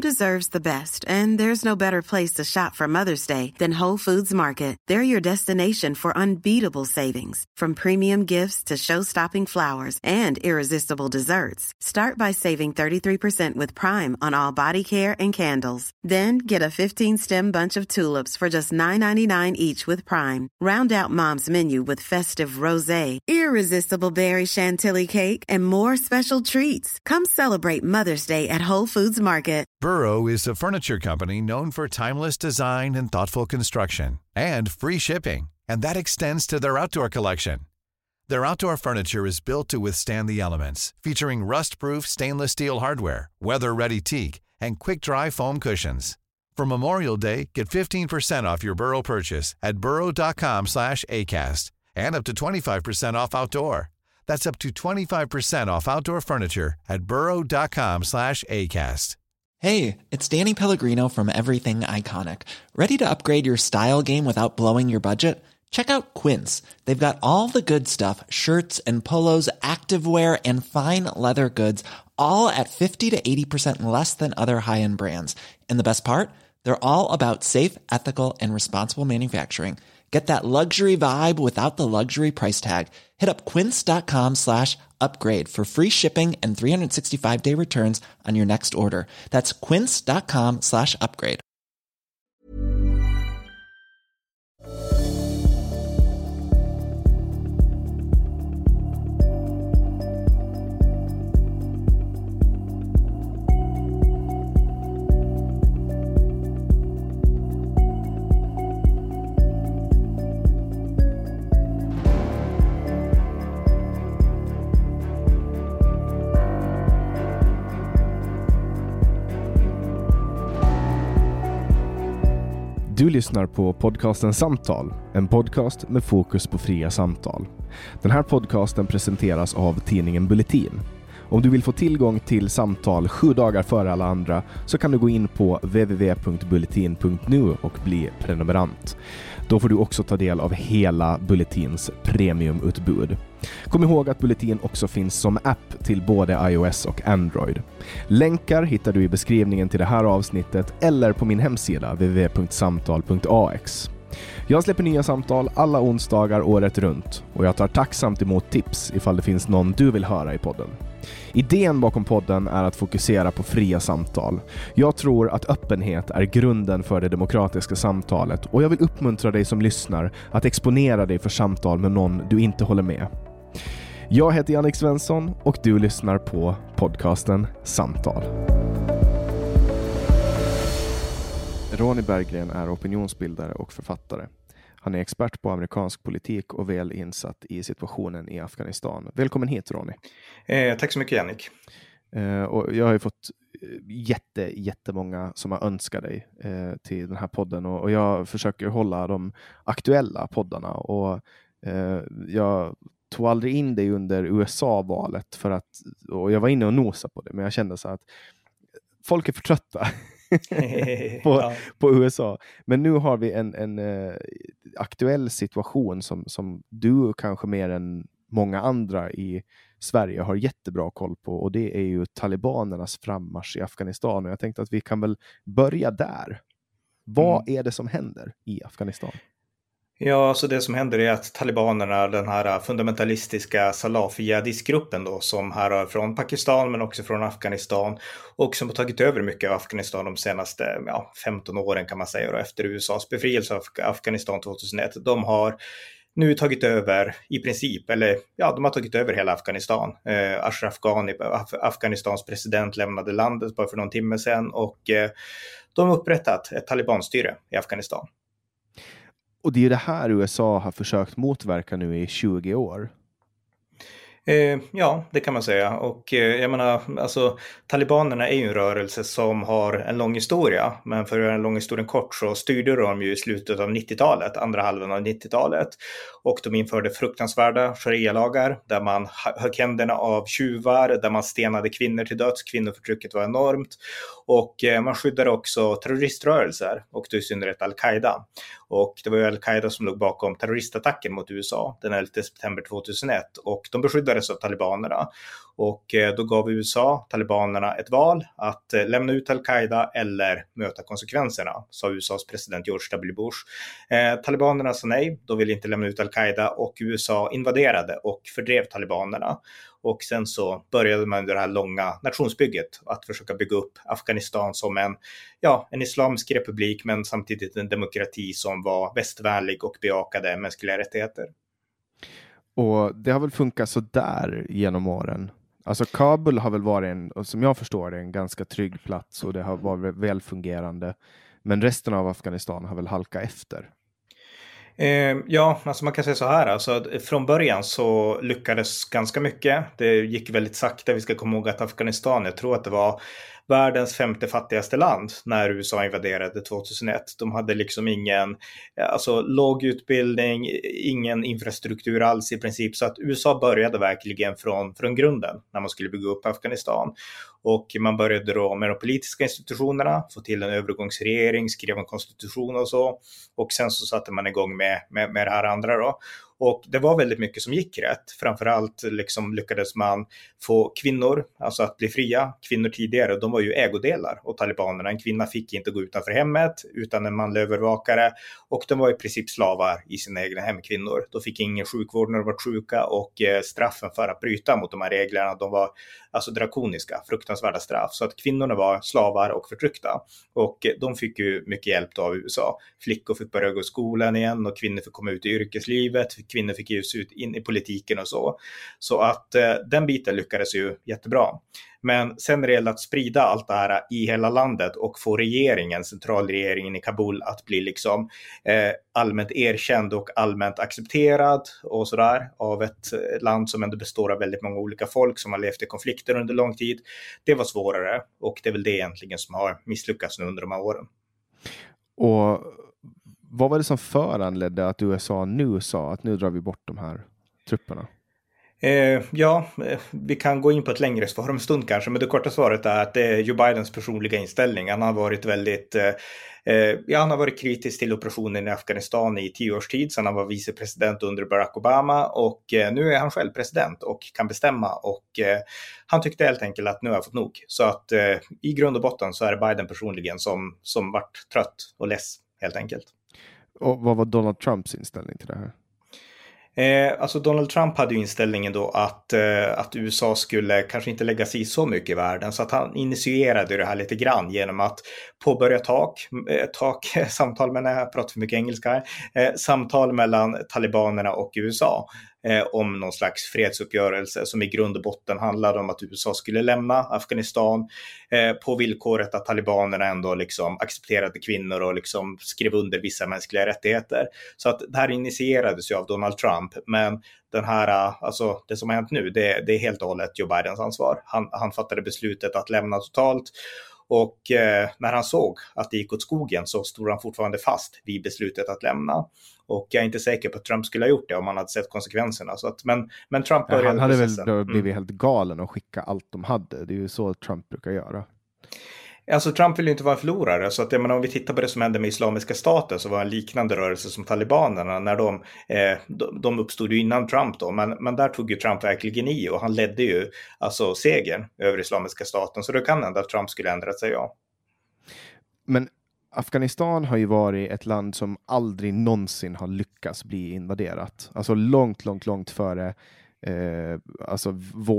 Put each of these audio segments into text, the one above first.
deserves the best, and there's no better place to shop for Mother's Day than Whole Foods Market. They're your destination for unbeatable savings, from premium gifts to show-stopping flowers and irresistible desserts. Start by saving 33% with Prime on all body care and candles. Then get a 15-stem bunch of tulips for just $9.99 each with Prime. Round out Mom's menu with festive rosé, irresistible berry chantilly cake, and more special treats. Come celebrate Mother's Day at Whole Foods Market. Burrow is a furniture company known for timeless design and thoughtful construction, and free shipping, and that extends to their outdoor collection. Their outdoor furniture is built to withstand the elements, featuring rust-proof stainless steel hardware, weather-ready teak, and quick-dry foam cushions. For Memorial Day, get 15% off your Burrow purchase at burrow.com/acast, and up to 25% off outdoor. That's up to 25% off outdoor furniture at burrow.com/acast. Hey, it's Danny Pellegrino from Everything Iconic. Ready to upgrade your style game without blowing your budget? Check out Quince. They've got all the good stuff, shirts and polos, activewear, and fine leather goods, all at 50 to 80% less than other high-end brands. And the best part? They're all about safe, ethical, and responsible manufacturing. Get that luxury vibe without the luxury price tag. Hit up quince.com/upgrade for free shipping and 365-day returns on your next order. That's quince.com/upgrade. Du lyssnar på podcasten Samtal, en podcast med fokus på fria samtal. Den här podcasten presenteras av tidningen Bulletin. Om du vill få tillgång till samtal 7 dagar före alla andra så kan du gå in på www.bulletin.nu och bli prenumerant. Då får du också ta del av hela Bulletins premiumutbud. Kom ihåg att Bulletin också finns som app till både iOS och Android. Länkar hittar du i beskrivningen till det här avsnittet eller på min hemsida www.samtal.ax. Jag släpper nya samtal alla onsdagar året runt och jag tar tacksamt emot tips ifall det finns någon du vill höra i podden. Idén bakom podden är att fokusera på fria samtal. Jag tror att öppenhet är grunden för det demokratiska samtalet och jag vill uppmuntra dig som lyssnar att exponera dig för samtal med någon du inte håller med. Jag heter Jannik Svensson och du lyssnar på podcasten Samtal. Ronny Berggren är opinionsbildare och författare. Han är expert på amerikansk politik och väl insatt i situationen i Afghanistan. Välkommen hit, Ronny. Tack så mycket, Jannik. Och jag har ju fått jättemånga som har önskat dig till den här podden. Och jag försöker hålla de aktuella poddarna. Och jag tog aldrig in dig under USA-valet och jag var inne och nosade på det. Men jag kände så att folk är för trötta på USA. Men nu har vi en aktuell situation som du kanske mer än många andra i Sverige har jättebra koll på. Och det är ju talibanernas frammarsch i Afghanistan. Och jag tänkte att vi kan väl börja där. Vad är det som händer i Afghanistan? Ja, så det som händer är att talibanerna, den här fundamentalistiska Salafi-jihadistgruppen då, som härrör från Pakistan men också från Afghanistan och som har tagit över mycket av Afghanistan de senaste 15 åren kan man säga, och efter USAs befrielse av Afghanistan 2001. De har nu tagit över i princip, de har tagit över hela Afghanistan. Ashraf Ghani, Afghanistans president, lämnade landet bara för någon timme sedan och de har upprättat ett talibanstyre i Afghanistan. Och det är ju det här USA har försökt motverka nu i 20 år. Ja, det kan man säga. Och jag menar, alltså talibanerna är ju en rörelse som har en lång historia. Men för att göra en lång historia kort så styrde de ju i slutet av 90-talet, andra halvan av 90-talet. Och de införde fruktansvärda sharia-lagar där man högg händerna av tjuvar, där man stenade kvinnor till döds. Kvinnoförtrycket var enormt. Och man skyddade också terroriströrelser, och då i synnerhet Al-Qaida. Och det var ju Al-Qaida som låg bakom terroristattacken mot USA den 11 september 2001. Och de beskyddade hotades av talibanerna. Och då gav USA talibanerna ett val att lämna ut al-Qaida eller möta konsekvenserna, sa USAs president George W. Bush. Talibanerna sa nej, de ville inte lämna ut al-Qaida och USA invaderade och fördrev talibanerna. Och sen så började man under det här långa nationsbygget att försöka bygga upp Afghanistan som en islamisk republik men samtidigt en demokrati som var västvänlig och bejakade mänskliga rättigheter. Och det har väl funkat så där genom åren. Alltså Kabul har väl varit som jag förstår det, en ganska trygg plats och det har varit välfungerande. Men resten av Afghanistan har väl halkat efter. Ja, alltså man kan säga så här. Alltså, från början så lyckades ganska mycket. Det gick väldigt sakta. Vi ska komma ihåg att Afghanistan, jag tror att det var världens 5:e fattigaste land när USA invaderade 2001. De hade liksom låg utbildning, ingen infrastruktur alls i princip. Så att USA började verkligen från grunden när man skulle bygga upp Afghanistan. Och man började då med de politiska institutionerna, få till en övergångsregering, skrev en konstitution och så. Och sen så satte man igång med det här andra då. Och det var väldigt mycket som gick rätt. Framförallt liksom lyckades man få kvinnor, alltså att bli fria. Kvinnor tidigare, de var ju ägodelar åt talibanerna. En kvinna fick inte gå utanför hemmet utan en manlig övervakare. Och de var i princip slavar i sina egna hemkvinnor. De fick ingen sjukvård när de var sjuka och straffen för att bryta mot de här reglerna, de var alltså drakoniska, fruktansvärda straff. Så att kvinnorna var slavar och förtryckta. Och de fick ju mycket hjälp av USA. Flickor fick börja gå i skolan igen och kvinnor fick komma ut i yrkeslivet. Kvinnor fick ge sig ut in i politiken och så. Så att den biten lyckades ju jättebra. Men sen när det gäller att sprida allt det här i hela landet och få centralregeringen i Kabul att bli liksom allmänt erkänd och allmänt accepterad och sådär av ett land som ändå består av väldigt många olika folk som har levt i konflikter under lång tid. Det var svårare och det är väl det egentligen som har misslyckats nu under de här åren. Och vad var det som föranledde att USA nu sa att nu drar vi bort de här trupperna? Vi kan gå in på ett längre svar om en stund kanske, men det korta svaret är att det är Joe Bidens personliga inställning. Han har varit han har varit kritisk till operationen i Afghanistan i 10 års tid, sedan han var vicepresident under Barack Obama och nu är han själv president och kan bestämma och han tyckte helt enkelt att nu har jag fått nog. Så att i grund och botten så är det Biden personligen som vart trött och less helt enkelt. Och vad var Donald Trumps inställning till det här? Alltså Donald Trump hade ju inställningen då att USA skulle kanske inte lägga sig i så mycket i världen, så att han initierade det här lite grann genom att påbörja samtal samtal mellan talibanerna och USA om någon slags fredsuppgörelse som i grund och botten handlade om att USA skulle lämna Afghanistan på villkoret att talibanerna ändå liksom accepterade kvinnor och liksom skrev under vissa mänskliga rättigheter. Så att det här initierades ju av Donald Trump, men den här, alltså det som har hänt nu, det är helt och hållet Joe Bidens ansvar. Han fattade beslutet att lämna totalt. Och när han såg att det gick åt skogen så stod han fortfarande fast vid beslutet att lämna. Och jag är inte säker på att Trump skulle ha gjort det om han hade sett konsekvenserna. Så att, men Trump började han hade processen. väl blivit helt galen och skicka allt de hade. Det är ju så Trump brukar göra. Alltså Trump vill ju inte vara en förlorare, så att om vi tittar på det som hände med Islamiska staten så var en liknande rörelse som talibanerna när de uppstod ju innan Trump då, men där tog ju Trump verkligen i och han ledde ju alltså segern över Islamiska staten, så det kan hända att Trump skulle ändrat sig, ja. Men Afghanistan har ju varit ett land som aldrig någonsin har lyckats bli invaderat. Alltså långt före alltså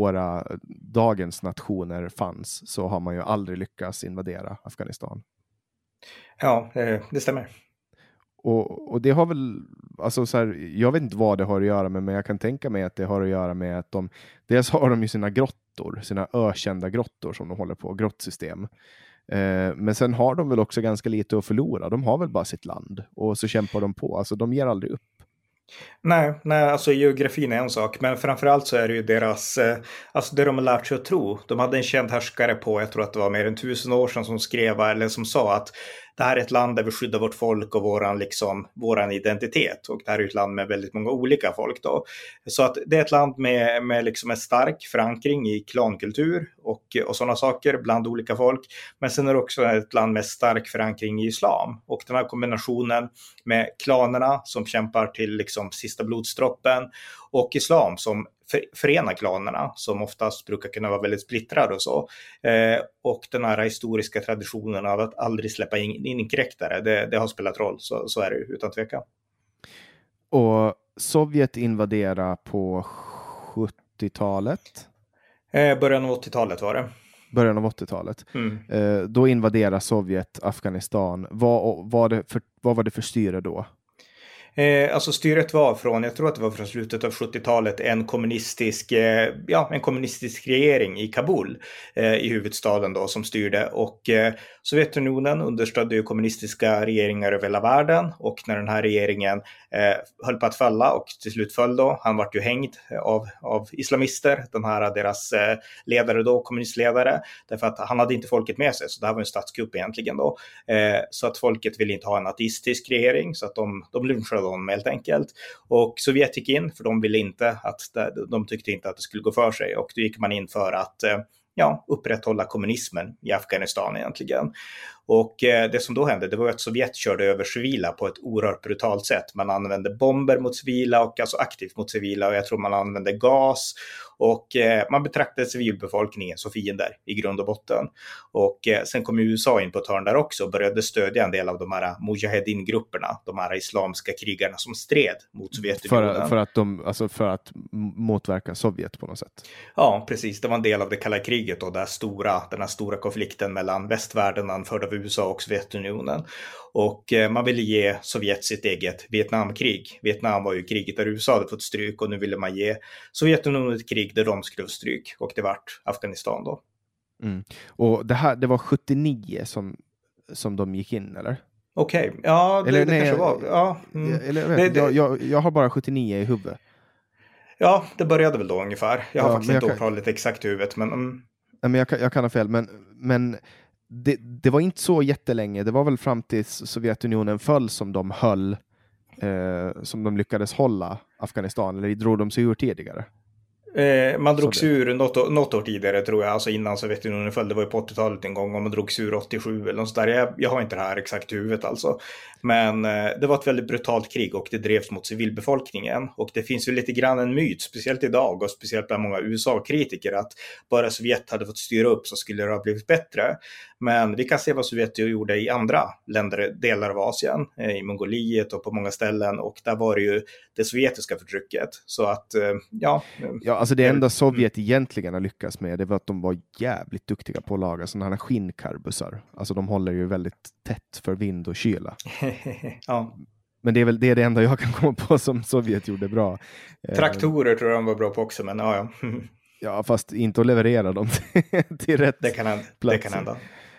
dagens nationer fanns, så har man ju aldrig lyckats invadera Afghanistan. Ja, det stämmer. Och det har väl, alltså så här, jag vet inte vad det har att göra med, men jag kan tänka mig att det har att göra med att dels har de ju sina grottor, sina ökända grottor som de håller på, grottsystem. Men sen har de väl också ganska lite att förlora. De har väl bara sitt land och så kämpar de på, alltså de ger aldrig upp. Nej, alltså geografin är en sak, men framförallt så är det ju deras, alltså det de har lärt sig att tro. De hade en känd härskare på, jag tror att det var mer än 1000 år sedan, som skrev eller som sa att det här är ett land där vi skyddar vårt folk och våran identitet. Och det här är ett land med väldigt många olika folk då. Så att det är ett land med liksom en stark förankring i klankultur och sådana saker bland olika folk. Men sen är det också ett land med stark förankring i islam. Och den här kombinationen med klanerna som kämpar till liksom sista blodsdroppen och islam som förena klanerna som oftast brukar kunna vara väldigt splittrade och så. Och den här historiska traditionen av att aldrig släppa in inkräktare, det har spelat roll, så är det utan tvekan. Och Sovjet invaderade på 70-talet? Början av 80-talet var det. Början av 80-talet. Då invaderade Sovjet Afghanistan. Vad var det för styre då? Alltså styret var från, jag tror att det var från slutet av 70-talet, en kommunistisk regering i Kabul, i huvudstaden då, som styrde. Och Sovjetunionen understödde ju kommunistiska regeringar över hela världen, och när den här regeringen höll på att falla och till slut föll då, han vart ju hängd av islamister, deras ledare då, kommunistledare, därför att han hade inte folket med sig, så det här var en statskupp egentligen då. Så att folket ville inte ha en ateistisk regering, så att de lynchade honom helt enkelt. Och Sovjet gick in, för de tyckte inte att det skulle gå för sig, och då gick man in för att upprätthålla kommunismen i Afghanistan egentligen. Och det som då hände, det var att Sovjet körde över civila på ett oerhört brutalt sätt. Man använde bomber mot civila, och alltså aktivt mot civila, och jag tror man använde gas, och man betraktade civilbefolkningen som fiender i grund och botten. Och sen kom USA in på ett hörn där också och började stödja en del av de här Mujahedin-grupperna, de här islamska krigarna som stred mot Sovjetunionen. För att motverka Sovjet på något sätt. Ja, precis. Det var en del av det kalla kriget och den här stora konflikten mellan västvärlden anförd av USA och Sovjetunionen. Och man ville ge Sovjet sitt eget Vietnamkrig. Vietnam var ju kriget där USA hade fått stryk, och nu ville man ge Sovjetunionen ett krig där de skulle få stryk, och det vart Afghanistan då. Och det var 79 som de gick in, eller? Okej, ja, det kanske var. Ja, jag har bara 79 i huvudet. Ja, det började väl då ungefär. Jag har faktiskt inte årtalet exakt i huvudet, men... Men jag kan ha fel, men det var inte så jättelänge. Det var väl fram till Sovjetunionen föll som de höll, som de lyckades hålla Afghanistan, eller drog de sig ur tidigare? Man drog sig ur något år tidigare, tror jag, alltså innan Sovjetunionen föll. Det var ju på 80-talet en gång, och man drog sig ur 87 eller något där. Jag har inte det här exakt i huvudet alltså. Men det var ett väldigt brutalt krig, och det drevs mot civilbefolkningen. Och det finns ju lite grann en myt, speciellt idag och speciellt bland många USA-kritiker, att bara Sovjet hade fått styra upp så skulle det ha blivit bättre. Men vi kan se vad Sovjet gjorde i andra delar av Asien, i Mongoliet och på många ställen. Och där var det ju det sovjetiska förtrycket. Så att, alltså det enda Sovjet egentligen har lyckats med, det var att de var jävligt duktiga på att laga sådana här skinnkarbusar. Alltså de håller ju väldigt tätt för vind och kyla. Ja. Men det är det enda jag kan komma på som Sovjet gjorde bra. Traktorer tror jag de var bra på också, men ja. Ja, fast inte att leverera dem till rätt plats. Det kan hända.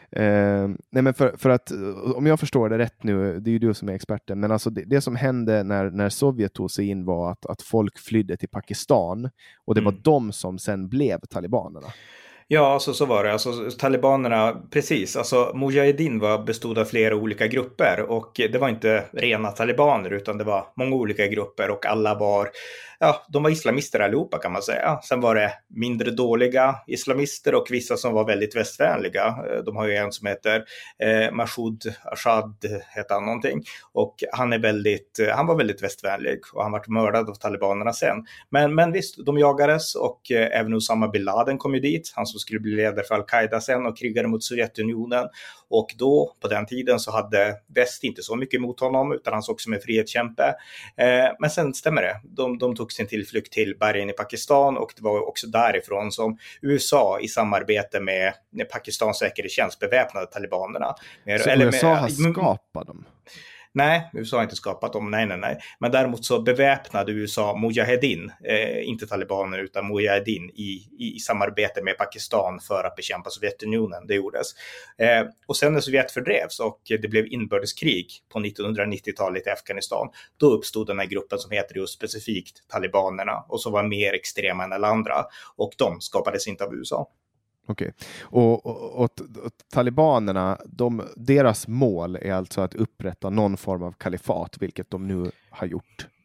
Nej, men för att, om jag förstår det rätt nu, det är ju du som är experten, men alltså det som hände när Sovjet tog sig in var att folk flydde till Pakistan, och det var de som sen blev talibanerna. Ja, alltså så var det. Alltså talibanerna, precis. Alltså Mujahedin bestod av flera olika grupper, och det var inte rena talibaner, utan det var många olika grupper, och alla de var islamister allihopa, kan man säga. Sen var det mindre dåliga islamister och vissa som var väldigt västvänliga. De har ju en som heter Mashoud Ashad, heter han någonting. Och han var väldigt västvänlig, och han var mördad av talibanerna sen. Men visst, de jagades, och även Osama bin Laden kom ju dit. Han som skulle bli ledare för Al-Qaida sen och krigade mot Sovjetunionen. Och då, på den tiden, så hade väst inte så mycket emot honom, utan han såg som en frihetskämpe. Men sen stämmer det. De tog sin tillflykt till bergen i Pakistan, och det var också därifrån som USA i samarbete med Pakistans säkerhetstjänst beväpnade talibanerna. Så USA har skapat dem? Nej, USA har inte skapat dem, nej. Men däremot så beväpnade USA Mujahedin, inte talibaner utan Mujahedin i samarbete med Pakistan för att bekämpa Sovjetunionen, det gjordes. Och sen när Sovjet fördrevs och det blev inbördeskrig på 1990-talet i Afghanistan, då uppstod den här gruppen som heter just specifikt talibanerna, och som var mer extrema än alla andra, och de skapades inte av USA. Okej. Och talibanerna, deras mål är alltså att upprätta någon form av kalifat, vilket de nu har gjort.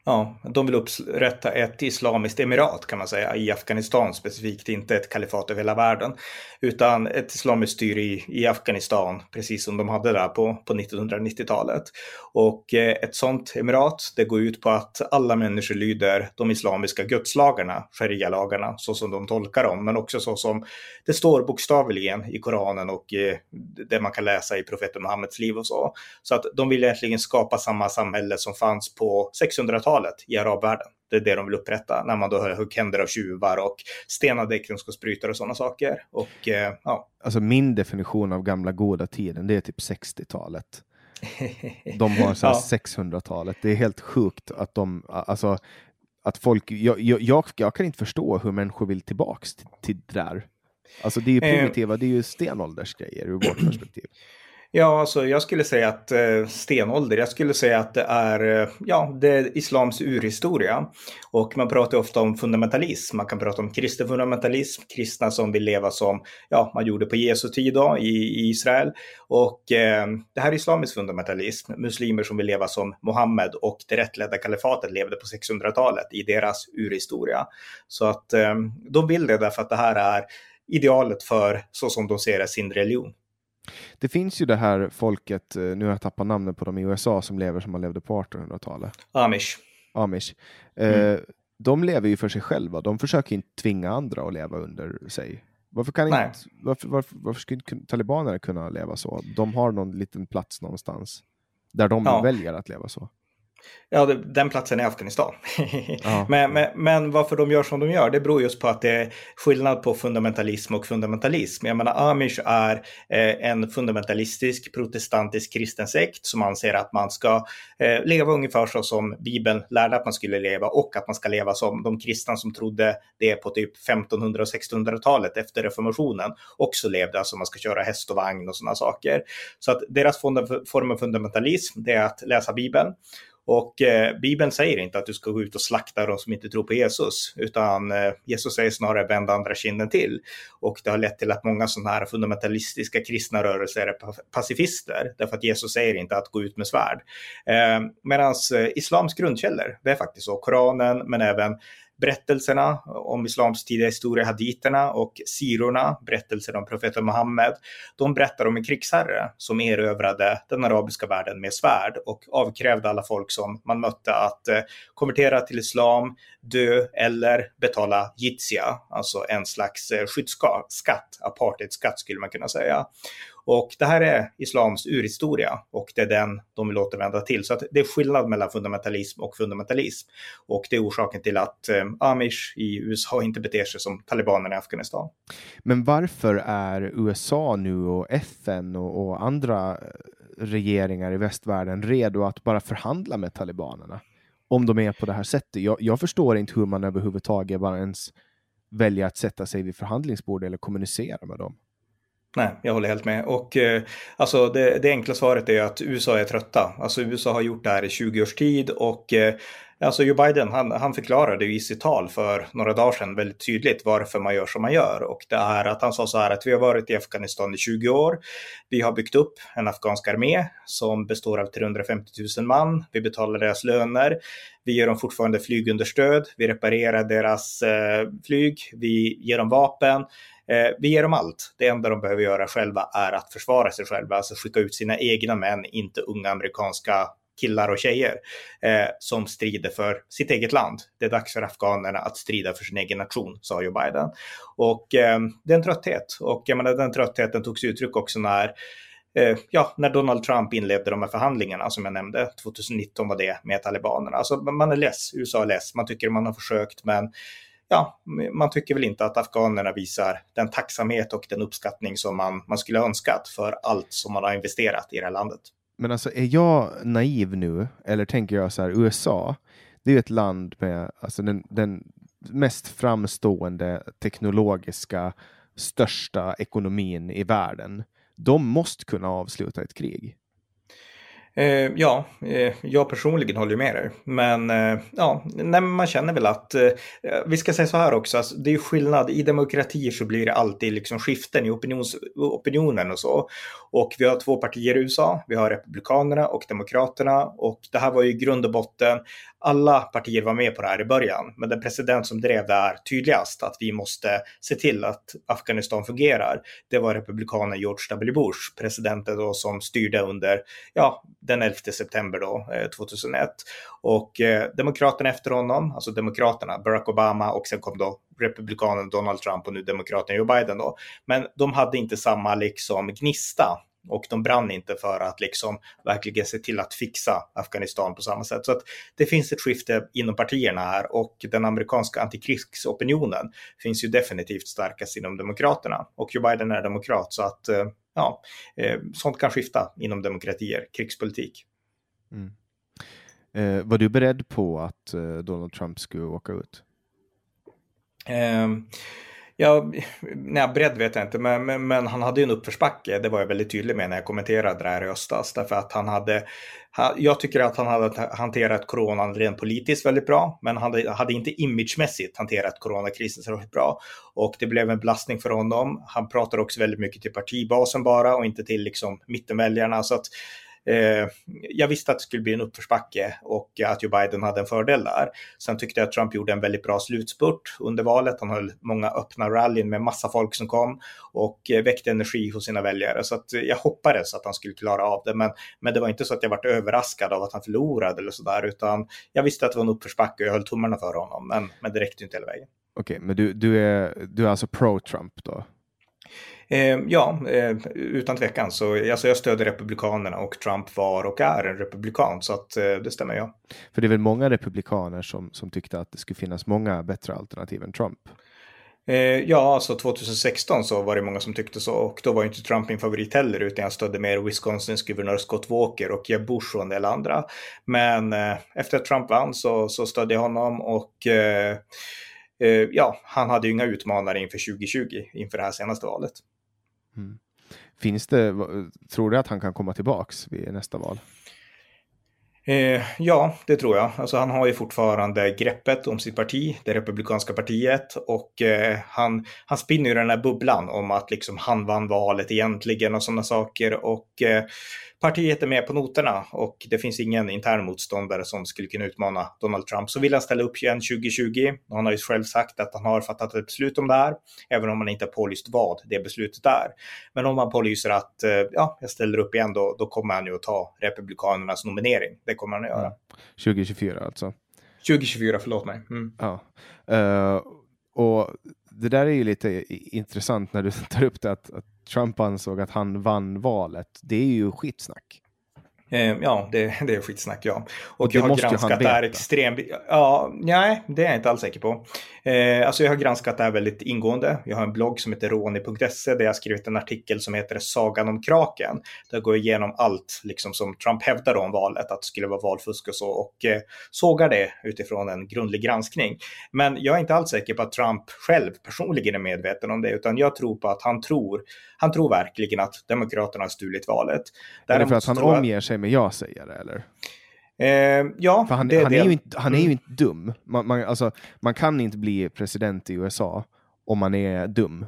Ja, de vill upprätta ett islamiskt emirat kan man säga i Afghanistan specifikt, inte ett kalifat över hela världen, utan ett islamiskt styre i Afghanistan, precis som de hade där på 1990-talet. Och ett sånt emirat, det går ut på att alla människor lyder de islamiska gudslagarna, sharia-lagarna, så som de tolkar dem, men också så som det står bokstavligen i Koranen och det man kan läsa i profeten Muhammeds liv och så. Så att de vill egentligen skapa samma samhälle som fanns på 600-talet i arabvärlden. Det är det de vill upprätta när man då har högg händer av tjuvar och stenade äktenskapsbrytare och sådana saker. Och ja. Alltså min definition av gamla goda tiden, det är typ 60-talet. De har så här 600-talet. Det är helt sjukt att de, alltså att folk, jag kan inte förstå hur människor vill tillbaks till det där. Alltså det är ju primitiva, det är ju stenåldersgrejer ur vårt perspektiv. Ja, alltså jag skulle säga att stenålder, jag skulle säga att det är, det är islams urhistoria. Och man pratar ofta om fundamentalism, man kan prata om kristen fundamentalism, kristna som vill leva som, man gjorde på Jesu tid då, i Israel. Och det här är islamisk fundamentalism, muslimer som vill leva som Mohammed och det rättledda kalifatet levde på 600-talet i deras urhistoria. Så att de vill det därför att det här är idealet för så som de ser sin religion. Det finns ju det här folket, nu har jag tappat namnet på dem i USA som lever som man levde på 1800-talet. Amish. De lever ju för sig själva. De försöker inte tvinga andra att leva under sig. Varför skulle inte talibanerna kunna leva så? De har någon liten plats någonstans där de väljer att leva så. Ja, den platsen är Afghanistan. Men varför de gör som de gör, det beror just på att det är skillnad på fundamentalism och fundamentalism. Jag menar, Amish är en fundamentalistisk, protestantisk kristen sekt som anser att man ska leva ungefär så som Bibeln lärde att man skulle leva, och att man ska leva som de kristna som trodde det på typ 1500- och 1600-talet efter reformationen också levde, alltså man ska köra häst och vagn och sådana saker. Så att deras form av fundamentalism, det är att läsa Bibeln. Och Bibeln säger inte att du ska gå ut och slakta de som inte tror på Jesus, utan Jesus säger snarare vända andra kinden till. Och det har lett till att många sådana här fundamentalistiska kristna rörelser är pacifister, därför att Jesus säger inte att gå ut med svärd. Medan islams grundkällor, det är faktiskt så, Koranen, men även berättelserna om islams tidiga historia, haditerna, och sirorna, berättelser om profeten Muhammed, de berättar om en krigsherre som erövrade den arabiska världen med svärd och avkrävde alla folk som man mötte att konvertera till islam, dö eller betala jizya, alltså en slags skyddsskatt, apartheidskatt skulle man kunna säga. Och det här är islams urhistoria och det är den de vill återvända till. Så att det är skillnad mellan fundamentalism och fundamentalism. Och det är orsaken till att Amish i USA inte beter sig som talibanerna i Afghanistan. Men varför är USA nu och FN och andra regeringar i västvärlden redo att bara förhandla med talibanerna? Om de är på det här sättet. Jag förstår inte hur man överhuvudtaget bara ens väljer att sätta sig vid förhandlingsbordet eller kommunicera med dem. Nej, jag håller helt med. Och alltså det enkla svaret är att USA är trötta. Alltså USA har gjort det här i 20 års tid och alltså Joe Biden han förklarade i sitt tal för några dagar sedan väldigt tydligt varför man gör som man gör. Och det är att han sa så här att vi har varit i Afghanistan i 20 år. Vi har byggt upp en afghansk armé som består av 350 000 man. Vi betalar deras löner. Vi ger dem fortfarande flygunderstöd. Vi reparerar deras flyg. Vi ger dem vapen. Vi ger dem allt. Det enda de behöver göra själva är att försvara sig själva. Alltså skicka ut sina egna män, inte unga amerikanska killar och tjejer som strider för sitt eget land. Det är dags för afghanerna att strida för sin egen nation, sa Joe Biden. Och det är en trötthet. Och jag menar, den tröttheten togs uttryck också när Donald Trump inledde de här förhandlingarna som jag nämnde. 2019 var det med talibanerna. Alltså man är less, USA är less. Man tycker man har försökt, men man tycker väl inte att afghanerna visar den tacksamhet och den uppskattning som man skulle ha önskat för allt som man har investerat i det här landet. Men alltså, är jag naiv nu? Eller tänker jag så här, USA, det är ju ett land med alltså den mest framstående teknologiska, största ekonomin i världen. De måste kunna avsluta ett krig. Jag personligen håller med dig. Men man känner väl att vi ska säga så här också. Alltså, det är ju skillnad. I demokratier så blir det alltid liksom skiften i opinionen och så. Och vi har 2 partier i USA. Vi har Republikanerna och Demokraterna. Och det här var ju i grund och botten. Alla partier var med på det här i början. Men den president som drev det här tydligast att vi måste se till att Afghanistan fungerar. Det var republikanen George W. Bush, presidenten då som styrde under den 11 september då, 2001. Och demokraterna efter honom, alltså demokraterna, Barack Obama, och sen kom då republikanen Donald Trump och nu demokraten Joe Biden då. Men de hade inte samma liksom gnista. Och de brann inte för att liksom verkligen se till att fixa Afghanistan på samma sätt. Så att det finns ett skifte inom partierna här, och den amerikanska antikrigsopinionen finns ju definitivt starkast inom demokraterna. Och Joe Biden är demokrat, så att sånt kan skifta inom demokratier, krigspolitik. Var du beredd på att Donald Trump skulle åka ut? Bredd vet jag inte, men han hade ju en uppförsbacke. Det var jag väldigt tydlig med när jag kommenterade det här i höstas. Därför att jag tycker att han hade hanterat coronan rent politiskt väldigt bra, men han hade inte imagemässigt hanterat coronakrisen så bra. Och det blev en belastning för honom. Han pratar också väldigt mycket till partibasen bara och inte till liksom mittenväljarna. Så att jag visste att det skulle bli en uppförsbacke och att Joe Biden hade en fördel där. Sen tyckte jag att Trump gjorde en väldigt bra slutspurt under valet. Han höll många öppna rallyn med massa folk som kom och väckte energi hos sina väljare. Så att jag hoppades att han skulle klara av det. Men det var inte så att jag var överraskad av att han förlorade eller sådär, utan jag visste att det var en uppförsbacke och jag höll tummarna för honom. Men det räckte inte hela vägen. Okej, men du är alltså pro-Trump då? Utan tvekan. Så jag stöder republikanerna och Trump var och är en republikan, så att det stämmer jag. För det är väl många republikaner som tyckte att det skulle finnas många bättre alternativ än Trump? Alltså 2016 så var det många som tyckte så, och då var inte Trump min favorit heller, utan jag stödde mer Wisconsins guvernör Scott Walker och Jeb Bush och en del andra. Men efter att Trump vann så stödde jag honom, och han hade ju inga utmanare inför 2020, inför det här senaste valet. Tror du att han kan komma tillbaks vid nästa val? Ja, det tror jag. Alltså, han har ju fortfarande greppet om sitt parti, det republikanska partiet, och han spinner ju den här bubblan om att liksom han vann valet egentligen och sådana saker, och partiet är med på noterna och det finns ingen intern motståndare som skulle kunna utmana Donald Trump. Så vill han ställa upp igen 2020. Han har ju själv sagt att han har fattat ett beslut om det här, även om han inte har pålyst vad det beslutet är. Men om han pålyser att jag ställer upp igen, då kommer han ju att ta republikanernas nominering. Det kommer han att göra. 2024 alltså? 2024, förlåt mig. Ja. Och det där är ju lite intressant när du tar upp det att Trump ansåg att han vann valet. Det är ju skitsnack. Ja, det är skitsnack, ja. Och jag har granskat det här extremt... Nej, det är jag inte alls säker på. Alltså jag har granskat det här väldigt ingående. Jag har en blogg som heter roni.se där jag har skrivit en artikel som heter Sagan om kraken. Där går jag igenom allt liksom, som Trump hävdar om valet, att det skulle vara valfusk och så. Och sågar det utifrån en grundlig granskning. Men jag är inte alls säker på att Trump själv personligen är medveten om det. Utan jag tror på att han tror verkligen att demokraterna har stulit valet. Är det för att han omger sig med ja-sägare, eller? Ja, för han är ju inte dum. Man kan inte bli president i USA om man är dum.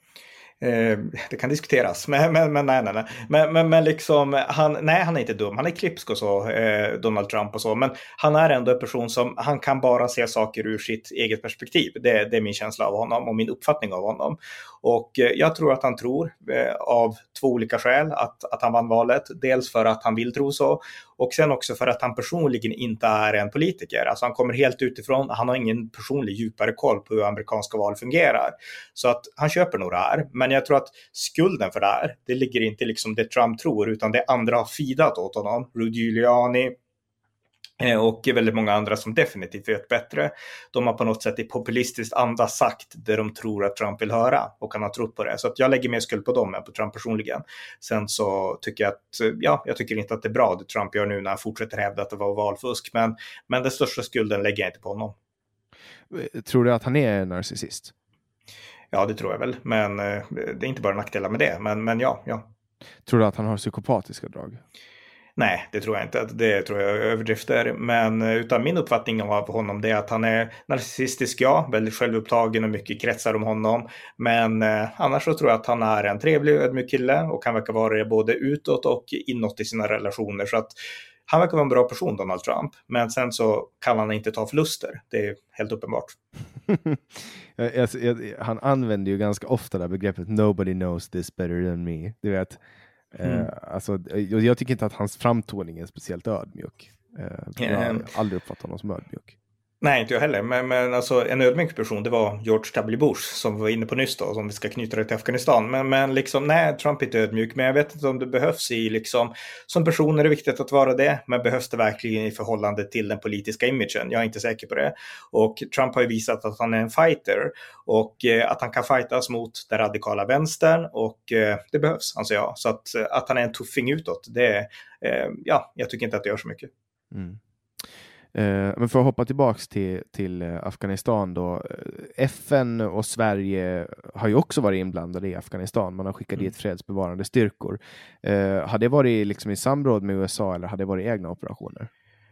Det kan diskuteras, men nej. Men liksom, han är inte dum. Han är klipsk och så, Donald Trump och så. Men han är ändå en person som, han kan bara se saker ur sitt eget perspektiv. Det är min känsla av honom och min uppfattning av honom. Och jag tror att han tror, av två olika skäl, att han vann valet. Dels för att han vill tro så. Och sen också för att han personligen inte är en politiker. Alltså han kommer helt utifrån. Han har ingen personlig djupare koll på hur amerikanska val fungerar. Så att han köper nog det här. Men jag tror att skulden för det här, det ligger inte liksom det Trump tror, utan det andra har fidat åt honom. Rudy Giuliani och väldigt många andra som definitivt vet bättre. De har på något sätt i populistiskt anda sagt det de tror att Trump vill höra, och han har trott på det. Så att jag lägger mer skuld på dem än på Trump personligen. Sen så tycker jag att, jag tycker inte att det är bra det Trump gör nu när han fortsätter hävda att det var valfusk. Men den största skulden lägger jag inte på honom. Tror du att han är narcissist? Ja, det tror jag väl. Men det är inte bara nackdelar med det. Men ja. Tror du att han har psykopatiska drag? Nej, det tror jag inte. Det tror jag är överdrifter. Men utan min uppfattning av honom det är att han är narcissistisk, ja. Väldigt självupptagen och mycket kretsar om honom. Men annars så tror jag att han är en trevlig och ödmjuk kille. Och han verkar vara det både utåt och inåt i sina relationer. Så att han verkar vara en bra person, Donald Trump. Men sen så kan han inte ta förluster. Det är helt uppenbart. Han använder ju ganska ofta det begreppet nobody knows this better than me. Du vet. Alltså, jag tycker inte att hans framtoning är speciellt ödmjuk. Jag har aldrig uppfattat honom som ödmjuk. Nej, inte jag heller. Men alltså, en ödmjuk person, det var George W. Bush som vi var inne på nyss då, som vi ska knyta det till Afghanistan. Men liksom, nej, Trump är inte ödmjuk. Men jag vet inte om det behövs i liksom, som person är det viktigt att vara det. Men behövs det verkligen i förhållande till den politiska imagen? Jag är inte säker på det. Och Trump har ju visat att han är en fighter. Och att han kan fightas mot den radikala vänstern. Och det behövs, anser jag. Så att han är en tuffing utåt, det ja, jag tycker inte att det gör så mycket. Mm. Men för att hoppa tillbaks till Afghanistan då. FN och Sverige har ju också varit inblandade i Afghanistan. Man har skickat dit fredsbevarande styrkor. Har det varit liksom i samråd med USA eller har det varit egna operationer?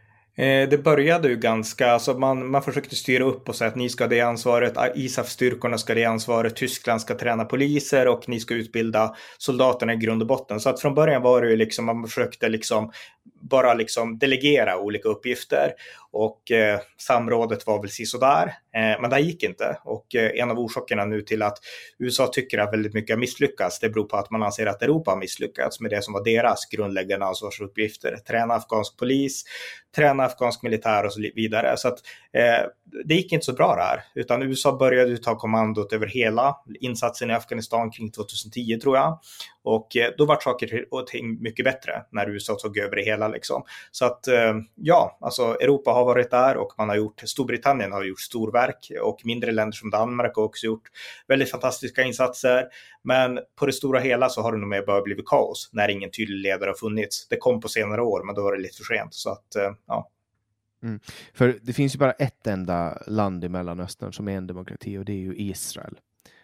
Det började ju ganska, alltså man försökte styra upp och säga att ni ska ha det ansvaret, ISAF-styrkorna ska ha det ansvaret, Tyskland ska träna poliser och ni ska utbilda soldaterna i grund och botten. Så att från början var det ju liksom, man försökte liksom bara liksom delegera olika uppgifter och samrådet var väl sisådär. Men det gick inte och en av orsakerna nu till att USA tycker att väldigt mycket har misslyckats, det beror på att man anser att Europa har misslyckats med det som var deras grundläggande ansvarsuppgifter. Träna afghansk polis, träna afghansk militär och så vidare. Så att det gick inte så bra där, utan USA började ta kommandot över hela insatsen i Afghanistan kring 2010 tror jag. Och då var saker och ting mycket bättre när USA tog över det hela liksom. Så att ja, alltså Europa har varit där och man har gjort, Storbritannien har gjort storverk och mindre länder som Danmark har också gjort väldigt fantastiska insatser. Men på det stora hela så har det nog mer bara blivit kaos när ingen tydlig ledare har funnits. Det kom på senare år men då var det lite för sent. Så att ja. Mm. För det finns ju bara ett enda land i Mellanöstern som är en demokrati och det är ju Israel.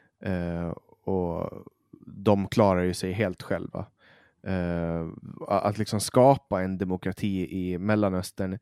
Och de klarar ju sig helt själva. Att liksom skapa en demokrati i Mellanöstern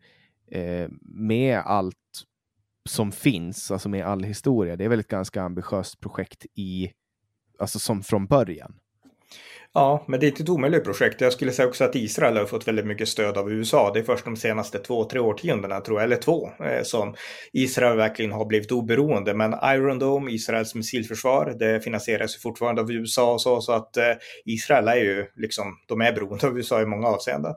med allt som finns, alltså med all historia, det är väl ett ganska ambitiöst projekt alltså som från början. Ja, men det är inte ett omöjligt projekt. Jag skulle säga också att Israel har fått väldigt mycket stöd av USA. Det är först de senaste 2-3 årtiondena tror jag, eller 2, som Israel verkligen har blivit oberoende. Men Iron Dome, Israels missilförsvar, det finansieras ju fortfarande av USA och så att Israel är ju liksom, de är beroende av USA i många avseenden.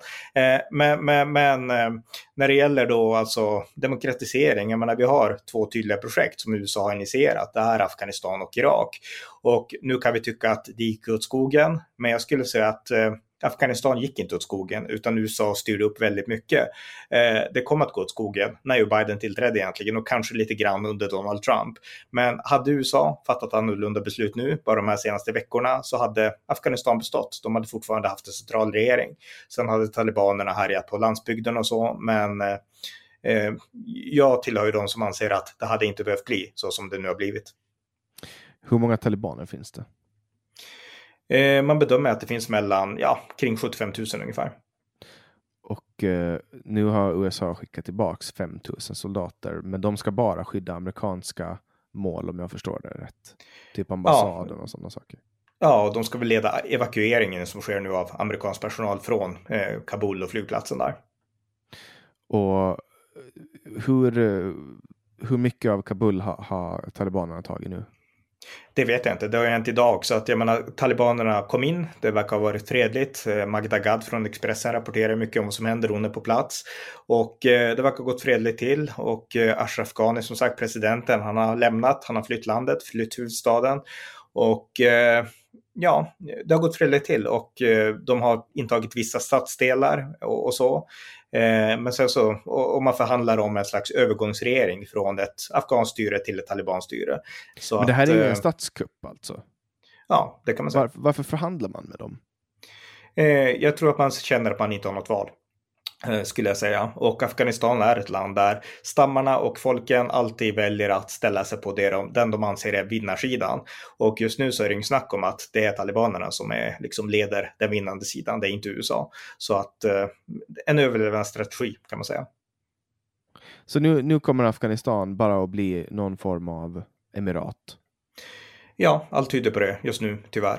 Men när det gäller då alltså demokratisering, jag menar vi har 2 tydliga projekt som USA har initierat. Det är Afghanistan och Irak. Och nu kan vi tycka att det gick åt skogen, men jag skulle säga att Afghanistan gick inte åt skogen utan USA styrde upp väldigt mycket. Det kom att gå åt skogen när Joe Biden tillträdde egentligen och kanske lite grann under Donald Trump. Men hade USA fattat annorlunda beslut nu, bara de här senaste veckorna, så hade Afghanistan bestått. De hade fortfarande haft en central regering. Sen hade talibanerna härjat på landsbygden och så, men jag tillhör ju de som anser att det hade inte behövt bli så som det nu har blivit. Hur många talibaner finns det? Man bedömer att det finns kring 75 000 ungefär. Och nu har USA skickat tillbaks 5 000 soldater, men de ska bara skydda amerikanska mål om jag förstår det rätt. Typ ambassaden och sådana saker. Ja, de ska väl leda evakueringen som sker nu av amerikansk personal från Kabul och flygplatsen där. Och hur mycket av Kabul har talibanerna tagit nu? Det vet jag inte, det har hänt idag också. Att jag menar, talibanerna kom in, det verkar ha varit fredligt. Magda Gad från Expressen rapporterar mycket om vad som händer, hon är på plats. Och det verkar ha gått fredligt till. Och Ashraf Ghani, som sagt presidenten, han har lämnat, han har flytt landet, flytt huvudstaden. Och ja, det har gått fredligt till och de har intagit vissa stadsdelar och så. Men sen så, och man förhandlar om en slags övergångsregering från ett afghanskt styre till ett talibanstyre. Så men det här är ju en statskupp alltså? Ja, det kan man säga. Varför förhandlar man med dem? Jag tror att man känner att man inte har något val. skulle jag säga. Och Afghanistan är ett land där stammarna och folken alltid väljer att ställa sig på den de anser är vinnarsidan. Och just nu så är det inget snack om att det är talibanerna som liksom leder den vinnande sidan, det är inte USA. Så att en överlevnadsstrategi kan man säga. Så nu kommer Afghanistan bara att bli någon form av emirat? Ja, allt tyder på det just nu, tyvärr.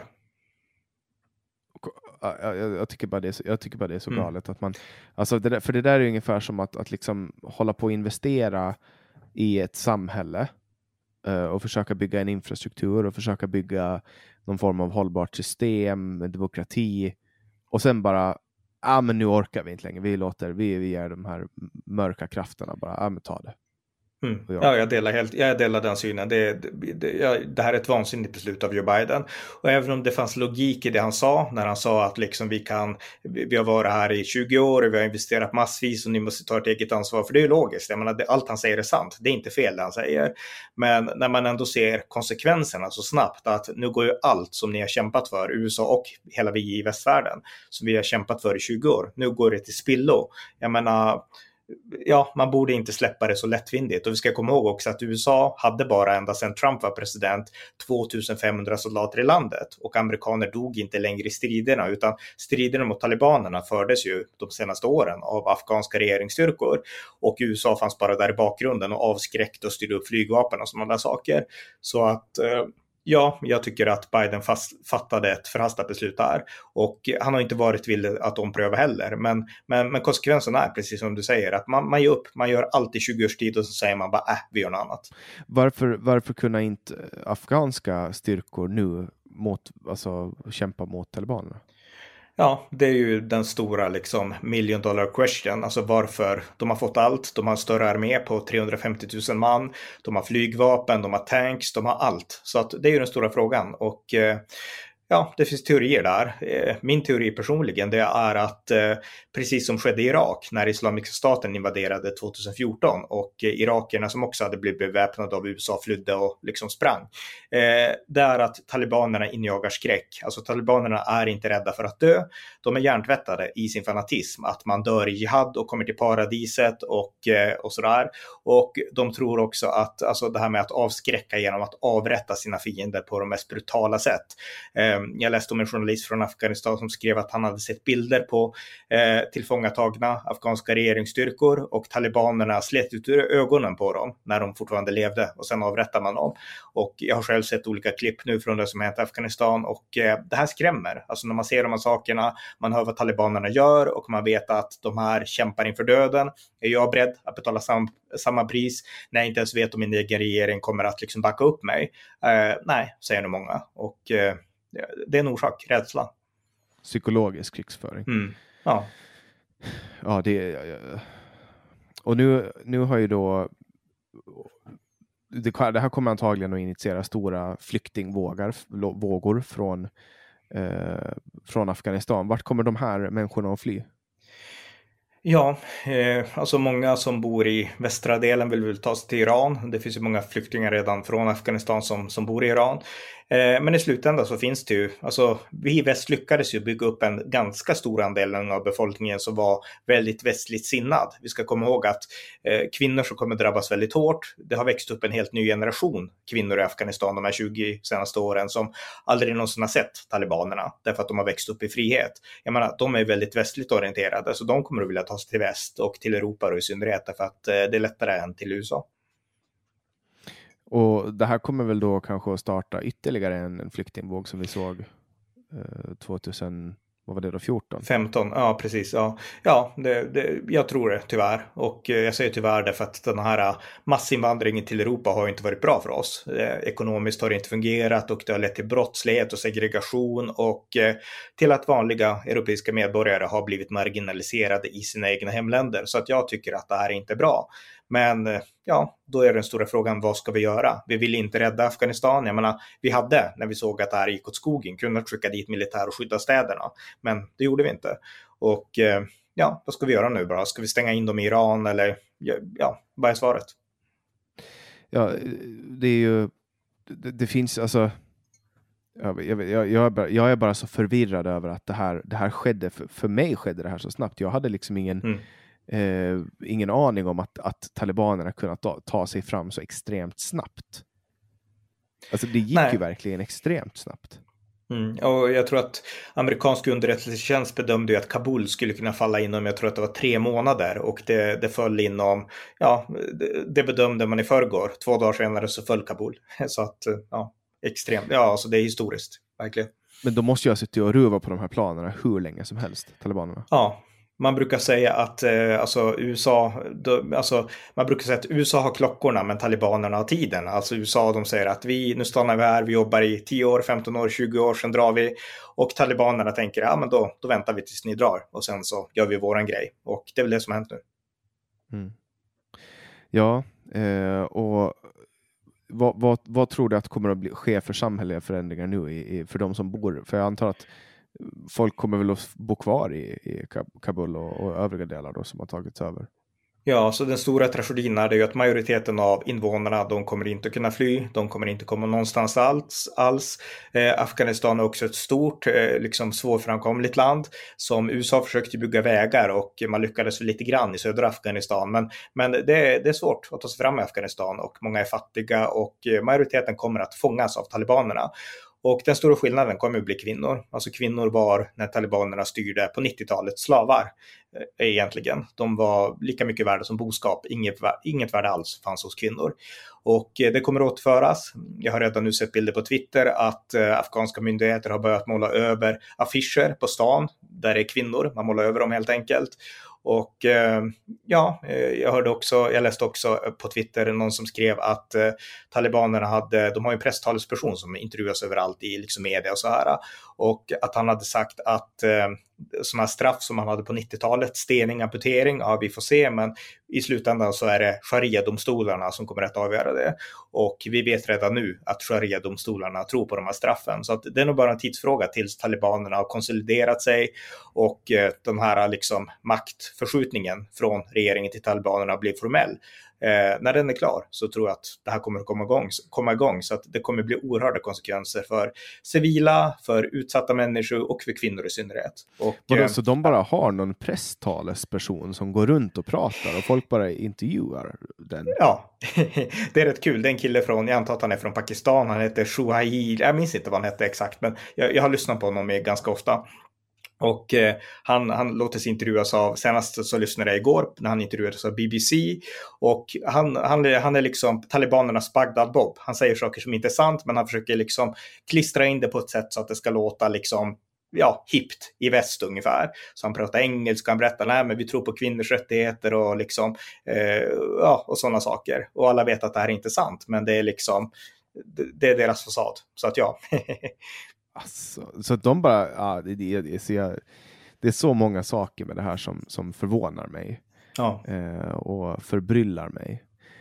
Jag tycker bara det är så galet att man, alltså för det där är ju ungefär som att liksom hålla på att investera i ett samhälle och försöka bygga en infrastruktur och försöka bygga någon form av hållbart system med demokrati och sen bara men nu orkar vi inte längre, vi ger de här mörka krafterna bara, men ta det. Ja, jag delar den synen. Det här är ett vansinnigt beslut av Joe Biden. Och även om det fanns logik i det han sa, när han sa att liksom vi har varit här i 20 år och vi har investerat massvis och ni måste ta ett eget ansvar, för det är ju logiskt. Jag menar, allt han säger är sant. Det är inte fel det han säger. Men när man ändå ser konsekvenserna så snabbt, att nu går ju allt som ni har kämpat för, USA och hela vi i västvärlden, som vi har kämpat för i 20 år, nu går det till spillo. Jag menar, ja, man borde inte släppa det så lättvindigt. Och vi ska komma ihåg också att USA hade bara ända sedan Trump var president 2500 soldater i landet. Och amerikaner dog inte längre i striderna, utan striderna mot talibanerna fördes ju de senaste åren av afghanska regeringsstyrkor. Och USA fanns bara där i bakgrunden och avskräckte och styrde upp flygvapen och sådana där saker. Så att ja, jag tycker att Biden fattade ett förhastat beslut här. Och han har inte varit villig att ompröva heller. Men konsekvensen är precis som du säger, att man ger upp. Man gör alltid 20 års tid och så säger man bara vi gör något annat. Varför kunna inte afghanska styrkor nu kämpa mot talibanerna? Ja, det är ju den stora liksom million dollar question. Alltså varför de har fått allt. De har en större armé på 350 000 man. De har flygvapen, de har tanks, de har allt. Så att det är ju den stora frågan. Och ja, det finns teorier där. Min teori personligen, det är att precis som skedde i Irak när Islamiska staten invaderade 2014 och irakierna som också hade blivit beväpnade av USA flydde och liksom sprang. Det är att talibanerna injagar skräck. Alltså talibanerna är inte rädda för att dö. De är hjärntvättade i sin fanatism. Att man dör i jihad och kommer till paradiset och sådär. Och de tror också att alltså det här med att avskräcka genom att avrätta sina fiender på de mest brutala sätt. Jag läste om en journalist från Afghanistan som skrev att han hade sett bilder på tillfångatagna afghanska regeringsstyrkor och talibanerna slet ut ögonen på dem när de fortfarande levde och sen avrättar man dem. Och jag har själv sett olika klipp nu från det som hänt i Afghanistan och det här skrämmer. Alltså när man ser de här sakerna, man hör vad talibanerna gör och man vet att de här kämpar inför döden. Är jag beredd att betala samma pris när jag inte ens vet om min egen regering kommer att liksom backa upp mig? Nej, säger nog många. Och det är en orsak, rädsla. Psykologisk krigsföring. Ja. Ja, och nu har ju då det här kommer antagligen att initiera stora flyktingvågor från Afghanistan. Vart kommer de här människorna att fly? Ja, alltså många som bor i västra delen vill ta sig till Iran. Det finns ju många flyktingar redan från Afghanistan som bor i Iran. Men i slutändan så finns det ju, alltså vi i väst lyckades ju bygga upp en ganska stor andel av befolkningen som var väldigt västligt sinnad. Vi ska komma ihåg att kvinnor som kommer drabbas väldigt hårt, det har växt upp en helt ny generation kvinnor i Afghanistan de här 20 senaste åren som aldrig någonsin har sett talibanerna därför att de har växt upp i frihet. Jag menar, de är väldigt västligt orienterade så de kommer att vilja ta sig till väst och till Europa och i synnerhet därför att det är lättare än till USA. Och det här kommer väl då kanske att starta ytterligare en flyktingvåg som vi såg 2014? 15, ja precis. Ja, jag tror det tyvärr. Och jag säger tyvärr därför att den här massinvandringen till Europa har inte varit bra för oss. Ekonomiskt har det inte fungerat och det har lett till brottslighet och segregation och till att vanliga europeiska medborgare har blivit marginaliserade i sina egna hemländer. Så att jag tycker att det här är inte bra. Men ja, då är den stora frågan, vad ska vi göra? Vi vill inte rädda Afghanistan. Jag menar, vi hade, när vi såg att det här gick åt skogen, kunnat skicka dit militär och skydda städerna. Men det gjorde vi inte. Och ja, vad ska vi göra nu bara? Ska vi stänga in dem i Iran eller ja, vad är svaret? Ja, det är ju, det finns alltså, Jag är bara så förvirrad över att det här skedde. För mig skedde det här så snabbt. Jag hade liksom ingen aning om att talibanerna kunnat ta sig fram så extremt snabbt. Alltså det gick ju verkligen extremt snabbt. Och jag tror att amerikansk underrättelsetjänst bedömde ju att Kabul skulle kunna falla inom, jag tror att det var 3 månader, och det föll inom, det bedömde man i förrgår. 2 dagar senare så föll Kabul. Så att, extremt. Ja, alltså det är historiskt, verkligen. Men då måste jag sitta och ruva på de här planerna hur länge som helst, talibanerna. Ja. Man brukar säga att man brukar säga att USA har klockorna men talibanerna har tiden. Alltså USA, de säger att nu stannar vi här, vi jobbar i 10 år, 15 år, 20 år, sen drar vi. Och talibanerna tänker, men då väntar vi tills ni drar och sen så gör vi våran grej. Och det är väl det som har hänt nu. Ja, och vad tror du att kommer att ske för samhälleliga förändringar nu för de som bor? För jag antar att folk kommer väl att bo kvar i Kabul och övriga delar då som har tagits över. Ja, så den stora tragedin är ju att majoriteten av invånarna, de kommer inte kunna fly, de kommer inte komma någonstans alls. Afghanistan är också ett stort, svårframkomligt land som USA försökte bygga vägar och man lyckades lite grann i södra Afghanistan. Men det är svårt att ta sig fram i Afghanistan och många är fattiga och majoriteten kommer att fångas av talibanerna. Och den stora skillnaden kommer att bli kvinnor. Alltså kvinnor var, när talibanerna styrde på 90-talet, slavar egentligen. De var lika mycket värda som boskap. Inget värde alls fanns hos kvinnor. Och det kommer att återföras. Jag har redan nu sett bilder på Twitter att afghanska myndigheter har börjat måla över affischer på stan där det är kvinnor. Man målar över dem helt enkelt. Och jag läste också på Twitter någon som skrev att talibanerna de har ju en presstalesperson som intervjuas överallt i media och så här. Och att han hade sagt att sådana här straff som man hade på 90-talet, stening, amputering, vi får se, men i slutändan så är det sharia-domstolarna som kommer att avgöra det. Och vi vet redan nu att sharia-domstolarna tror på de här straffen. Så att det är nog bara en tidsfråga tills talibanerna har konsoliderat sig och de här maktförskjutningen från regeringen till talibanerna blir formell. När den är klar så tror jag att det här kommer att komma igång så att det kommer bli oerhörda konsekvenser för civila, för utsatta människor och för kvinnor i synnerhet. Så de bara har någon presstalesperson som går runt och pratar och folk bara intervjuar den? Ja, det är rätt kul. Det är en kille jag antar att han är från Pakistan, han heter Shuhail, jag minns inte vad han hette exakt, men jag har lyssnat på honom ganska ofta. Och han låter sig intervjuas senast så lyssnade jag igår när han intervjuades av BBC, och han är talibanernas Bagdad Bob. Han säger saker som inte är sant, men han försöker klistra in det på ett sätt så att det ska låta hippt i väst ungefär. Så han pratar engelska, han berättar men vi tror på kvinnors rättigheter och och sådana saker. Och alla vet att det här är inte sant, men det är det är deras fasad. Så att Alltså, så att de bara, det är så många saker med det här som förvånar mig och förbryllar mig.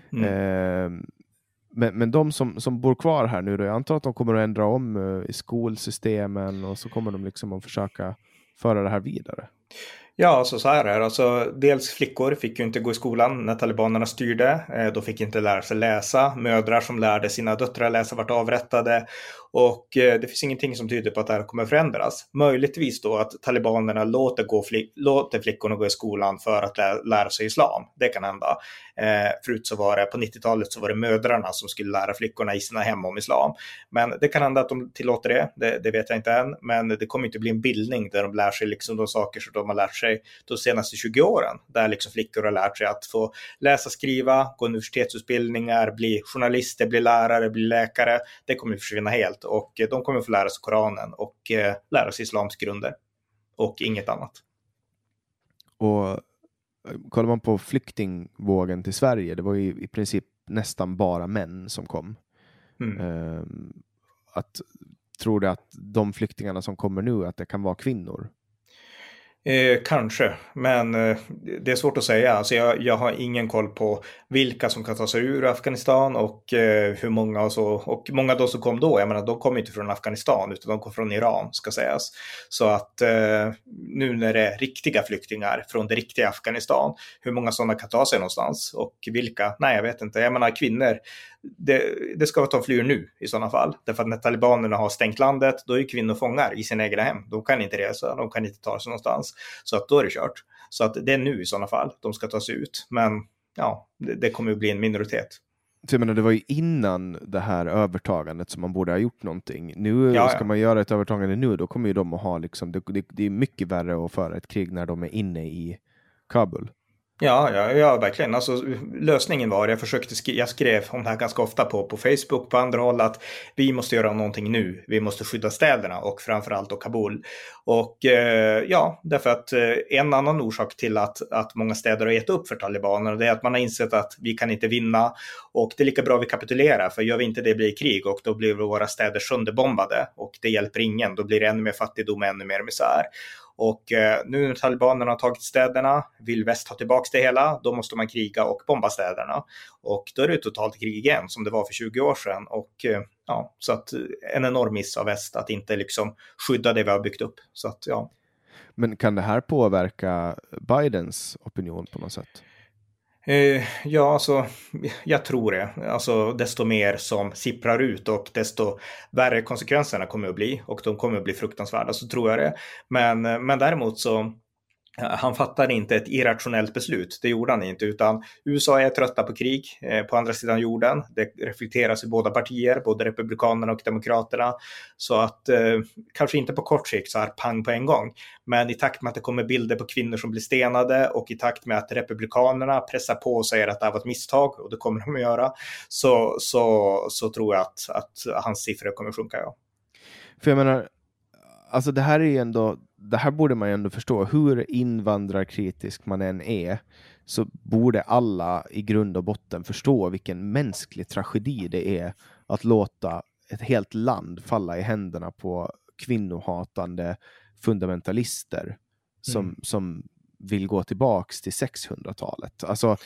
Men de som bor kvar här nu då, jag antar att de kommer att ändra om i skolsystemen och så kommer de att försöka föra det här vidare. Ja, så här är det. Alltså, dels flickor fick ju inte gå i skolan när talibanerna styrde. De fick inte lära sig läsa. Mödrar som lärde sina döttrar läsa vart avrättade. Och det finns ingenting som tyder på att det här kommer förändras. Möjligtvis då att talibanerna låter flickorna gå i skolan för att lära sig islam. Det kan hända. Förut så var det på 90-talet så var det mödrarna som skulle lära flickorna i sina hem om islam. Men det kan hända att de tillåter det vet jag inte än. Men det kommer inte bli en bildning där de lär sig de saker som de har lärt sig de senaste 20 åren. Där flickor har lärt sig att få läsa, skriva, gå universitetsutbildningar, bli journalister, bli lärare, bli läkare. Det kommer att försvinna helt. Och de kommer att få lära sig Koranen och lära sig islams grunder. Och inget annat. Och kollar man på flyktingvågen till Sverige, det var ju i princip nästan bara män som kom. Tror du att de flyktingarna som kommer nu, att det kan vara kvinnor? Kanske, men det är svårt att säga. Alltså jag har ingen koll på vilka som kan ta sig ur Afghanistan och hur många och så. Och många då som kom då, jag menar, de kom inte från Afghanistan utan de kom från Iran, ska sägas. Så att nu när det är riktiga flyktingar från det riktiga Afghanistan, hur många sådana kan ta sig någonstans och vilka? Nej, jag vet inte. Jag menar, kvinnor, det ska vara att de flyr nu i sådana fall. Därför att när talibanerna har stängt landet, då är kvinnor fångar i sina egna hem. De kan inte resa, de kan inte ta sig någonstans. Så att då är det kört. Så att det är nu i sådana fall de ska ta sig ut. Men ja, det kommer att bli en minoritet. Så jag menar, det var ju innan det här övertagandet som man borde ha gjort någonting. Nu ska man göra ett övertagande nu, då kommer ju de att ha liksom, det är mycket värre att föra ett krig när de är inne i Kabul. Ja, verkligen. Alltså, lösningen var, jag skrev om det här ganska ofta på Facebook, på andra håll, att vi måste göra någonting nu. Vi måste skydda städerna och framförallt då Kabul. Och därför att en annan orsak till att många städer har gett upp för talibanerna, det är att man har insett att vi kan inte vinna och det är lika bra vi kapitulerar, för gör vi inte det blir krig och då blir våra städer sönderbombade och det hjälper ingen. Då blir det ännu mer fattigdom och ännu mer misär. Och nu när talibanerna har tagit städerna, vill väst ta tillbaka det hela, då måste man kriga och bomba städerna. Och då är det totalt krig igen som det var för 20 år sedan. Och så att en enorm miss av väst att inte liksom skydda det vi har byggt upp. Så att, ja. Men kan det här påverka Bidens opinion på något sätt? Ja, alltså, jag tror det. Alltså, desto mer som sipprar ut och desto värre konsekvenserna kommer att bli. Och de kommer att bli fruktansvärda, så tror jag det. Men däremot så, han fattade inte ett irrationellt beslut. Det gjorde han inte, utan USA är trötta på krig på andra sidan jorden. Det reflekteras i båda partier, både republikanerna och demokraterna. Så att kanske inte på kort sikt så här pang på en gång. Men i takt med att det kommer bilder på kvinnor som blir stenade och i takt med att republikanerna pressar på och säger att det här var ett misstag, och det kommer de att göra, så tror jag att hans siffror kommer att sjunka. Ja. För jag menar, alltså det här borde man ju ändå förstå. Hur invandrarkritisk man än är, så borde alla i grund och botten förstå vilken mänsklig tragedi det är att låta ett helt land falla i händerna på kvinnohatande fundamentalister som vill gå tillbaks till 600-talet. Alltså,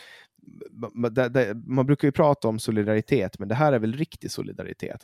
man brukar ju prata om solidaritet, men det här är väl riktig solidaritet.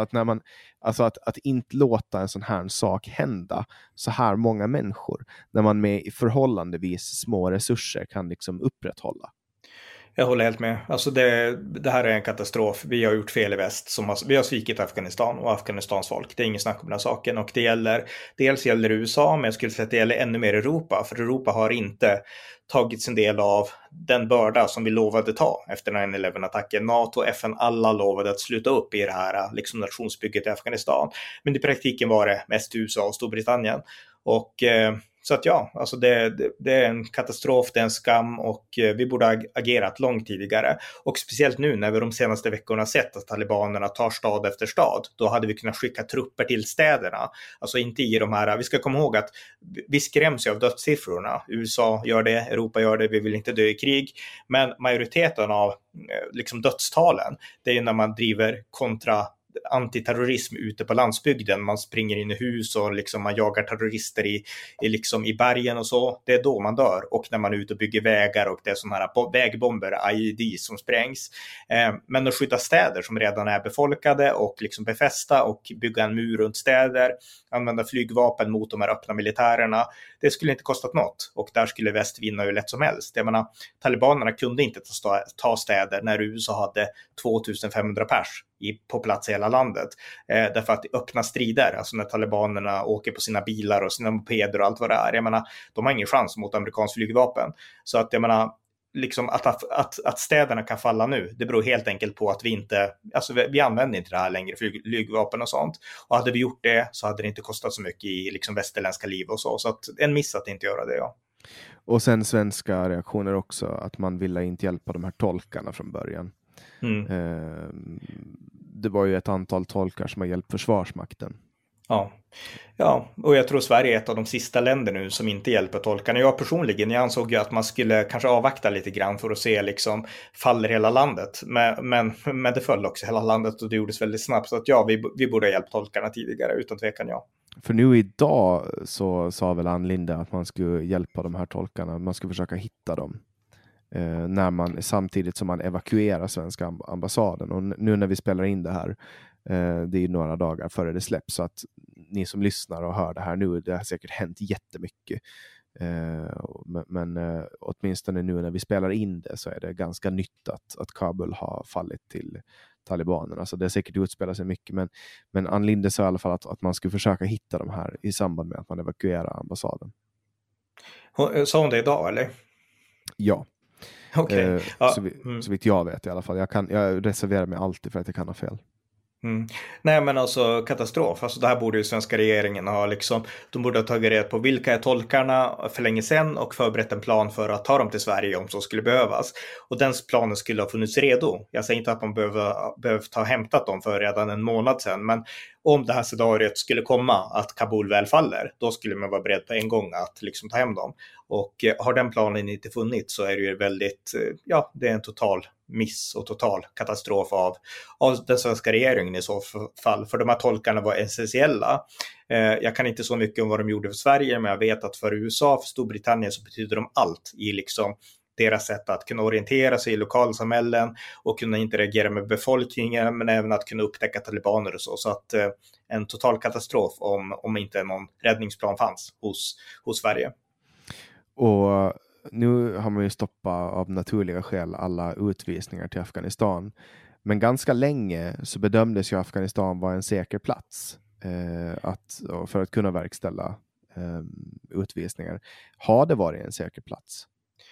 Att inte låta en sån här sak hända så här många människor, när man med förhållandevis små resurser kan liksom upprätthålla. Jag håller helt med. Alltså det här är en katastrof. Vi har gjort fel i väst. Vi har svikit Afghanistan och Afghanistans folk. Det är ingen snack om den här saken. Och dels gäller det USA, men jag skulle säga att det gäller ännu mer Europa. För Europa har inte tagit sin del av den börda som vi lovade ta efter 9/11-attacken. NATO och FN, alla lovade att sluta upp i det här liksom nationsbygget i Afghanistan. Men i praktiken var det mest USA och Storbritannien. Och så att alltså det är en katastrof, det är en skam, och vi borde ha agerat långt tidigare. Och speciellt nu när vi de senaste veckorna sett att talibanerna tar stad efter stad, då hade vi kunnat skicka trupper till städerna. Alltså inte i de här, vi ska komma ihåg att vi skräms ju av dödssiffrorna. USA gör det, Europa gör det, vi vill inte dö i krig. Men majoriteten av liksom dödstalen, det är när man driver kontra antiterrorism ute på landsbygden. Man springer in i hus och liksom man jagar terrorister i bergen och så. Det är då man dör. Och när man är ute och bygger vägar och det är sådana här vägbomber, IED, som sprängs. Men att skydda städer som redan är befolkade och liksom befästa och bygga en mur runt städer, använda flygvapen mot de här öppna militärerna, det skulle inte kostat något. Och där skulle väst vinna hur lätt som helst. Jag menar, talibanerna kunde inte ta städer när USA hade 2500 pers på plats i hela landet. Därför att öppna strider, alltså när talibanerna åker på sina bilar och sina mopeder och allt vad det är, jag menar, de har ingen chans mot amerikansk flygvapen. Så att jag menar, liksom att städerna kan falla nu, det beror helt enkelt på att vi använder inte det här längre, flygvapen och sånt. Och hade vi gjort det så hade det inte kostat så mycket i liksom västerländska liv och så. Så att en miss att inte göra det, ja. Och sen svenska reaktioner också, att man ville inte hjälpa de här tolkarna från början. Det var ju ett antal tolkar som har hjälpt Försvarsmakten. Ja, och jag tror Sverige är ett av de sista länder nu som inte hjälper tolkarna. Jag ansåg ju att man skulle kanske avvakta lite grann för att se liksom, faller hela landet. Men det föll också hela landet och det gjordes väldigt snabbt. Så att vi borde ha hjälpt tolkarna tidigare, utan tvekan, ja. För nu idag så sa väl Ann Linde att man skulle hjälpa de här tolkarna. Man skulle försöka hitta dem. Samtidigt som man evakuerar svenska ambassaden. Och nu när vi spelar in det här, det är några dagar före det släpps, så att ni som lyssnar och hör det här nu, det har säkert hänt jättemycket. Men åtminstone nu när vi spelar in det så är det ganska nytt att Kabul har fallit talibanerna. Så det är säkert utspelat sig mycket, men Ann Linde sa i alla fall att man skulle försöka hitta de här i samband med att man evakuerar ambassaden. Sa hon det idag eller? Ja. Okay. Så vitt jag vet i alla fall. Jag reserverar mig alltid för att jag kan ha fel. Nej men alltså katastrof, alltså det här borde ju svenska regeringen ha liksom, de borde ha tagit reda på vilka är tolkarna för länge sedan och förberett en plan för att ta dem till Sverige om så skulle behövas. Och den planen skulle ha funnits redo. Jag säger inte att man behövt ha hämtat dem för redan en månad sedan, men om det här scenariot skulle komma att Kabul väl faller, då skulle man vara beredd på en gång att liksom ta hem dem. Och har den planen inte funnits så är det ju väldigt, det är en total miss och total katastrof av den svenska regeringen i så fall. För de här tolkarna var essentiella. Jag kan inte så mycket om vad de gjorde för Sverige, men jag vet att för USA, för Storbritannien så betyder de allt i liksom deras sätt att kunna orientera sig i lokalsamhällen och kunna interagera med befolkningen, men även att kunna upptäcka talibaner och så. Så att en total katastrof om inte någon räddningsplan fanns hos Sverige. Och nu har man ju stoppat av naturliga skäl alla utvisningar till Afghanistan. Men ganska länge så bedömdes ju Afghanistan vara en säker plats för att kunna verkställa utvisningar. Har det varit en säker plats?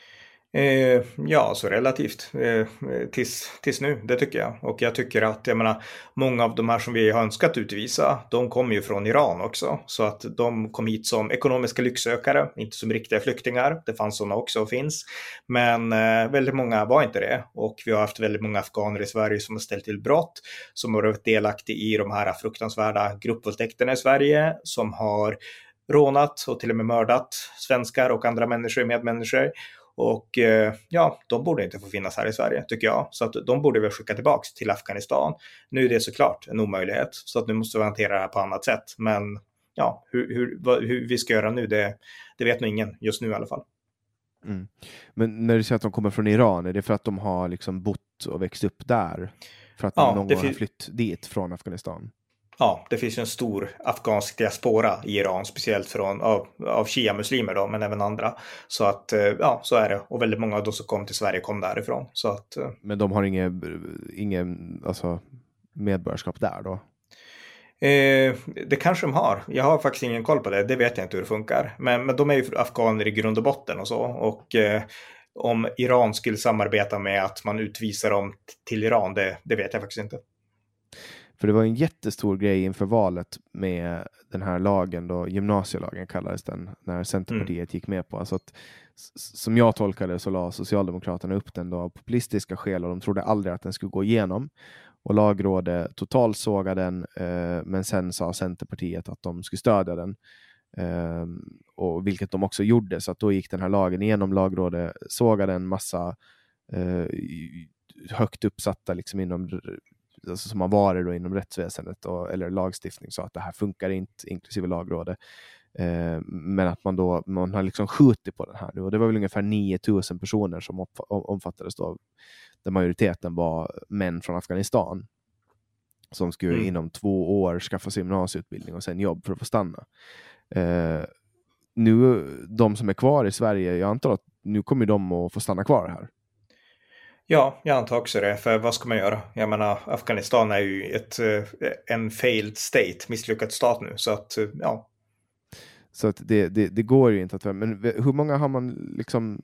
Så relativt tills nu, det tycker jag. Och jag tycker att, många av de här som vi har önskat utvisa, de kommer ju från Iran också. Så att de kom hit som ekonomiska lycksökare, inte som riktiga flyktingar. Det fanns sådana också och finns. Men väldigt många var inte det. Och vi har haft väldigt många afghaner i Sverige som har ställt till brott, som har varit delaktiga i de här fruktansvärda gruppvåldtäkterna i Sverige, som har rånat och till och med mördat svenskar och andra medmänniskor. Och de borde inte få finnas här i Sverige, tycker jag. Så att de borde väl skicka tillbaka till Afghanistan. Nu är det såklart en omöjlighet. Så att nu måste vi hantera det här på annat sätt. Men hur vi ska göra nu, det vet nog ingen just nu i alla fall. Mm. Men när du säger att de kommer från Iran, är det för att de har liksom bott och växt upp där? För att någon gång har flytt dit från Afghanistan? Ja, det finns ju en stor afghansk diaspora i Iran, speciellt av shia-muslimer då, men även andra. Så att, så är det. Och väldigt många av de som kom till Sverige kom därifrån. Så att, men de har ingen medborgarskap där då? Det kanske de har. Jag har faktiskt ingen koll på det. Det vet jag inte hur det funkar. Men de är ju afghaner i grund och botten och så. Och om Iran skulle samarbeta med att man utvisar dem till Iran, det vet jag faktiskt inte. För det var en jättestor grej inför valet med den här lagen då, gymnasielagen kallades den, när Centerpartiet gick med på. Alltså att, som jag tolkade så la Socialdemokraterna upp den då av populistiska skäl, och de trodde aldrig att den skulle gå igenom. Och lagrådet totalsågade den, men sen sa Centerpartiet att de skulle stödja den. Och vilket de också gjorde, så att då gick den här lagen igenom. Lagrådet sågade en massa högt uppsatta liksom alltså som har varit då inom rättsväsendet eller lagstiftning, så att det här funkar inte, inklusive lagrådet. Men att man har liksom skjutit på den här nu, och det var väl ungefär 9000 personer som omfattades då, där majoriteten var män från Afghanistan som skulle inom 2 år skaffa sig gymnasieutbildning och sen jobb för att få stanna. Nu, de som är kvar i Sverige, jag antar att nu kommer de att få stanna kvar här. Ja, jag antar också det. För vad ska man göra? Jag menar, Afghanistan är ju en failed state, misslyckad stat nu. Så att, ja. Så att det går ju inte att... Men hur många har man liksom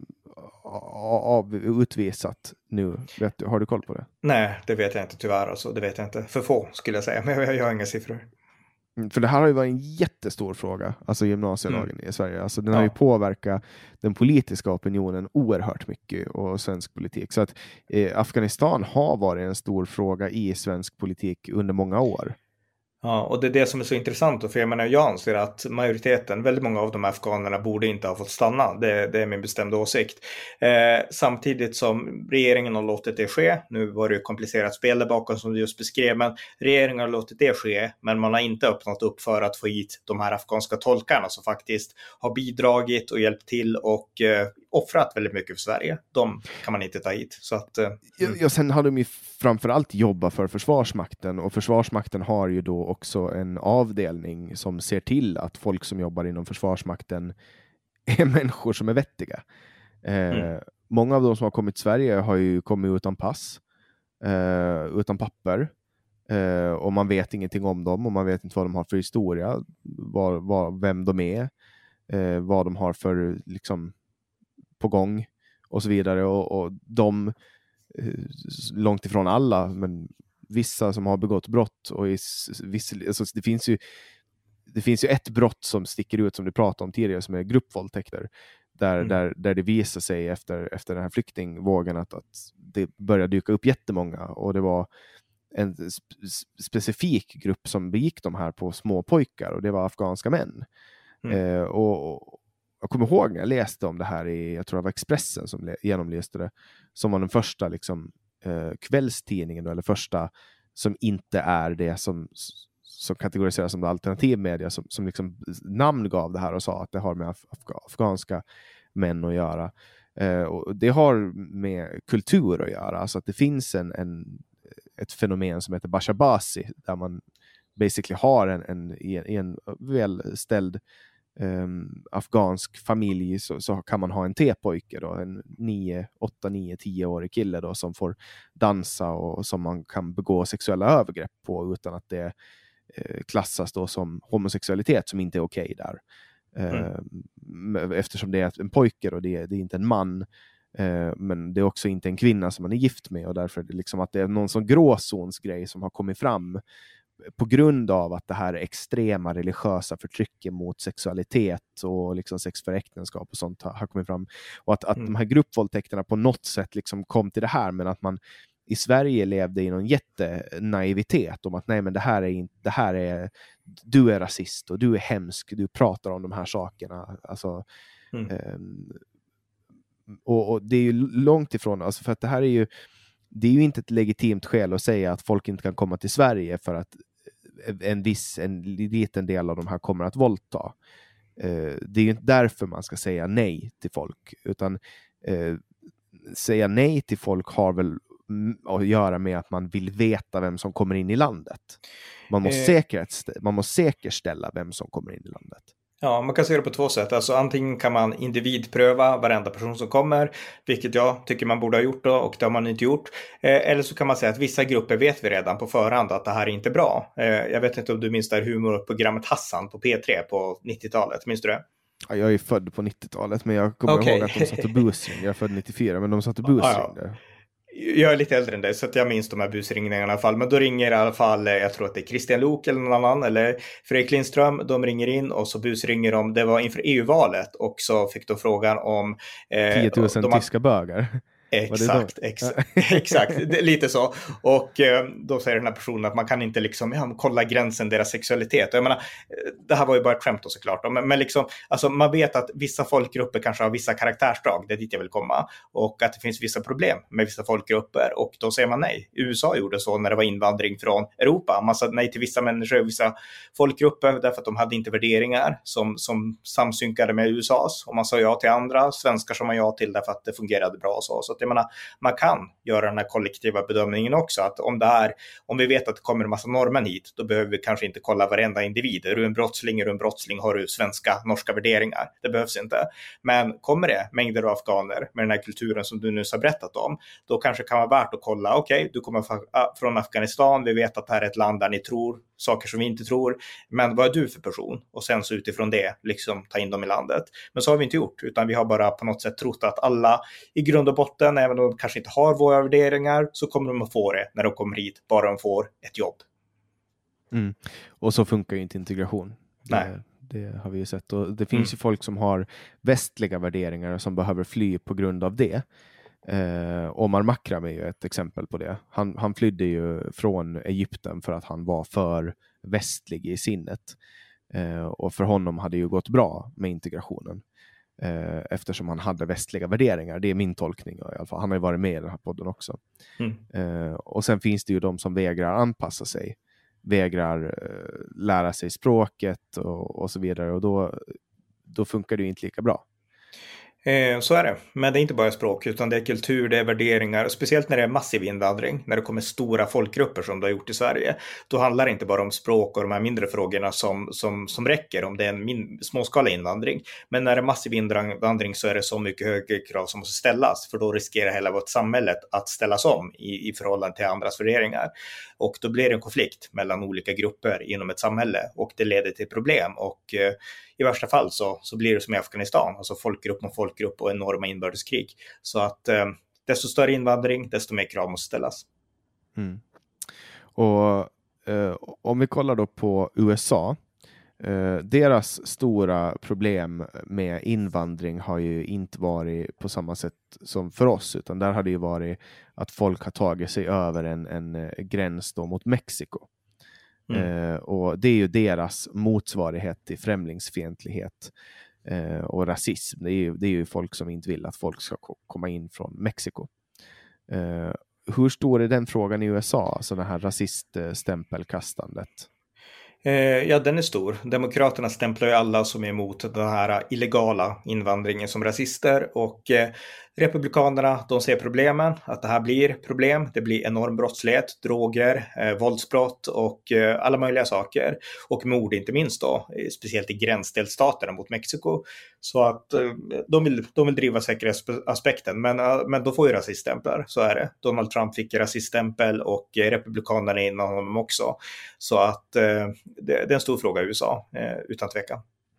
utvisat nu? Har du koll på det? Nej, det vet jag inte tyvärr. Alltså, det vet jag inte. För få skulle jag säga, men jag har inga siffror. För det här har ju varit en jättestor fråga, alltså gymnasielagen i Sverige. Alltså den har ju påverkat den politiska opinionen oerhört mycket och svensk politik. Så att Afghanistan har varit en stor fråga i svensk politik under många år. Ja, och det är det som är så intressant. För jag anser att majoriteten, väldigt många av de här afghanerna borde inte ha fått stanna. Det är min bestämda åsikt. Samtidigt som regeringen har låtit det ske. Nu var det ju komplicerat spel där bakom som du just beskrev. Men regeringen har låtit det ske. Men man har inte öppnat upp för att få hit de här afghanska tolkarna som faktiskt har bidragit och hjälpt till och offrat väldigt mycket för Sverige. De kan man inte ta hit. Så att, sen har de ju framförallt jobbat för Försvarsmakten, och Försvarsmakten har ju då också en avdelning som ser till att folk som jobbar inom Försvarsmakten är människor som är vettiga. Många av de som har kommit till Sverige har ju kommit utan pass. utan papper. Och man vet ingenting om dem och man vet inte vad de har för historia, vem de är, vad de har för liksom på gång och så vidare, och de långt ifrån alla, men vissa som har begått brott, och alltså det finns ju ett brott som sticker ut som du pratade om tidigare, som är gruppvåldtäkter, där det visar sig efter den här flyktingvågen att det börjar dyka upp jättemånga, och det var en specifik grupp som begick de här på små pojkar, och det var afghanska män. Och jag kommer ihåg när jag läste om det här jag tror det var Expressen som genomläste det, som var den första liksom, kvällstidningen, eller första som inte är det som kategoriseras som alternativmedia, som liksom namngav det här och sa att det har med afghanska män att göra. Och det har med kultur att göra, alltså att det finns ett fenomen som heter bashabasi, där man basically har en välställd afghansk familj, så kan man ha en tepojke då, en 8, 9, 10-årig kille då, som får dansa och som man kan begå sexuella övergrepp på utan att det klassas då som homosexualitet, som inte är okej där. Eftersom det är en pojke och det är inte en man, men det är också inte en kvinna som man är gift med, och därför är det liksom att det är någon sån gråzonsgrej som har kommit fram på grund av att det här extrema religiösa förtrycket mot sexualitet och liksom sex för äktenskap och sånt har kommit fram, och att de här gruppvåldtäkterna på något sätt liksom kom till det här, men att man i Sverige levde i någon jättenaivitet om att nej, men det här är du är rasist och du är hemsk, du pratar om de här sakerna, alltså och det är ju långt ifrån, alltså, för att det är ju inte ett legitimt skäl att säga att folk inte kan komma till Sverige för att en liten del av de här kommer att våldta. Det är ju inte därför man ska säga nej till folk, utan säga nej till folk har väl att göra med att man vill veta vem som kommer in i landet. Man måste säkerställa vem som kommer in i landet. Ja, man kan se det på två sätt. Alltså antingen kan man individpröva varenda person som kommer, vilket jag tycker man borde ha gjort då, och det har man inte gjort. Eller så kan man säga att vissa grupper vet vi redan på förhand att det här är inte bra. Jag vet inte om du minns det här humorprogrammet Hassan på P3 på 90-talet, minns du det? Ja, jag är född på 90-talet, men jag kommer ihåg att de satt och busringde. Jag är född 94, men de satt och busringde. Jag är lite äldre än dig, så att jag minns de här busringningarna i alla fall. Men då ringer i alla fall, jag tror att det är Christian Lok eller någon annan, eller Fredrik Lindström. De ringer in och så busringer de. Det var inför EU-valet, och så fick de frågan om 10 000 tyska bögar. Exakt, lite så. Och då säger den här personen att man kan inte liksom kolla gränsen deras sexualitet. Och jag menar, det här var ju bara ett skämt då, såklart. Men liksom, alltså, man vet att vissa folkgrupper kanske har vissa karaktärsdrag, det är dit jag vill komma. Och att det finns vissa problem med vissa folkgrupper, och då säger man nej. USA gjorde så när det var invandring från Europa. Man sa nej till vissa människor, vissa folkgrupper, därför att de hade inte värderingar som samsynkade med USAs. Och man sa ja till andra svenskar som man ja till därför att det fungerade bra och så. Så att jag menar, man kan göra den här kollektiva bedömningen också, att om vi vet att det kommer en massa norrmän hit, då behöver vi kanske inte kolla varenda individ. Är du en brottsling, har du svenska, norska värderingar? Det behövs inte. Men kommer det mängder av afghaner med den här kulturen som du nyss har berättat om, då kanske kan vara värt att kolla, okej, du kommer från Afghanistan, vi vet att det här är ett land där ni tror saker som vi inte tror, men vad är du för person? Och sen så utifrån det liksom ta in dem i landet. Men så har vi inte gjort, utan vi har bara på något sätt trott att alla i grund och botten, även om de kanske inte har våra värderingar, så kommer de att få det när de kommer hit, bara de får ett jobb. Och så funkar ju inte integration. Nej. Det har vi ju sett. Och det finns ju folk som har västliga värderingar som behöver fly på grund av det. Omar Makram är ju ett exempel på det. Han flydde ju från Egypten för att han var för västlig i sinnet. Och för honom hade ju gått bra med integrationen. Eftersom han hade västliga värderingar. Det är min tolkning i alla fall. Han har ju varit med i den här podden också. Och sen finns det ju de som vägrar anpassa sig. Vägrar lära sig språket och så vidare. Och då funkar det ju inte lika bra. Så är det. Men det är inte bara språk utan det är kultur, det är värderingar. Speciellt när det är massiv invandring, när det kommer stora folkgrupper som det har gjort i Sverige. Då handlar det inte bara om språk och de här mindre frågorna som räcker om det är en småskalig invandring. Men när det är massiv invandring så är det så mycket högre krav som måste ställas. För då riskerar hela vårt samhälle att ställas om i förhållande till andras värderingar. Och då blir det en konflikt mellan olika grupper inom ett samhälle. Och det leder till problem. Och i värsta fall så blir det som i Afghanistan, alltså folkgrupp mot folkgrupp och enorma inbördeskrig. Så att desto större invandring, desto mer krav måste ställas. Mm. Och om vi kollar då på USA, deras stora problem med invandring har ju inte varit på samma sätt som för oss, utan där har det ju varit att folk har tagit sig över en gräns då mot Mexiko. Och det är ju deras motsvarighet till främlingsfientlighet och rasism. Det är ju folk som inte vill att folk ska komma in från Mexiko. Hur stor är den frågan i USA, alltså det här rasiststämpelkastandet? Ja, den är stor. Demokraterna stämplar ju alla som är emot den här illegala invandringen som rasister, och republikanerna, de ser problemen, att det här blir problem. Det blir enorm brottslighet, droger, våldsbrott och alla möjliga saker. Och mord inte minst då, speciellt i gränsdelstaterna mot Mexiko. Så att de vill driva säkerhetsaspekten, men då får ju rasiststämplar, så är det. Donald Trump fick rasiststämpel och republikanerna innan honom också. Så att det är en stor fråga i USA, utan tvekan.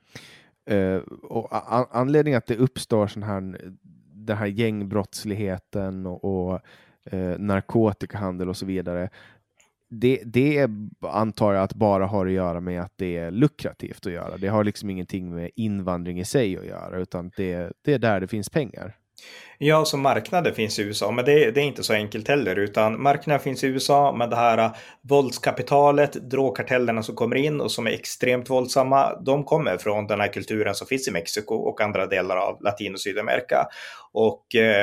Och anledningen att det uppstår den här gängbrottsligheten och narkotikahandel och så vidare, det är, antar jag, att bara har att göra med att det är lukrativt att göra. Det har liksom ingenting med invandring i sig att göra, utan det är där det finns pengar. Ja, så marknader finns i USA, men det är inte så enkelt heller, utan marknader finns i USA, men det här våldskapitalet, drogkartellerna som kommer in och som är extremt våldsamma, de kommer från den här kulturen som finns i Mexiko och andra delar av Latin- och Sydamerika. Och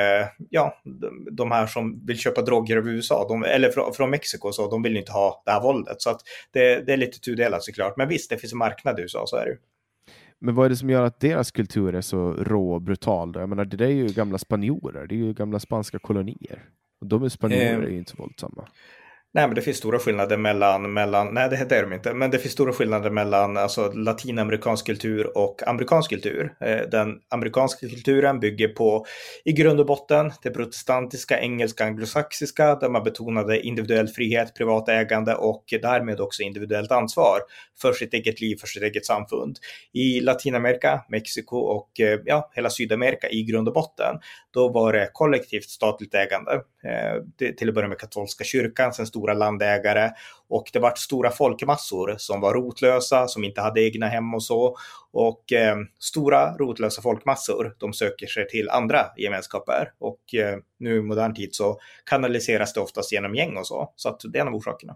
de här som vill köpa droger av USA, eller från Mexiko, så de vill inte ha det här våldet. Så att det är lite tudelat såklart, men visst, det finns en marknad i USA, så är det. Men vad är det som gör att deras kultur är så rå och brutal då? Jag menar, det där är ju gamla spanjorer, det är ju gamla spanska kolonier. Och de spanjorer är ju inte så våldsamma. Nej, men det finns stora skillnader mellan nej, det är de inte, men det finns stora skillnader mellan alltså latinamerikansk kultur och amerikansk kultur. Den amerikanska kulturen bygger på i grund och botten det protestantiska, engelska, anglosaxiska, där man betonade individuell frihet, privat ägande och därmed också individuellt ansvar för sitt eget liv, för sitt eget samfund. I Latinamerika, Mexiko och hela Sydamerika i grund och botten, då var det kollektivt statligt ägande. Till att börja med katolska kyrkan, sen stora landägare, och det var stora folkmassor som var rotlösa, som inte hade egna hem och så, och stora rotlösa folkmassor, de söker sig till andra gemenskaper, och nu i modern tid så kanaliseras det oftast genom gäng och så att det är en av orsakerna.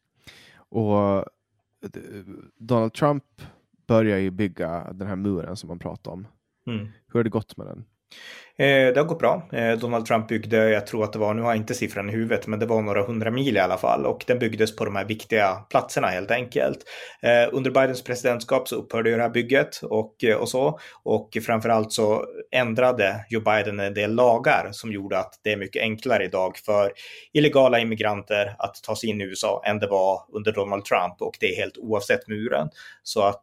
Och Donald Trump börjar ju bygga den här muren som man pratar om. Hur har det gått med den? Det har gått bra. Donald Trump byggde, jag tror att det var, nu har jag inte siffran i huvudet, men det var några 100 mil i alla fall, och den byggdes på de här viktiga platserna helt enkelt. Under Bidens presidentskap så upphörde det här bygget och framförallt så ändrade Joe Biden en del lagar som gjorde att det är mycket enklare idag för illegala immigranter att ta sig in i USA än det var under Donald Trump, och det är helt oavsett muren. Så att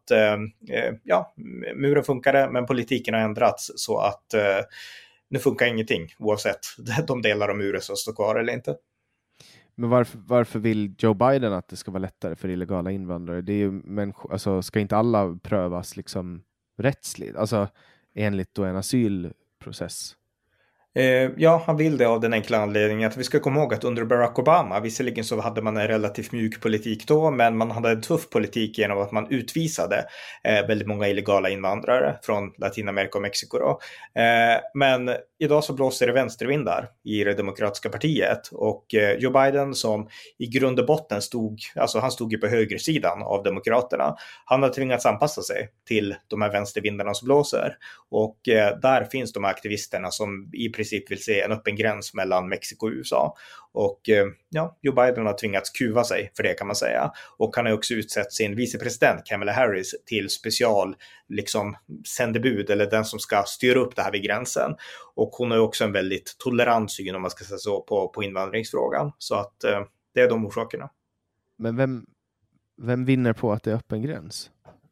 muren funkade, men politiken har ändrats så att nu funkar ingenting oavsett de delar av muren som står kvar eller inte. Men varför vill Joe Biden att det ska vara lättare för illegala invandrare? Det är ju människor, alltså ska inte alla prövas liksom rättsligt, alltså enligt då en asylprocess? Ja, han vill det av den enkla anledningen att vi ska komma ihåg att under Barack Obama, visserligen så hade man en relativt mjuk politik då, men man hade en tuff politik genom att man utvisade väldigt många illegala invandrare från Latinamerika och Mexiko då. Men idag så blåser det vänstervindar i det demokratiska partiet, och Joe Biden, som i grund och botten stod ju på högersidan av demokraterna, han har tvingats anpassa sig till de här vänstervindarna som blåser, och där finns de här aktivisterna som i princip princip vill se en öppen gräns mellan Mexiko och USA. Och Joe Biden har tvingats kuva sig för det, kan man säga. Och han har också utsett sin vicepresident Kamala Harris till special liksom sändebud, eller den som ska styra upp det här vid gränsen. Och hon har också en väldigt tolerant syn, om man ska säga så, på invandringsfrågan. Så att det är de orsakerna. Men vem vinner på att det är öppen gräns?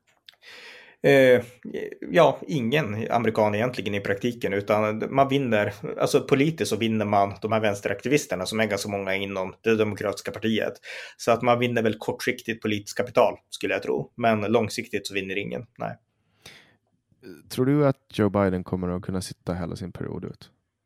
Ingen amerikan egentligen i praktiken, utan man vinner, alltså politiskt så vinner man de här vänsteraktivisterna som är ganska många inom det demokratiska partiet. Så att man vinner väl kortsiktigt politiskt kapital, skulle jag tro. Men långsiktigt så vinner ingen, nej. Tror du att Joe Biden kommer att kunna sitta hela sin period ut?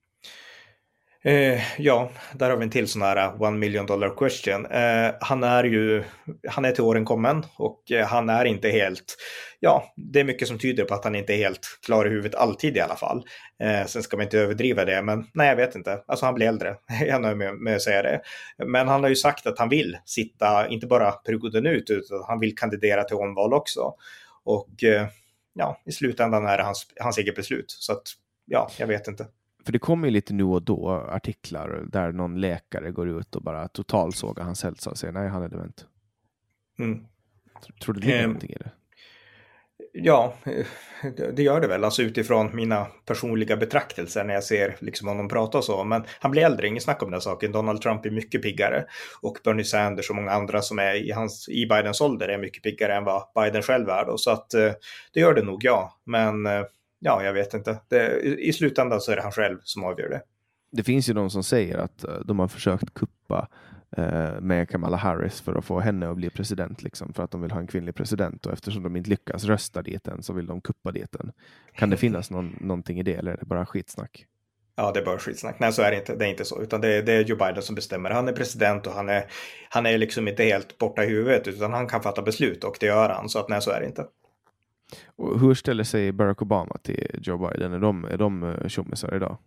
Där har vi en till sån här $1 million question. Han är till åren kommen och han är inte helt, det är mycket som tyder på att han inte är helt klar i huvudet alltid i alla fall. Sen ska man inte överdriva det, men nej, jag vet inte. Alltså han blir äldre, jag nöjer med att säga det. Men han har ju sagt att han vill sitta, inte bara perioden ut, utan han vill kandidera till omval också. Och i slutändan är det hans eget beslut. Så att, jag vet inte. För det kommer ju lite nu och då artiklar där någon läkare går ut och bara totalsågar hans hälsa och säger nej, han är dement. Tror du det ligger någonting i det? Ja, det gör det väl. Alltså utifrån mina personliga betraktelser när jag ser liksom honom prata och så. Men han blir äldre, ingen snack om den saken. Donald Trump är mycket piggare. Och Bernie Sanders och många andra som är i Bidens ålder är mycket piggare än vad Biden själv är då. Så att det gör det nog, ja. Men jag vet inte. I slutändan så är det han själv som avgör det. Det finns ju de som säger att de har försökt kuppa med Kamala Harris för att få henne att bli president, liksom, för att de vill ha en kvinnlig president, och eftersom de inte lyckas rösta dit än så vill de kuppa dit än. Kan det finnas någonting i det, eller är det bara skitsnack? Ja, det är bara skitsnack. Nej, så är det inte. Det är inte så, utan det är Joe Biden som bestämmer. Han är president och han är liksom inte helt borta i huvudet, utan han kan fatta beslut, och det gör han. Så att nej, så är det inte. Och hur ställer sig Barack Obama till Joe Biden? Är de tjommisar idag?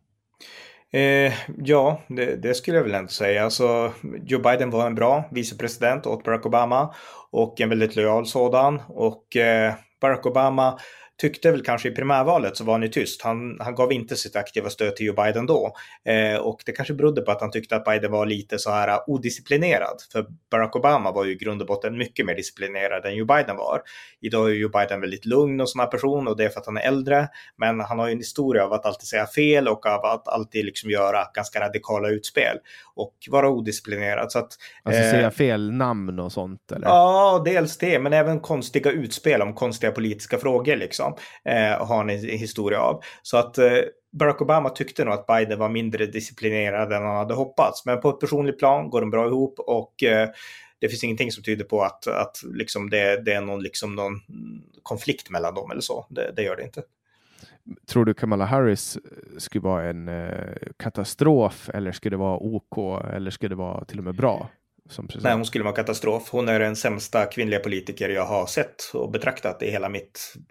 Det skulle jag väl inte säga. Alltså, Joe Biden var en bra vicepresident åt Barack Obama, och en väldigt lojal sådan. Och Barack Obama tyckte väl kanske i primärvalet så var han ju tyst. Han gav inte sitt aktiva stöd till Joe Biden då. Och det kanske berodde på att han tyckte att Biden var lite så här odisciplinerad. För Barack Obama var ju i grund och botten mycket mer disciplinerad än Joe Biden var. Idag är Joe Biden väldigt lugn och sån här person, och det är för att han är äldre. Men han har ju en historia av att alltid säga fel och av att alltid liksom göra ganska radikala utspel. Och vara odisciplinerad. Så att, alltså säga fel namn och sånt, eller? Ja, dels det. Men även konstiga utspel om konstiga politiska frågor liksom. Har han en historia av. Så att Barack Obama tyckte nog att Biden var mindre disciplinerad än han hade hoppats. Men på ett personligt plan går de bra ihop, och det finns ingenting som tyder på att liksom det är någon konflikt mellan dem eller så. Det gör det inte. Tror du Kamala Harris skulle vara en katastrof, eller skulle det vara OK, eller skulle det vara till och med bra? Nej, hon skulle vara katastrof. Hon är den sämsta kvinnliga politiker jag har sett och betraktat i hela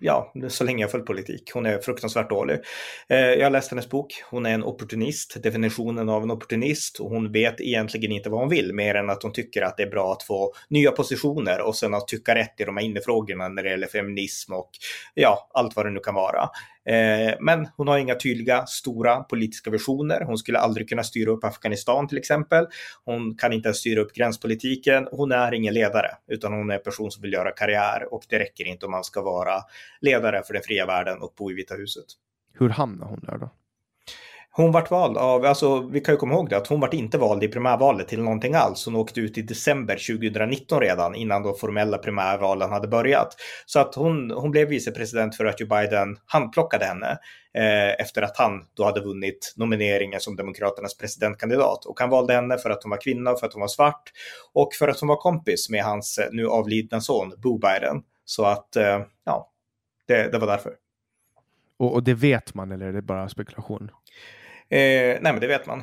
så länge jag följt politik. Hon är fruktansvärt dålig. Jag har läst hennes bok. Hon är en opportunist, definitionen av en opportunist, och hon vet egentligen inte vad hon vill, mer än att hon tycker att det är bra att få nya positioner och sen att tycka rätt i de här innefrågorna när det gäller feminism och allt vad det nu kan vara. Men hon har inga tydliga, stora politiska visioner. Hon skulle aldrig kunna styra upp Afghanistan till exempel. Hon kan inte styra upp gränspolitiken. Hon är ingen ledare, utan hon är en person som vill göra karriär, och det räcker inte om man ska vara ledare för den fria världen och bo i Vita huset. Hur hamnar hon där då? Hon vart vald vi kan ju komma ihåg det, att hon vart inte vald i primärvalet till någonting alls. Hon åkte ut i december 2019 redan, innan de formella primärvalen hade börjat. Så att hon blev vicepresident för att Joe Biden handplockade henne efter att han då hade vunnit nomineringen som Demokraternas presidentkandidat. Och han valde henne för att hon var kvinna, för att hon var svart, och för att hon var kompis med hans nu avlidna son, Beau Biden. Så att det var därför. Och det vet man, eller är det bara spekulation? Nej, men det vet man.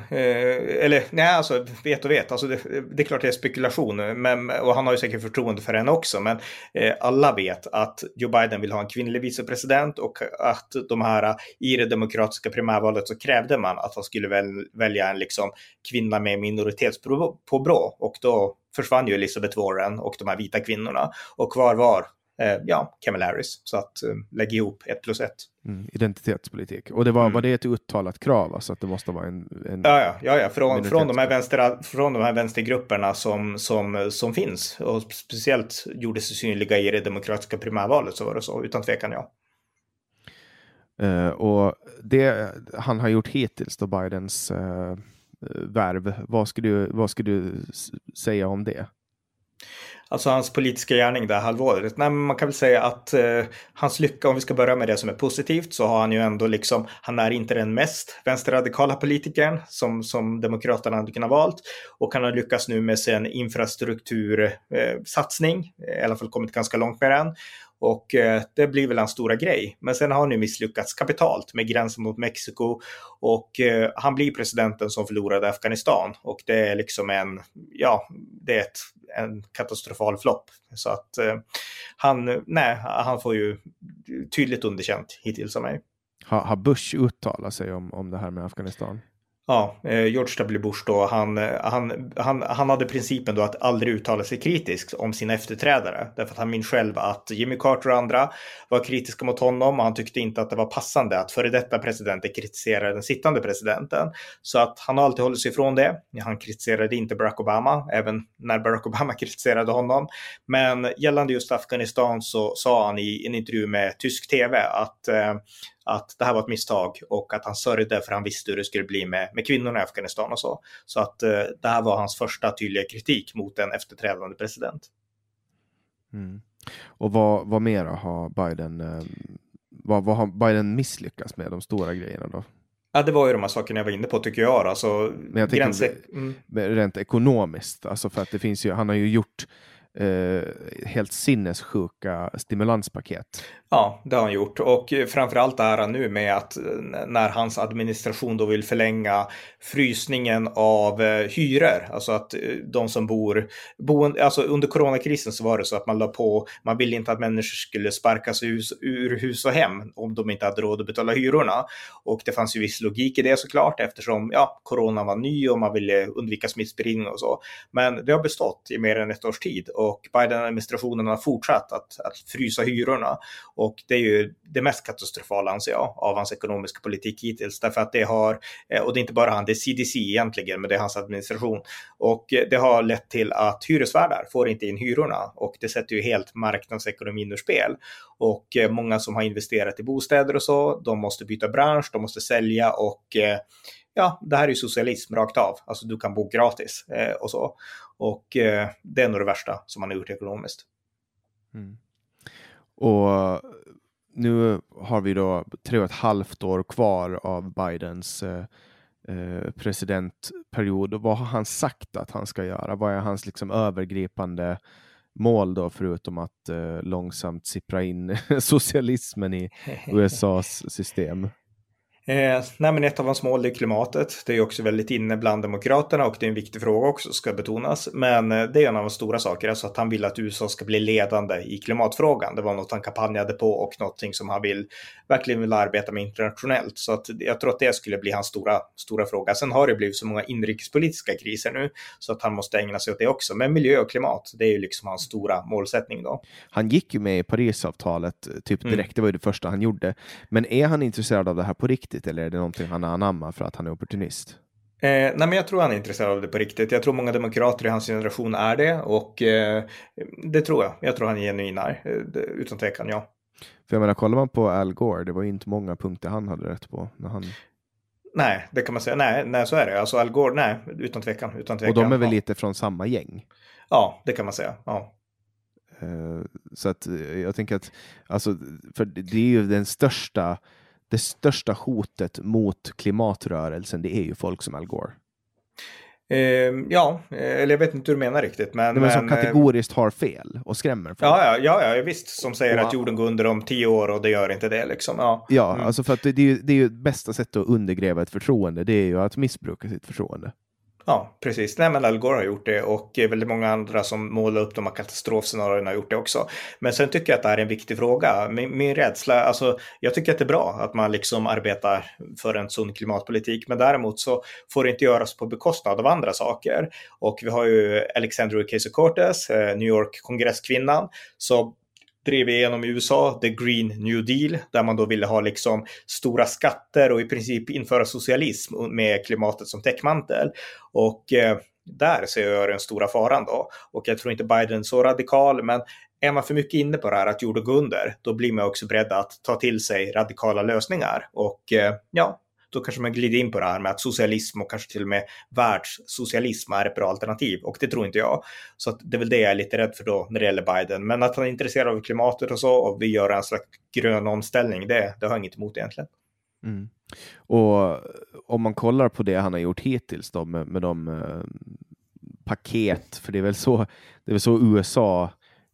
Vet. Alltså det är klart det är spekulation. Och han har ju säkert förtroende för henne också. Men alla vet att Joe Biden vill ha en kvinnlig vicepresident, och att i det demokratiska primärvalet så krävde man att han skulle välja en liksom kvinna med minoritetspåbrå. Och då försvann ju Elizabeth Warren och de här vita kvinnorna. Och kvar var Kamala Harris. Så att lägg ihop 1+1. Identitetspolitik. Och det var det ett uttalat krav, alltså att det måste vara en från de här vänstergrupperna som finns, och speciellt gjordes det synliga i det demokratiska primärvalet, så var det så, utan tvekan och det han har gjort hittills då, Bidens värv, vad ska du säga om det? Alltså hans politiska gärning det här halvåret. Nej, men man kan väl säga att hans lycka, om vi ska börja med det som är positivt, så har han ju ändå liksom, han är inte den mest vänsterradikala politikern som Demokraterna hade kunnat valt, och han har lyckats nu med sin infrastruktursatsning, i alla fall kommit ganska långt med den. Och det blir väl en stora grej. Men sen har han ju misslyckats kapitalt med gränsen mot Mexiko. Och han blir presidenten som förlorade Afghanistan. Och det är liksom en katastrofal flopp. Så att han får ju tydligt underkänt hittills av mig. Har Bush uttalat sig om det här med Afghanistan? Ja, George W. Bush då, han hade principen då att aldrig uttala sig kritiskt om sina efterträdare. Därför att han minns själv att Jimmy Carter och andra var kritiska mot honom, och han tyckte inte att det var passande att före detta presidenter kritiserade den sittande presidenten. Så att han har alltid hållit sig ifrån det. Han kritiserade inte Barack Obama, även när Barack Obama kritiserade honom. Men gällande just Afghanistan så sa han i en intervju med tysk tv att det här var ett misstag, och att han sörjde för han visste hur det skulle bli med kvinnorna i Afghanistan och så. Så att det här var hans första tydliga kritik mot en efterträdande president. Och vad mer har vad har Biden misslyckats med, de stora grejerna då? Ja, det var ju de här sakerna jag var inne på, tycker jag. Alltså, men jag tänker rent ekonomiskt, alltså för att det finns ju, han har ju gjort helt sinnessjuka stimulanspaket. Ja, det har han gjort, och framförallt är han nu med att när hans administration då vill förlänga frysningen av hyror, alltså att de som alltså under coronakrisen så var det så att man ville inte att människor skulle sparkas ur hus och hem om de inte hade råd att betala hyrorna, och det fanns ju viss logik i det såklart, eftersom corona var ny och man ville undvika smittspridning och så, men det har bestått i mer än ett års tid, och Biden-administrationen har fortsatt att frysa hyrorna. Och det är ju det mest katastrofala, anser jag, av hans ekonomiska politik hittills. Därför att det är inte bara han, det är CDC egentligen, men det är hans administration. Och det har lett till att hyresvärdar får inte in hyrorna. Och det sätter ju helt marknadsekonomin ur spel. Och många som har investerat i bostäder och så, de måste byta bransch, de måste sälja, och det här är ju socialism rakt av. Alltså du kan bo gratis och så. Och det är nog det värsta som man har gjort ekonomiskt. Och nu har vi då 3,5 år kvar av Bidens presidentperiod. Och vad har han sagt att han ska göra? Vad är hans liksom övergripande mål då, förutom att långsamt sippra in socialismen i USAs system? Men ett av hans mål är klimatet. Det är också väldigt inne bland demokraterna, och det är en viktig fråga också, ska betonas. Men det är en av de stora saker, alltså att han vill att USA ska bli ledande i klimatfrågan. Det var något han kampanjade på, och någonting som han verkligen vill arbeta med internationellt. Så att jag tror att det skulle bli hans stora fråga. Sen har det blivit så många inrikespolitiska kriser nu, så att han måste ägna sig åt det också. Men miljö och klimat, det är ju liksom hans stora målsättning då. Han gick ju med i Parisavtalet typ direkt, det var ju det första han gjorde. Men är han intresserad av det här på riktigt? Eller är det någonting han anammar för att han är opportunist? Nej, men jag tror han är intresserad av det på riktigt. Jag tror många demokrater i hans generation är det, och det tror jag. Jag tror han är genuin här, utan tvekan, ja. För jag menar, kollar man på Al Gore, det var ju inte många punkter han hade rätt på när han... Nej, det kan man säga. Nej, så är det. Alltså Al Gore, nej, utan tvekan. Och de är väl lite från samma gäng? Ja, det kan man säga, ja. Så att jag tänker att, alltså, för det är ju det största hotet mot klimatrörelsen, det är ju folk som Al Gore. Eller jag vet inte hur du menar riktigt. Men som kategoriskt har fel och skrämmer folk. Ja, visst. Som säger att jorden går under om 10 år och det gör inte det liksom. Alltså för att det är ju bästa sättet att undergräva ett förtroende, det är ju att missbruka sitt förtroende. Ja, precis. Nej, men Al Gore har gjort det, och väldigt många andra som målar upp de här katastrofscenarierna har gjort det också. Men sen tycker jag att det här är en viktig fråga. Min rädsla, alltså jag tycker att det är bra att man liksom arbetar för en sund klimatpolitik, men däremot så får det inte göras på bekostnad av andra saker. Och vi har ju Alexandria Ocasio-Cortez, New York-kongresskvinnan, som drev igenom i USA, the Green New Deal, där man då ville ha liksom stora skatter och i princip införa socialism med klimatet som täckmantel. Och där ser jag den stora faran då. Och jag tror inte Biden är så radikal, men är man för mycket inne på det här att jord och gå under, då blir man också beredd att ta till sig radikala lösningar. Och då kanske man glider in på det här med att socialism och kanske till och med världssocialism är ett bra alternativ. Och det tror inte jag. Så att det är väl det jag är lite rädd för då när det gäller Biden. Men att han är intresserad av klimatet och så, och vi gör en slags grön omställning, det har jag inget emot egentligen. Mm. Och om man kollar på det han har gjort hittills då, med de paket, för det är väl så USA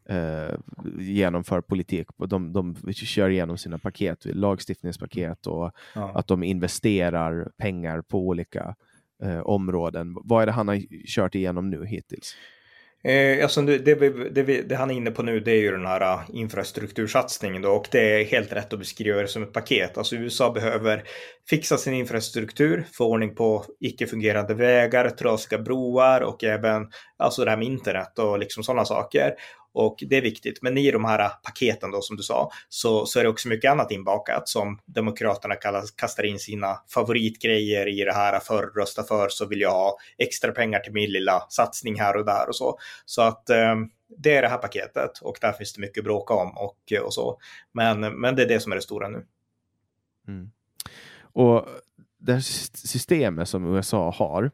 genomför politik. De kör igenom sina paket, lagstiftningspaket, och att de investerar pengar på olika områden. Vad är det han har kört igenom nu hittills? Alltså det han är inne på nu, det är ju den här infrastruktursatsningen då, och det är helt rätt att beskriva det som ett paket. Alltså USA behöver fixa sin infrastruktur, få ordning på icke-fungerande vägar, trasiga broar och även alltså det här med internet och liksom sådana saker. Och det är viktigt, men i de här paketen då som du sa, så är det också mycket annat inbakat som demokraterna kastar in sina favoritgrejer i det här. För att rösta för så vill jag ha extra pengar till min lilla satsning här och där och så. Så att det är det här paketet, och där finns det mycket att bråka om och så. Men det är det som är det stora nu. Mm. Och det här systemet som USA har,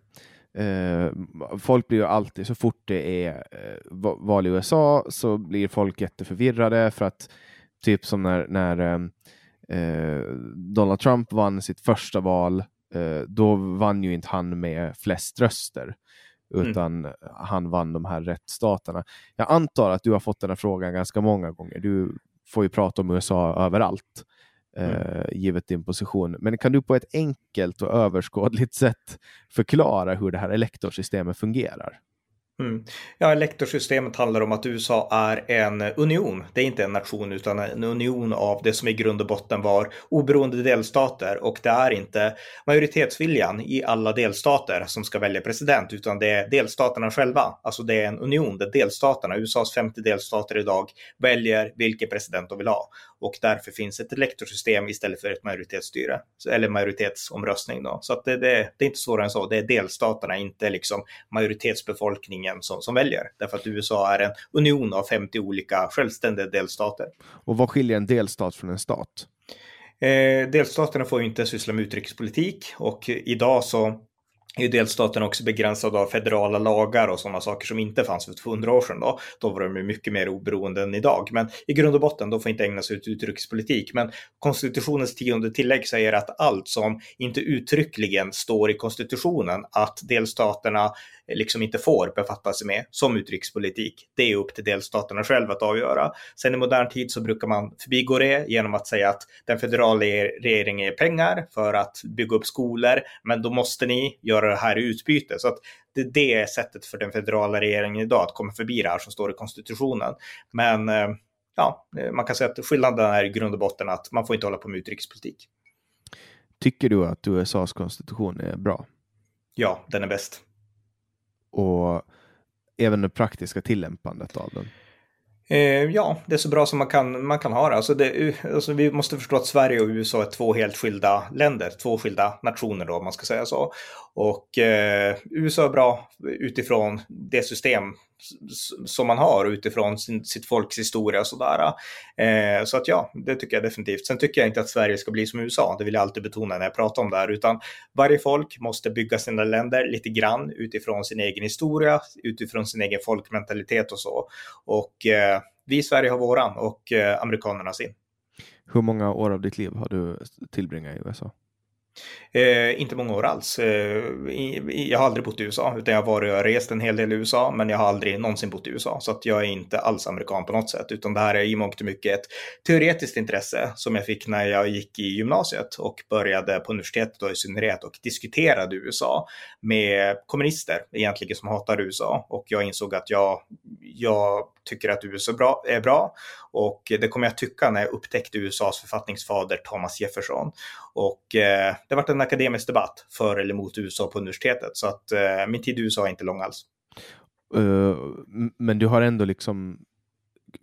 folk blir ju alltid, så fort det är val i USA så blir folk jätteförvirrade, för att typ som när Donald Trump vann sitt första val, då vann ju inte han med flest röster, utan han vann de här rättsstaterna. Jag antar att du har fått den här frågan ganska många gånger. Du får ju prata om USA överallt, givet din position. Men kan du på ett enkelt och överskådligt sätt förklara hur det här elektorsystemet fungerar? Ja, elektorsystemet handlar om att USA är en union. Det är inte en nation utan en union av det som i grund och botten var oberoende delstater, och det är inte majoritetsviljan i alla delstater som ska välja president, utan det är delstaterna själva. Alltså det är en union där delstaterna, USAs 50 delstater idag, väljer vilken president de vill ha, och därför finns ett elektorsystem istället för ett majoritetsstyre eller majoritetsomröstning då. Så att det är inte svårare än så. Det är delstaterna, inte liksom majoritetsbefolkningen som väljer. Därför att USA är en union av 50 olika självständiga delstater. Och vad skiljer en delstat från en stat? Delstaterna får ju inte syssla med utrikespolitik, och idag så är ju delstaterna också begränsade av federala lagar och sådana saker som inte fanns för 200 år sedan då. Då var de mycket mer oberoende än idag. Men i grund och botten, de får inte ägna sig åt utrikespolitik. Men konstitutionens 10:e tillägg säger att allt som inte uttryckligen står i konstitutionen att delstaterna liksom inte får befatta sig med som utrikespolitik, det är upp till delstaterna själva att avgöra. Sen i modern tid så brukar man förbigå det genom att säga att den federala regeringen ger pengar för att bygga upp skolor, men då måste ni göra det här i utbyte. Så att det är sättet för den federala regeringen idag att komma förbi det här som står i konstitutionen. Men man kan säga att skillnaden är i grund och botten att man får inte hålla på med utrikespolitik. Tycker du att USAs konstitution är bra? Ja, den är bäst. Och även det praktiska tillämpandet av den? Ja, det är så bra som man kan ha det. Alltså vi måste förstå att Sverige och USA är två helt skilda länder, två skilda nationer då, om man ska säga så. Och USA är bra utifrån det system som man har, utifrån sitt folks historia och sådär. Så att ja, det tycker jag definitivt. Sen tycker jag inte att Sverige ska bli som USA, det vill jag alltid betona när jag pratar om det här, utan varje folk måste bygga sina länder lite grann utifrån sin egen historia, utifrån sin egen folkmentalitet och så. Och vi i Sverige har våran och amerikanerna sin. Hur många år av ditt liv har du tillbringat i USA? Inte många år alls. Jag har aldrig bott i USA, utan jag har rest en hel del i USA, men jag har aldrig någonsin bott i USA. Så att jag är inte alls amerikan på något sätt, utan det här är i mångt och mycket ett teoretiskt intresse som jag fick när jag gick i gymnasiet och började på universitetet då i synnerhet och diskuterade USA med kommunister egentligen som hatar USA. Och jag insåg att jag tycker att USA är bra, och det kommer jag tycka när jag upptäckte USAs författningsfader Thomas Jefferson. Och det har varit en akademisk debatt för eller emot USA på universitetet, så att min tid i USA är inte lång alls. Men du har ändå liksom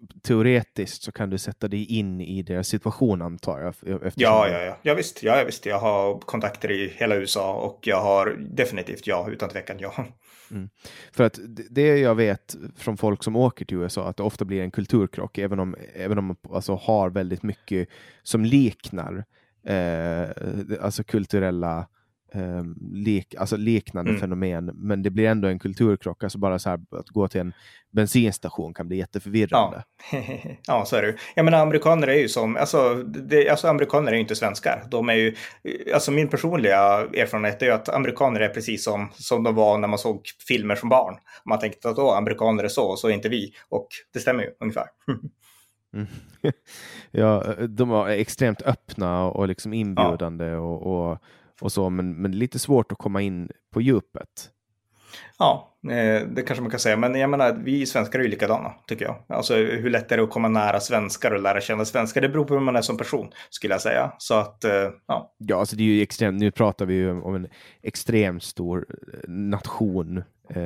teoretiskt så kan du sätta dig in i deras situation, antar jag. Ja, visst. Jag har kontakter i hela USA och jag har definitivt utan tvekan ja. Mm. För att det jag vet från folk som åker till USA, att det ofta blir en kulturkrock, även om man alltså har väldigt mycket som liknar alltså kulturella liknande fenomen, men det blir ändå en kulturkrock. Alltså bara så här, att gå till en bensinstation kan bli jätteförvirrande. Ja, så är det. Jag menar, amerikaner är ju som, amerikaner är ju inte svenskar. De är ju, alltså min personliga erfarenhet är ju att amerikaner är precis som de var när man såg filmer som barn. Man tänkte att amerikaner är så är inte vi. Och det stämmer ju ungefär. Mm. Ja, de var extremt öppna och liksom inbjudande och så, men lite svårt att komma in på djupet. Ja, det kanske man kan säga. Men jag menar, vi svenskar är ju likadana, tycker jag. Alltså hur lätt är det att komma nära svenskar och lära känna svenskar? Det beror på hur man är som person, skulle jag säga. Så att, ja. Ja, alltså det är ju extremt, nu pratar vi ju om en extremt stor nation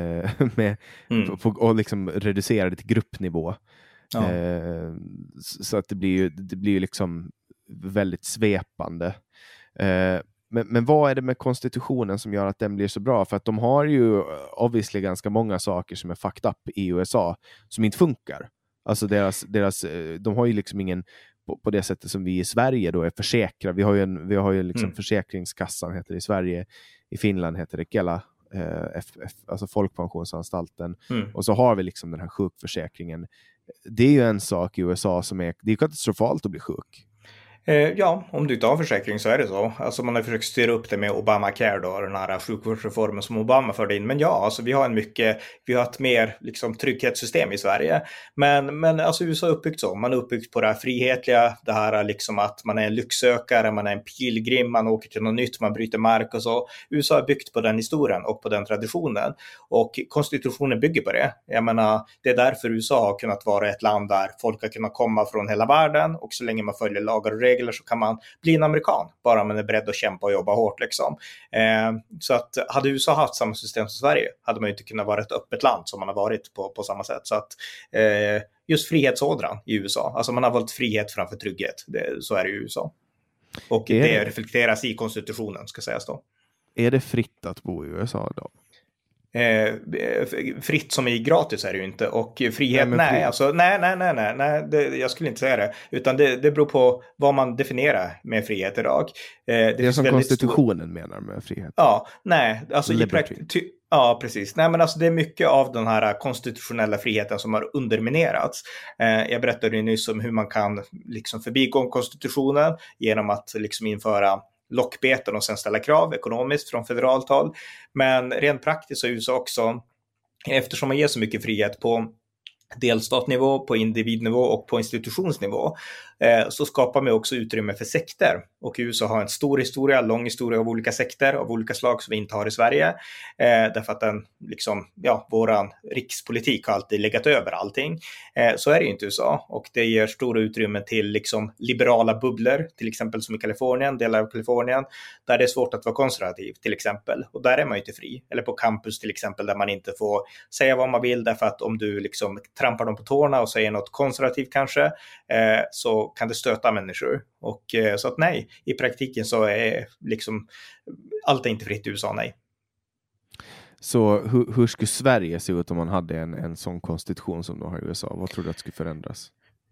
och liksom reducera det till gruppnivå. Ja. Så att det blir ju liksom väldigt svepande. Men vad är det med konstitutionen som gör att den blir så bra? För att de har ju obviously ganska många saker som är fucked up i USA som inte funkar. Alltså de har ju liksom ingen, på det sättet som vi i Sverige då är försäkrade. Vi har ju liksom Försäkringskassan heter det i Sverige. I Finland heter det Kela, alltså Folkpensionsanstalten. Och så har vi liksom den här sjukförsäkringen. Det är ju en sak i USA som det är katastrofalt att bli sjuk. Ja, om du inte har försäkring så är det så. Alltså man har försökt styra upp det med Obamacare då, den här sjukvårdsreformen som Obama förde in. Men ja, alltså vi har ett mer liksom trygghetssystem i Sverige. Men alltså USA är uppbyggt så. Man är uppbyggt på det här frihetliga, det här liksom att man är en lycksökare, man är en pilgrim, man åker till något nytt, man bryter mark och så. USA är byggt på den historien och på den traditionen. Och konstitutionen bygger på det. Jag menar, det är därför USA har kunnat vara ett land där folk har kunnat komma från hela världen. Och så länge man följer lagar och regler så kan man bli en amerikan, bara man är beredd att kämpa och jobba hårt liksom. Så att hade USA haft samma system som Sverige hade man ju inte kunnat vara ett öppet land som man har varit på samma sätt. Så att just frihetsådran i USA, alltså man har valt frihet framför trygghet, så är det i USA. Och det reflekteras i konstitutionen, ska sägas då. Är det fritt att bo i USA då? Fritt som är gratis är det ju inte. Och frihet, nej, jag skulle inte säga det. Utan det beror på vad man definierar med frihet idag. Det som konstitutionen menar med frihet. Ja, nej, alltså ja, precis. Nej, men alltså det är mycket av den här konstitutionella friheten som har underminerats. Jag berättade ju nyss om hur man kan liksom förbigå konstitutionen genom att liksom införa lockbeten och sen ställa krav ekonomiskt från federalt håll. Men rent praktiskt så är USA också, eftersom man ger så mycket frihet på delstatnivå, på individnivå och på institutionsnivå, så skapar man också utrymme för sekter. Och USA har en lång historia av olika sekter av olika slag som vi inte har i Sverige. Därför att våran rikspolitik har alltid legat över allting. Så är det ju inte i USA. Och det ger stora utrymme till liksom liberala bubblor, till exempel som i Kalifornien, delar av Kalifornien, där det är svårt att vara konservativ till exempel. Och där är man ju inte fri. Eller på campus till exempel, där man inte får säga vad man vill, därför att om du liksom trampar dem på tårna och säger något konservativt kanske, så kan det stöta människor. Och så att nej, i praktiken så är liksom allt är inte fritt i USA, nej. Så hur skulle Sverige se ut om man hade en sån konstitution som de har i USA? Vad tror du att skulle förändras?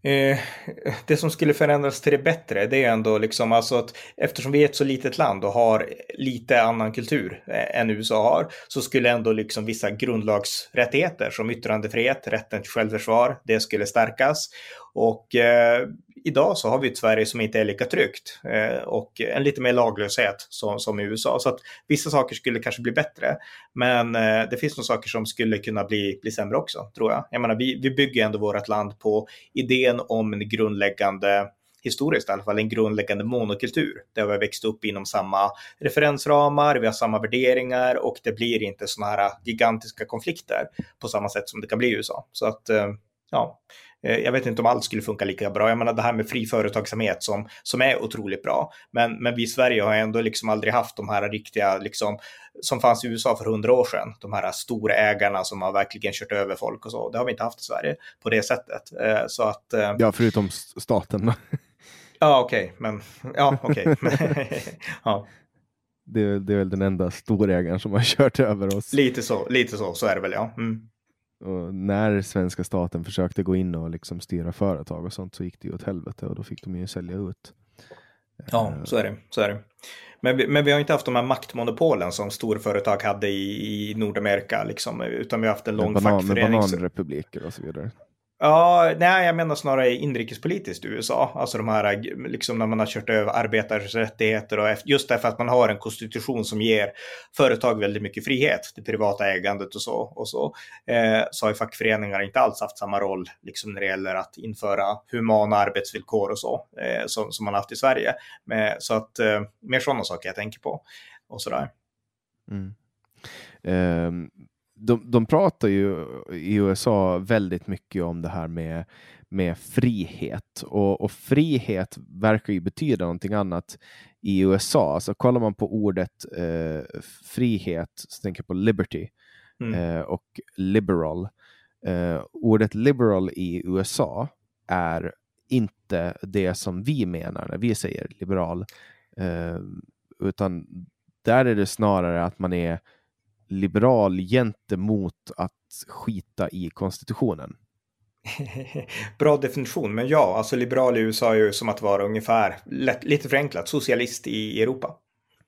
Det som skulle förändras till det bättre, det är ändå liksom alltså att eftersom vi är ett så litet land och har lite annan kultur än USA har, så skulle ändå liksom vissa grundlagsrättigheter som yttrandefrihet, rätten till självförsvar, det skulle stärkas. Och idag så har vi ett Sverige som inte är lika tryggt och en lite mer laglöshet som i USA. Så att vissa saker skulle kanske bli bättre, men det finns nog saker som skulle kunna bli sämre också, tror jag. Jag menar, vi bygger ändå vårt land på idén om en grundläggande, historiskt i alla fall, en grundläggande monokultur. Där vi har växt upp inom samma referensramar, vi har samma värderingar och det blir inte såna här gigantiska konflikter på samma sätt som det kan bli i USA. Så att ja, jag vet inte om allt skulle funka lika bra. Jag menar det här med fri företagsamhet som är otroligt bra. Men vi i Sverige har ändå liksom aldrig haft de här riktiga, liksom, som fanns i USA för 100 år sedan. De här stora ägarna som har verkligen kört över folk och så. Det har vi inte haft i Sverige på det sättet. Så att, ja, förutom staten. ja, okej. Men, ja, okej. Ja. Det är väl den enda storägaren som har kört över oss. Lite så är det väl, ja. Mm. Och när svenska staten försökte gå in och liksom styra företag och sånt så gick det ju åt helvete och då fick de ju sälja ut. Ja, så är det. Men vi har inte haft de här maktmonopolen som storföretag hade i Nordamerika liksom, utan vi har haft en lång fackförening. Bananrepubliker och så vidare. Ja, nej, jag menar snarare inrikespolitiskt i USA. Alltså de här, liksom när man har kört över arbetares rättigheter och just därför att man har en konstitution som ger företag väldigt mycket frihet, det privata ägandet och så har ju fackföreningar inte alls haft samma roll liksom när det gäller att införa humana arbetsvillkor och så som man haft i Sverige. Så att mer sådana saker jag tänker på och sådär. De pratar ju i USA väldigt mycket om det här med frihet. Och frihet verkar ju betyda någonting annat i USA. Så kollar man på ordet frihet så tänker jag på liberty och liberal. Ordet liberal i USA är inte det som vi menar när vi säger liberal. Utan där är det snarare att man är liberal gentemot att skita i konstitutionen. Bra definition, men ja, alltså liberal i USA är ju som att vara ungefär lite förenklat socialist i Europa.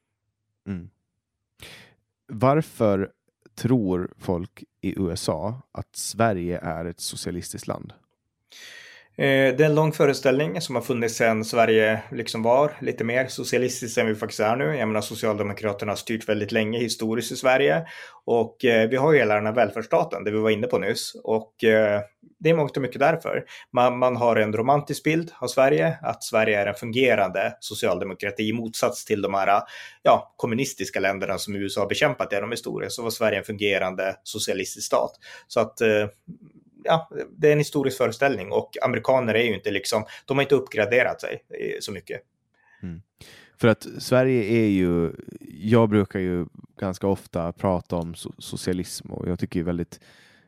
Varför tror folk i USA att Sverige är ett socialistiskt land? Det är en lång föreställning som har funnits sedan Sverige liksom var lite mer socialistiskt än vi faktiskt är nu. Jag menar, Socialdemokraterna har styrt väldigt länge historiskt i Sverige och vi har ju hela den här välfärdsstaten det vi var inne på nyss och det är mångt och mycket därför. Man har en romantisk bild av Sverige, att Sverige är en fungerande socialdemokrati i motsats till de här kommunistiska länderna som USA har bekämpat genom historien, så var Sverige en fungerande socialistisk stat. Så att det är en historisk föreställning och amerikaner är ju inte liksom, de har inte uppgraderat sig så mycket. För att Sverige är ju, jag brukar ju ganska ofta prata om socialism och jag tycker ju väldigt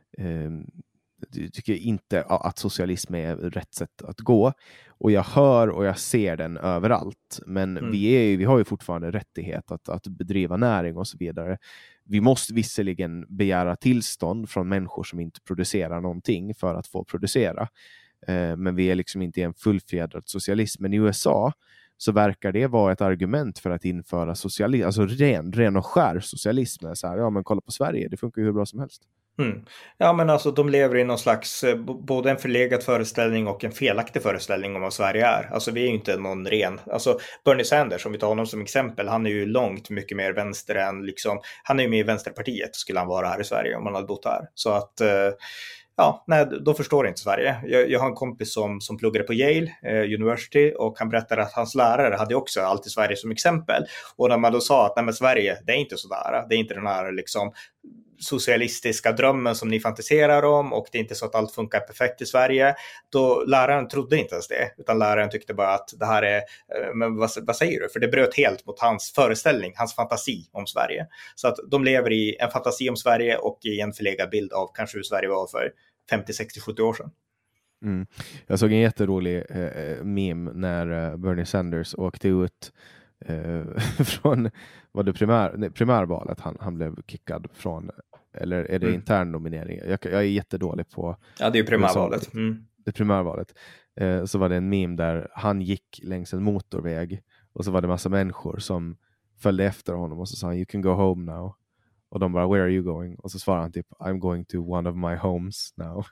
jag tycker inte att socialism är rätt sätt att gå och jag hör och jag ser den överallt, men vi har ju fortfarande rättighet att bedriva näring och så vidare. Vi måste visserligen begära tillstånd från människor som inte producerar någonting för att få producera. Men vi är liksom inte i en fullfjädrad socialism. Men i USA så verkar det vara ett argument för att införa socialism. Alltså ren och skär socialism. Så här, ja men kolla på Sverige, det funkar ju hur bra som helst. Ja men alltså de lever i någon slags både en förlegad föreställning och en felaktig föreställning om vad Sverige är. Alltså vi är ju inte någon ren, alltså Bernie Sanders, om vi tar honom som exempel, han är ju långt mycket mer vänster än liksom, han är ju med i Vänsterpartiet skulle han vara här i Sverige om han hade bott här. Så att då förstår inte Sverige. Jag har en kompis som pluggade på Yale University och han berättade att hans lärare hade också alltid Sverige som exempel. Och när man då sa att nej men Sverige, det är inte sådär, det är inte den här liksom socialistiska drömmen som ni fantiserar om och det är inte så att allt funkar perfekt i Sverige, då läraren trodde inte ens det, utan läraren tyckte bara att det här är, men vad säger du? För det bröt helt mot hans föreställning, hans fantasi om Sverige. Så att de lever i en fantasi om Sverige och i en förlegad bild av kanske hur Sverige var för 50, 60, 70 år sedan. Jag såg en jätterolig meme när Bernie Sanders åkte ut från primärvalet. Han blev kickad från, eller är det intern nominering? Jag är jättedålig på. Ja, det är primärvalet. Det primärvalet. Så var det en meme där han gick längs en motorväg och så var det massa människor som följde efter honom och så sa han, you can go home now. Och de bara, where are you going? Och så svarade han typ, I'm going to one of my homes now.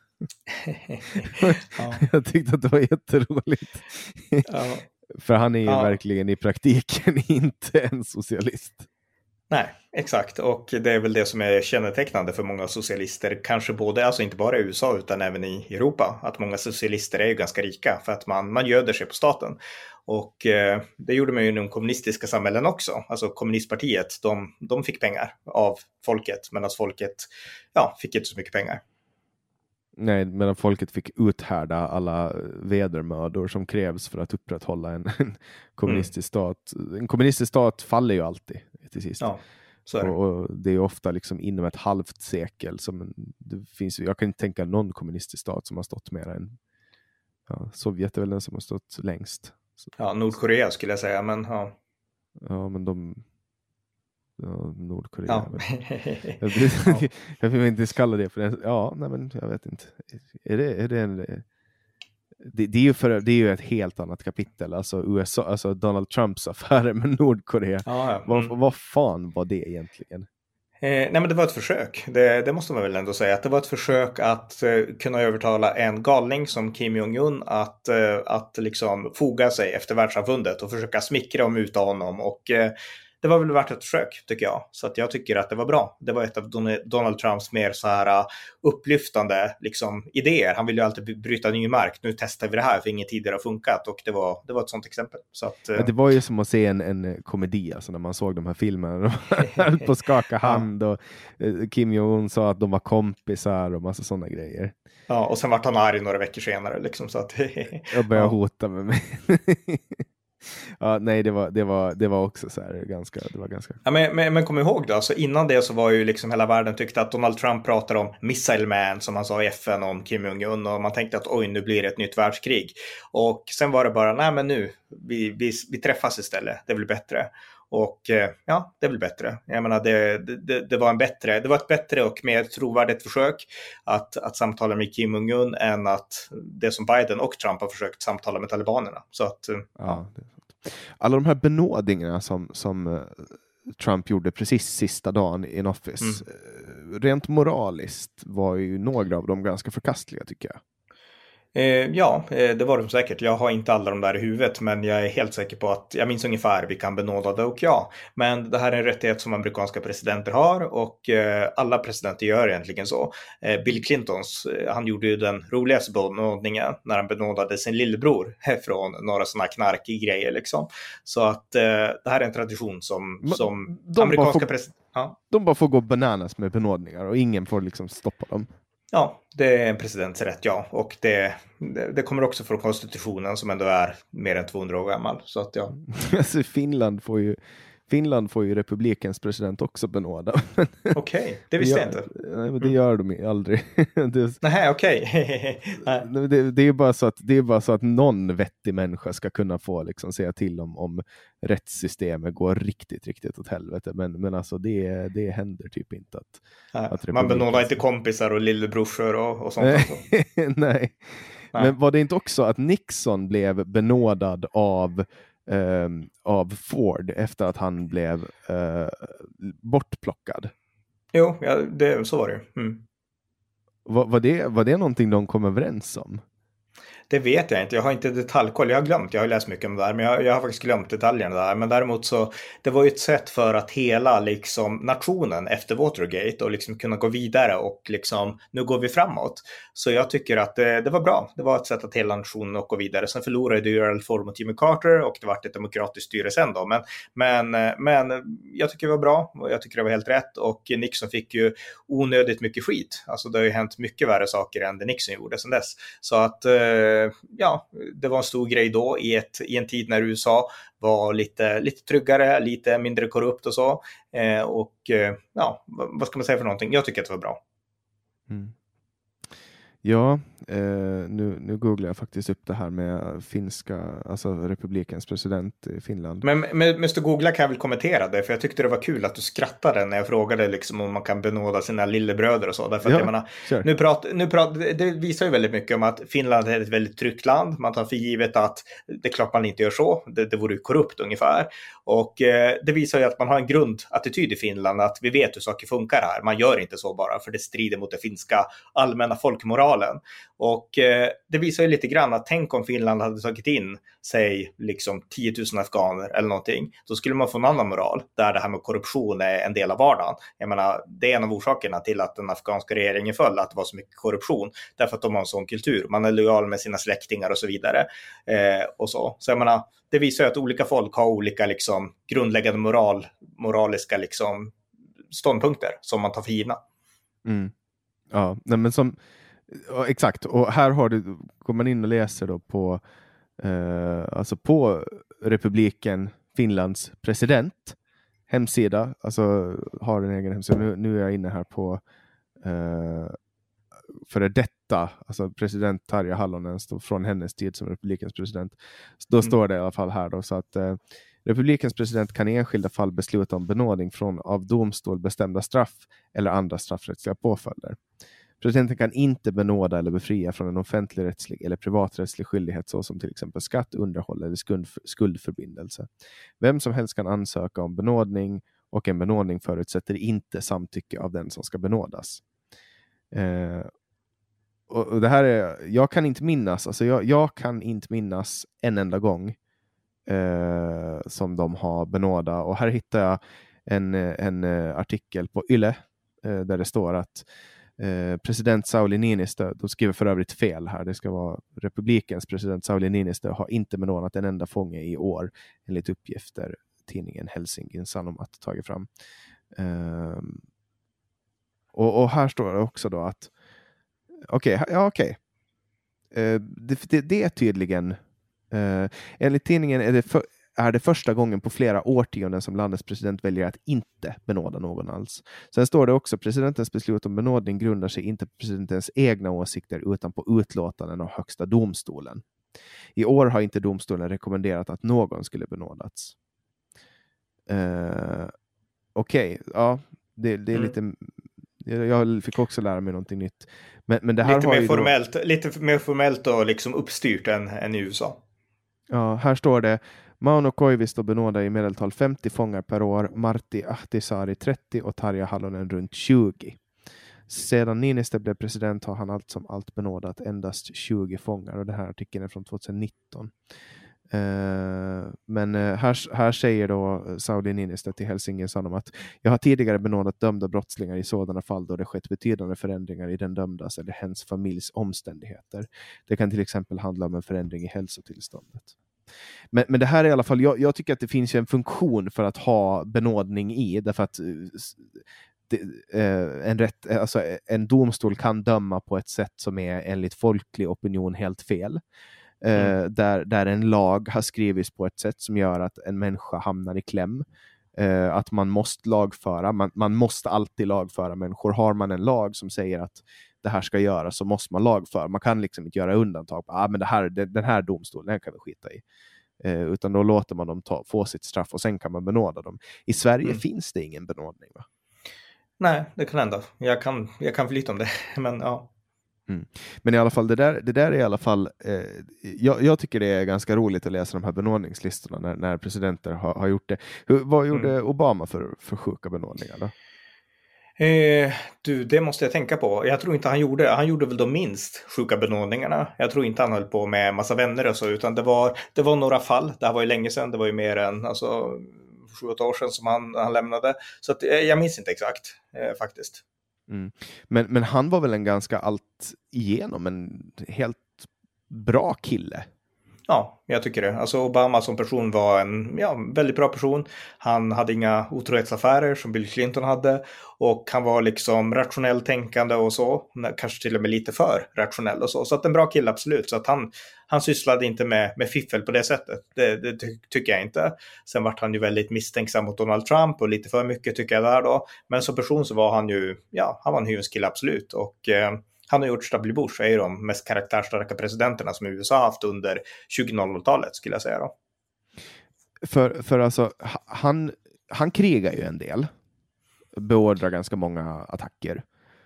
Jag tyckte att det var jätteroligt. För han är ju verkligen i praktiken inte en socialist. Nej, exakt. Och det är väl det som är kännetecknande för många socialister. Kanske både, alltså inte bara i USA utan även i Europa. Att många socialister är ju ganska rika för att man göder sig på staten. Och det gjorde man ju i de kommunistiska samhällen också. Alltså kommunistpartiet, de fick pengar av folket. Medan folket fick inte så mycket pengar. Nej, medan folket fick uthärda alla vedermödor som krävs för att upprätthålla en kommunistisk stat. En kommunistisk stat faller ju alltid till sist. Ja, så är det. Och det är ofta liksom inom ett halvt sekel som det finns. Jag kan inte tänka någon kommunistisk stat som har stått mer än Sovjet är väl den som har stått längst. Ja, Nordkorea skulle jag säga, men ja. Ja, men Nordkorea. Ja. Jag vill inte kalla det för det. Ja, nej, men jag vet inte. Är det en... Det är ju ett helt annat kapitel. Alltså USA, alltså Donald Trumps affärer med Nordkorea. Vad fan var det egentligen? Nej, men det var ett försök. Det måste man väl ändå säga. Att det var ett försök att kunna övertala en galning som Kim Jong-Un att liksom foga sig efter världssamfundet och försöka smickra och muta honom. Och det var väl värt ett försök, tycker jag. Så att jag tycker att det var bra. Det var ett av Donald Trumps mer så här upplyftande liksom, idéer. Han ville ju alltid bryta ny mark. Nu testar vi det här för ingen tidigare har funkat. Och det var ett sånt exempel. Så att, det var ju som att se en komedi, alltså, när man såg de här filmerna. De höll på att skaka hand och Kim Jong-Un sa att de var kompisar och massa sådana grejer. Ja, och sen var han arg några veckor senare. Liksom, så att, jag började hota med mig. Ja, nej, det var också så här ganska. Ja, men kom ihåg då, alltså innan det så var ju liksom hela världen tyckte att Donald Trump pratade om Missile Man som han sa i FN om Kim Jong-Un och man tänkte att oj, nu blir det ett nytt världskrig. Och sen var det bara, nej men nu, vi träffas istället, det blir bättre. Och ja, det blir bättre. Jag menar, det var ett bättre och mer trovärdigt försök att samtala med Kim Jong-Un än att det som Biden och Trump har försökt samtala med talibanerna. Så att, ja. Alla de här benådningarna som Trump gjorde precis sista dagen in office, rent moraliskt var ju några av dem ganska förkastliga, tycker jag. Ja, det var de säkert. Jag har inte alla de där i huvudet, men jag är helt säker på att jag minns ungefär vi kan benåda det och ja. Men det här är en rättighet som amerikanska presidenter har och alla presidenter gör egentligen så. Bill Clintons, han gjorde ju den roligaste benådningen när han benådade sin lillebror från några sådana knarkiga grejer liksom. Så att det här är en tradition som amerikanska presidenter... Ja. De bara får gå bananas med benådningar och ingen får liksom stoppa dem. Ja, det är en presidents rätt, ja. Och det kommer också från konstitutionen som ändå är mer än 200 år gammal. Så att ja. Alltså, Finland får ju republikens president också benåda. Okej, det visste jag inte. Nej, men det gör de aldrig. Nej, okej. Det är bara så att någon vettig människa ska kunna få liksom säga till om rättssystemet går riktigt, riktigt åt helvete. Men alltså det händer typ inte att man benådar inte kompisar och lillebrorsor och sånt. Nej. Men var det inte också att Nixon blev benådad av Ford efter att han blev bortplockad? Jo, ja, så var det. Var det någonting de kom överens om? Det vet jag inte. Jag har inte detaljkoll. Jag har läst mycket om det där. Men jag har faktiskt glömt detaljerna där. Men däremot så, det var ju ett sätt för att hela liksom nationen efter Watergate och liksom kunna gå vidare och liksom, nu går vi framåt. Så jag tycker att det var bra. Det var ett sätt att hela nationen och gå vidare. Sen förlorade Gerald Ford mot Jimmy Carter och det var ett demokratiskt styre sen då. Men jag tycker det var bra och jag tycker det var helt rätt. Och Nixon fick ju onödigt mycket skit. Alltså det har ju hänt mycket värre saker än det Nixon gjorde sen dess. Så att ja, det var en stor grej då i en tid när USA var lite tryggare, lite mindre korrupt och så. Och ja, vad ska man säga för någonting? Jag tycker att det var bra. Mm. Ja, nu googlar jag faktiskt upp det här med finska, alltså republikens president i Finland. Men med du googla kan jag väl kommentera det, för jag tyckte det var kul att du skrattade när jag frågade liksom om man kan benåda sina lillebröder och så. Därför att jag menar, sure. Det visar ju väldigt mycket om att Finland är ett väldigt tryggt land. Man tar för givet att det är klart man inte gör så. Det vore ju korrupt ungefär. Och det visar ju att man har en grundattityd i Finland att vi vet hur saker funkar här. Man gör inte så bara för det strider mot det finska allmänna folkmoralen. Och det visar ju lite grann att tänk om Finland hade tagit in, säg liksom 10 000 afghaner eller någonting. Då skulle man få en annan moral där det här med korruption är en del av vardagen. Jag menar, det är en av orsakerna till att den afghanska regeringen föll, att det var så mycket korruption. Därför att de har en sån kultur. Man är lojal med sina släktingar och så vidare. Och så jag menar, det visar ju att olika folk har olika liksom grundläggande moraliska liksom ståndpunkter som man tar för givna. Mm. Ja, nej, men som Exakt, och här går man in och läser då på alltså på republiken Finlands president hemsida, alltså har en egen hemsida. Nu är jag inne här på före detta, alltså president Tarja Halonen från hennes tid som republikens president. Då står det i alla fall här då, så att republikens president kan i enskilda fall besluta om benådning från av domstol bestämda straff eller andra straffrättsliga påföljder. Presidenten kan inte benåda eller befria från en offentligrättslig eller privaträttslig skyldighet såsom till exempel skatt, underhåll eller skuldförbindelse. Vem som helst kan ansöka om benådning och en benådning förutsätter inte samtycke av den som ska benådas. Och det här är, jag kan inte minnas, alltså jag kan inte minnas en enda gång som de har benådat. Och här hittar jag en artikel på Yle där det står att president Sauli Niinistö, de skriver för övrigt fel här, det ska vara republikens president Sauli Niinistö har inte benådat en enda fånge i år, enligt uppgifter tidningen Helsingin Sanomat tagit fram. Och här står det också då att okej. Det är tydligen enligt tidningen är det första gången på flera årtionden som landets president väljer att inte benåda någon alls. Sen står det också presidentens beslut om benådning grundar sig inte på presidentens egna åsikter utan på utlåtanden av högsta domstolen. I år har inte domstolen rekommenderat att någon skulle benådats. Okej, ja, det är lite... Jag fick också lära mig någonting nytt. Men det här lite mer formellt och liksom uppstyrt än i USA. Ja, här står det: Mauno Koivisto benådar i medeltal 50 fångar per år, Martti Ahtisaari 30 och Tarja Halonen runt 20. Sedan Niinistö blev president har han allt som allt benådat endast 20 fångar, och den här artikeln är från 2019. Men här säger då Sauli Niinistö till Helsingin Sanomat: jag har tidigare benådat dömda brottslingar i sådana fall då det skett betydande förändringar i den dömdas eller hens familjs omständigheter. Det kan till exempel handla om en förändring i hälsotillståndet. Men det här är i alla fall, jag tycker att det finns ju en funktion för att ha benådning i, därför att en domstol kan döma på ett sätt som är enligt folklig opinion helt fel. Där en lag har skrivits på ett sätt som gör att en människa hamnar i kläm. Att man måste lagföra, man måste alltid lagföra människor. Har man en lag som säger att det här ska göras så måste man lagföra. Man kan liksom inte göra undantag. Men den här domstolen här kan vi skita i. Utan då låter man dem få sitt straff och sen kan man benåda dem. I Sverige finns det ingen benådning, va? Nej, det kan hända. Jag kan flytta om det, men ja. Men i alla fall, det där är i alla fall jag tycker det är ganska roligt att läsa de här benådningslistorna när presidenter har gjort det. Vad gjorde Obama för sjuka benådningar då? Det måste jag tänka på. Jag tror inte han gjorde väl de minst sjuka benådningarna. Jag tror inte han höll på med massa vänner och så, utan det var några fall. Det här var ju länge sedan, det var ju mer än 7-8 år sedan som han lämnade. Så att, jag minns inte exakt faktiskt. Men han var väl en ganska allt igenom en helt bra kille. Ja, jag tycker det. Alltså Obama som person var en väldigt bra person. Han hade inga otrohetsaffärer som Bill Clinton hade. Och han var liksom rationellt tänkande och så. Kanske till och med lite för rationell och så. Så att en bra kille, absolut. Så att han sysslade inte med fiffel på det sättet. Det tycker jag inte. Sen var han ju väldigt misstänksam mot Donald Trump. Och lite för mycket tycker jag där då. Men som person så var han ju, han var en hyvens kille, absolut. Och han har gjort W. Bush, är ju de mest karaktärsstarka presidenterna som USA har haft under 2000-talet, skulle jag säga då. För alltså, han krigar ju en del. Beordrar ganska många attacker.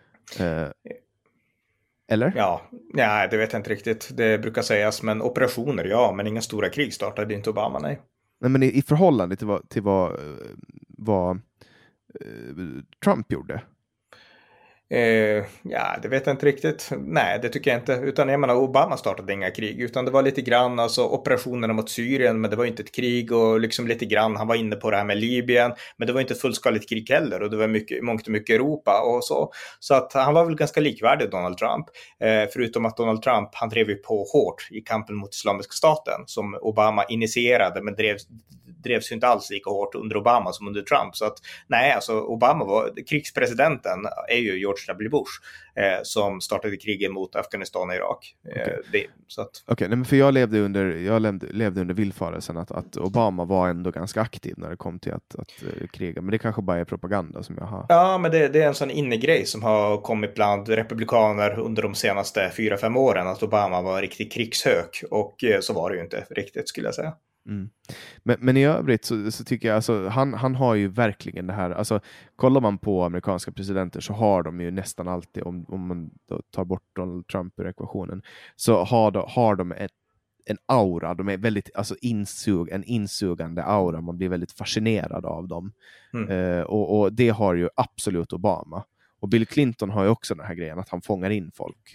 Eller? Ja, det vet jag inte riktigt. Det brukar sägas, men operationer, men inga stora krig startade inte Obama, nej. Nej, men i förhållande till vad Trump gjorde. Det vet jag inte riktigt. Nej, det tycker jag inte. Utan jag menar, Obama startade inga krig. Utan det var lite grann, alltså operationerna mot Syrien, men det var inte ett krig. Och liksom lite grann, han var inne på det här med Libyen. Men det var inte ett fullskaligt krig heller. Och det var mångt och mycket Europa och så. Så att han var väl ganska likvärdig Donald Trump. Förutom att Donald Trump, han drev ju på hårt i kampen mot Islamiska staten. Som Obama initierade, men drevs ju inte alls lika hårt under Obama som under Trump. Så att nej, alltså Obama var krigspresidenten, är ju George George W. Bush som startade kriget mot Afghanistan och Irak. Okej, men för jag levde under villfarelsen att Obama var ändå ganska aktiv när det kom till att kriga, men det kanske bara är propaganda som jag har. Ja, men det är en sån innegrej som har kommit bland republikaner under de senaste 4-5 åren, att Obama var riktigt krigshök, och så var det ju inte riktigt, skulle jag säga. Mm. Men i övrigt så tycker jag alltså, han har ju verkligen det här, alltså kollar man på amerikanska presidenter så har de ju nästan alltid, om man då tar bort Donald Trump ur ekvationen, så har de en aura, de är väldigt, alltså en insugande aura, man blir väldigt fascinerad av dem. Och det har ju absolut Obama, och Bill Clinton har ju också den här grejen att han fångar in folk.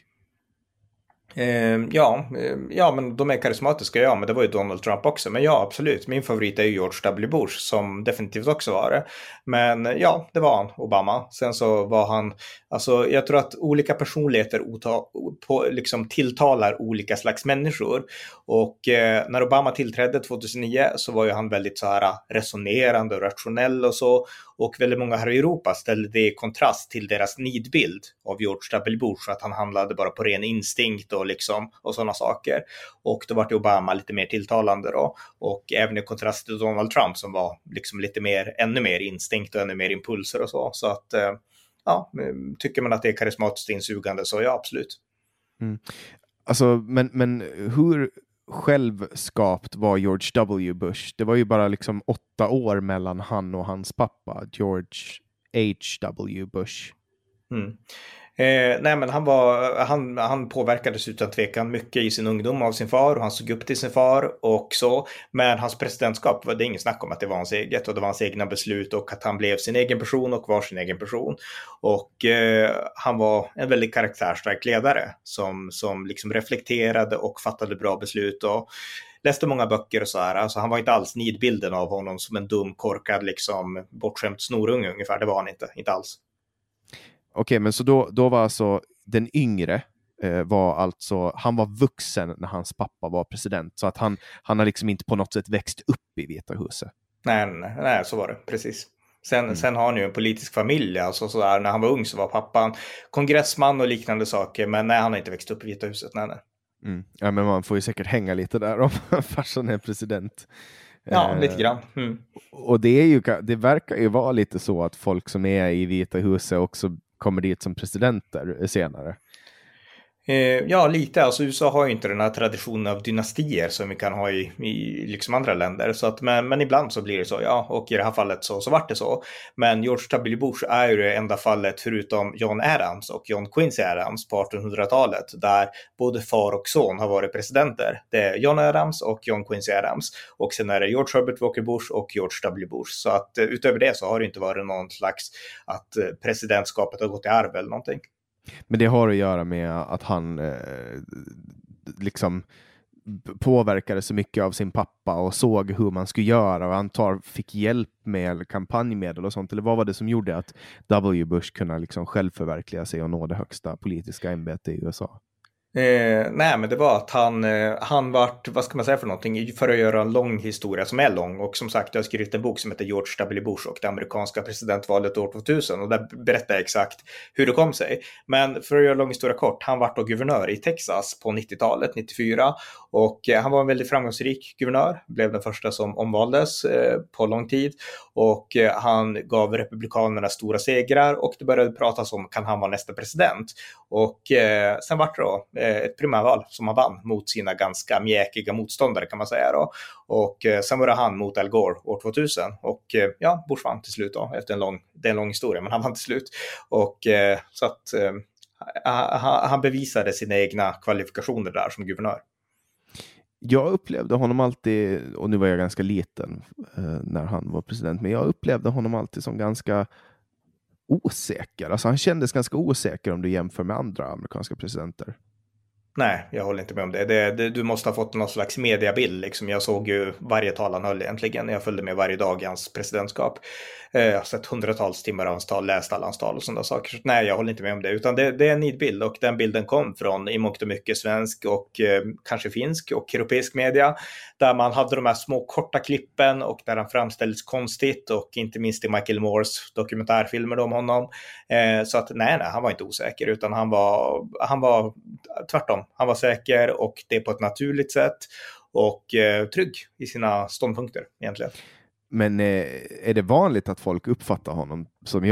Ja, men de är karismatiska, men det var ju Donald Trump också. Men ja, absolut. Min favorit är ju George W. Bush, som definitivt också var det. Men ja, det var han, Obama. Sen så var han, alltså jag tror att olika personligheter liksom tilltalar olika slags människor. Och när Obama tillträdde 2009 så var ju han väldigt så här resonerande och rationell och så. Och väldigt många här i Europa ställde det i kontrast till deras nidbild av George W. Bush, att han handlade bara på ren instinkt och sådana saker. Och då var det Obama lite mer tilltalande då. Och även i kontrast till Donald Trump som var liksom ännu mer instinkt och ännu mer impulser och så. Så att, tycker man att det är karismatiskt insugande, så ja, absolut. Mm. Alltså, men hur självskapt var George W. Bush? Det var ju bara liksom 8 år mellan han och hans pappa, George H.W. Bush. Nej, men han påverkades utan tvekan mycket i sin ungdom av sin far, och han såg upp till sin far också. Men hans presidentskap var det ingen snack om att det var hans eget, och det var hans egna beslut, och att han blev sin egen person och var sin egen person. Och han var en väldigt karaktärsstark ledare som liksom reflekterade och fattade bra beslut och läste många böcker och så här. Alltså han var inte alls nidbilden av honom som en dum, korkad, liksom bortskämd snorunge ungefär. Det var han inte alls. Okej, men så då var alltså den yngre han var vuxen när hans pappa var president, så att han har liksom inte på något sätt växt upp i Vita huset. Nej, så var det, precis. Sen har han ju en politisk familj, alltså sådär. När han var ung så var pappan kongressman och liknande saker, men nej, han har inte växt upp i Vita huset, nej. Ja, men man får ju säkert hänga lite där om farsan är president. Ja, lite grann. Och det verkar ju vara lite så att folk som är i Vita huset också kommer dit som presidenter senare. Ja, lite. Alltså USA har ju inte den här traditionen av dynastier som vi kan ha i liksom andra länder. Så att, men ibland så blir det så, ja. Och i det här fallet så vart det så. Men George W. Bush är ju det enda fallet förutom John Adams och John Quincy Adams på 1800-talet, där både far och son har varit presidenter. Det är John Adams och John Quincy Adams. Och sen är det George Herbert Walker Bush och George W. Bush. Så att utöver det så har det inte varit någon slags att presidentskapet har gått i arv eller någonting. Men det har att göra med att han liksom påverkade så mycket av sin pappa och såg hur man skulle göra, och han fick hjälp med kampanjmedel och sånt. Eller vad var det som gjorde att W. Bush kunde liksom själv förverkliga sig och nå det högsta politiska ämbetet i USA? Nej, men det var att han vart, vad ska man säga för någonting, för att göra en lång historia som är lång, och som sagt jag har skrivit en bok som heter George W. Bush och det amerikanska presidentvalet år 2000, och där berättar jag exakt hur det kom sig. Men för att göra en lång historia kort, han vart då guvernör i Texas på 90-talet, 94, och han var en väldigt framgångsrik guvernör, blev den första som omvaldes på lång tid, och han gav republikanerna stora segrar, och det började pratas om, kan han vara nästa president? Och sen vart det då ett primärval som han vann mot sina ganska mjäkiga motståndare, kan man säga då. Och sen var det han mot Al Gore år 2000, och ja, Bush vann till slut då, efter det är en lång historia, men han vann till slut. Och så att han bevisade sina egna kvalifikationer där som guvernör. Jag upplevde honom alltid, och nu var jag ganska liten när han var president, men jag upplevde honom alltid som ganska osäker. Alltså han kändes ganska osäker om du jämför med andra amerikanska presidenter. Nej, jag håller inte med om det. Du måste ha fått någon slags mediabild. Liksom. Jag såg ju varje tal han höll egentligen. Jag följde med varje dag i hans presidentskap. Jag har sett hundratals timmar av hans tal, läst alla hans tal och sådana saker. Så nej, jag håller inte med om det. Utan det är en nidbild, och den bilden kom från i mångt och mycket svensk och kanske finsk och europeisk media. Där man hade de här små korta klippen och där han framställdes konstigt, och inte minst i Michael Moores dokumentärfilmer om honom. Så att nej, han var inte osäker, utan han var tvärtom. Han var säker, och det på ett naturligt sätt, och trygg i sina ståndpunkter egentligen. Men är det vanligt att folk uppfattar honom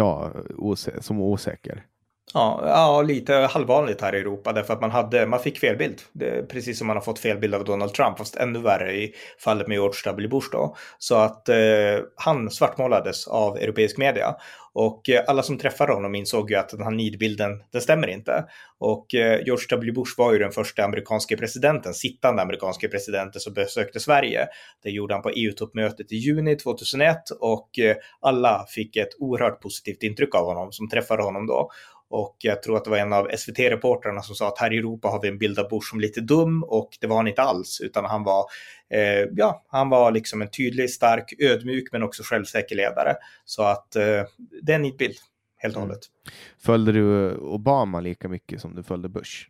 som osäker? Ja, lite halvvanligt här i Europa, därför att man fick felbild. Precis som man har fått felbild av Donald Trump, fast ännu värre i fallet med George W. Bush då. Så att han svartmålades av europeisk media, och alla som träffade honom insåg ju att den här nidbilden, den stämmer inte. Och George W. Bush var ju den första sittande amerikanska presidenten som besökte Sverige. Det gjorde han på EU-toppmötet i juni 2001, och alla fick ett oerhört positivt intryck av honom som träffade honom då. Och jag tror att det var en av SVT-reportrarna som sa att här i Europa har vi en bild av Bush som lite dum, och det var han inte alls, utan han var liksom en tydlig, stark, ödmjuk men också självsäker ledare. Så att det är en nidbild, helt och hållet. Följde du Obama lika mycket som du följde Bush?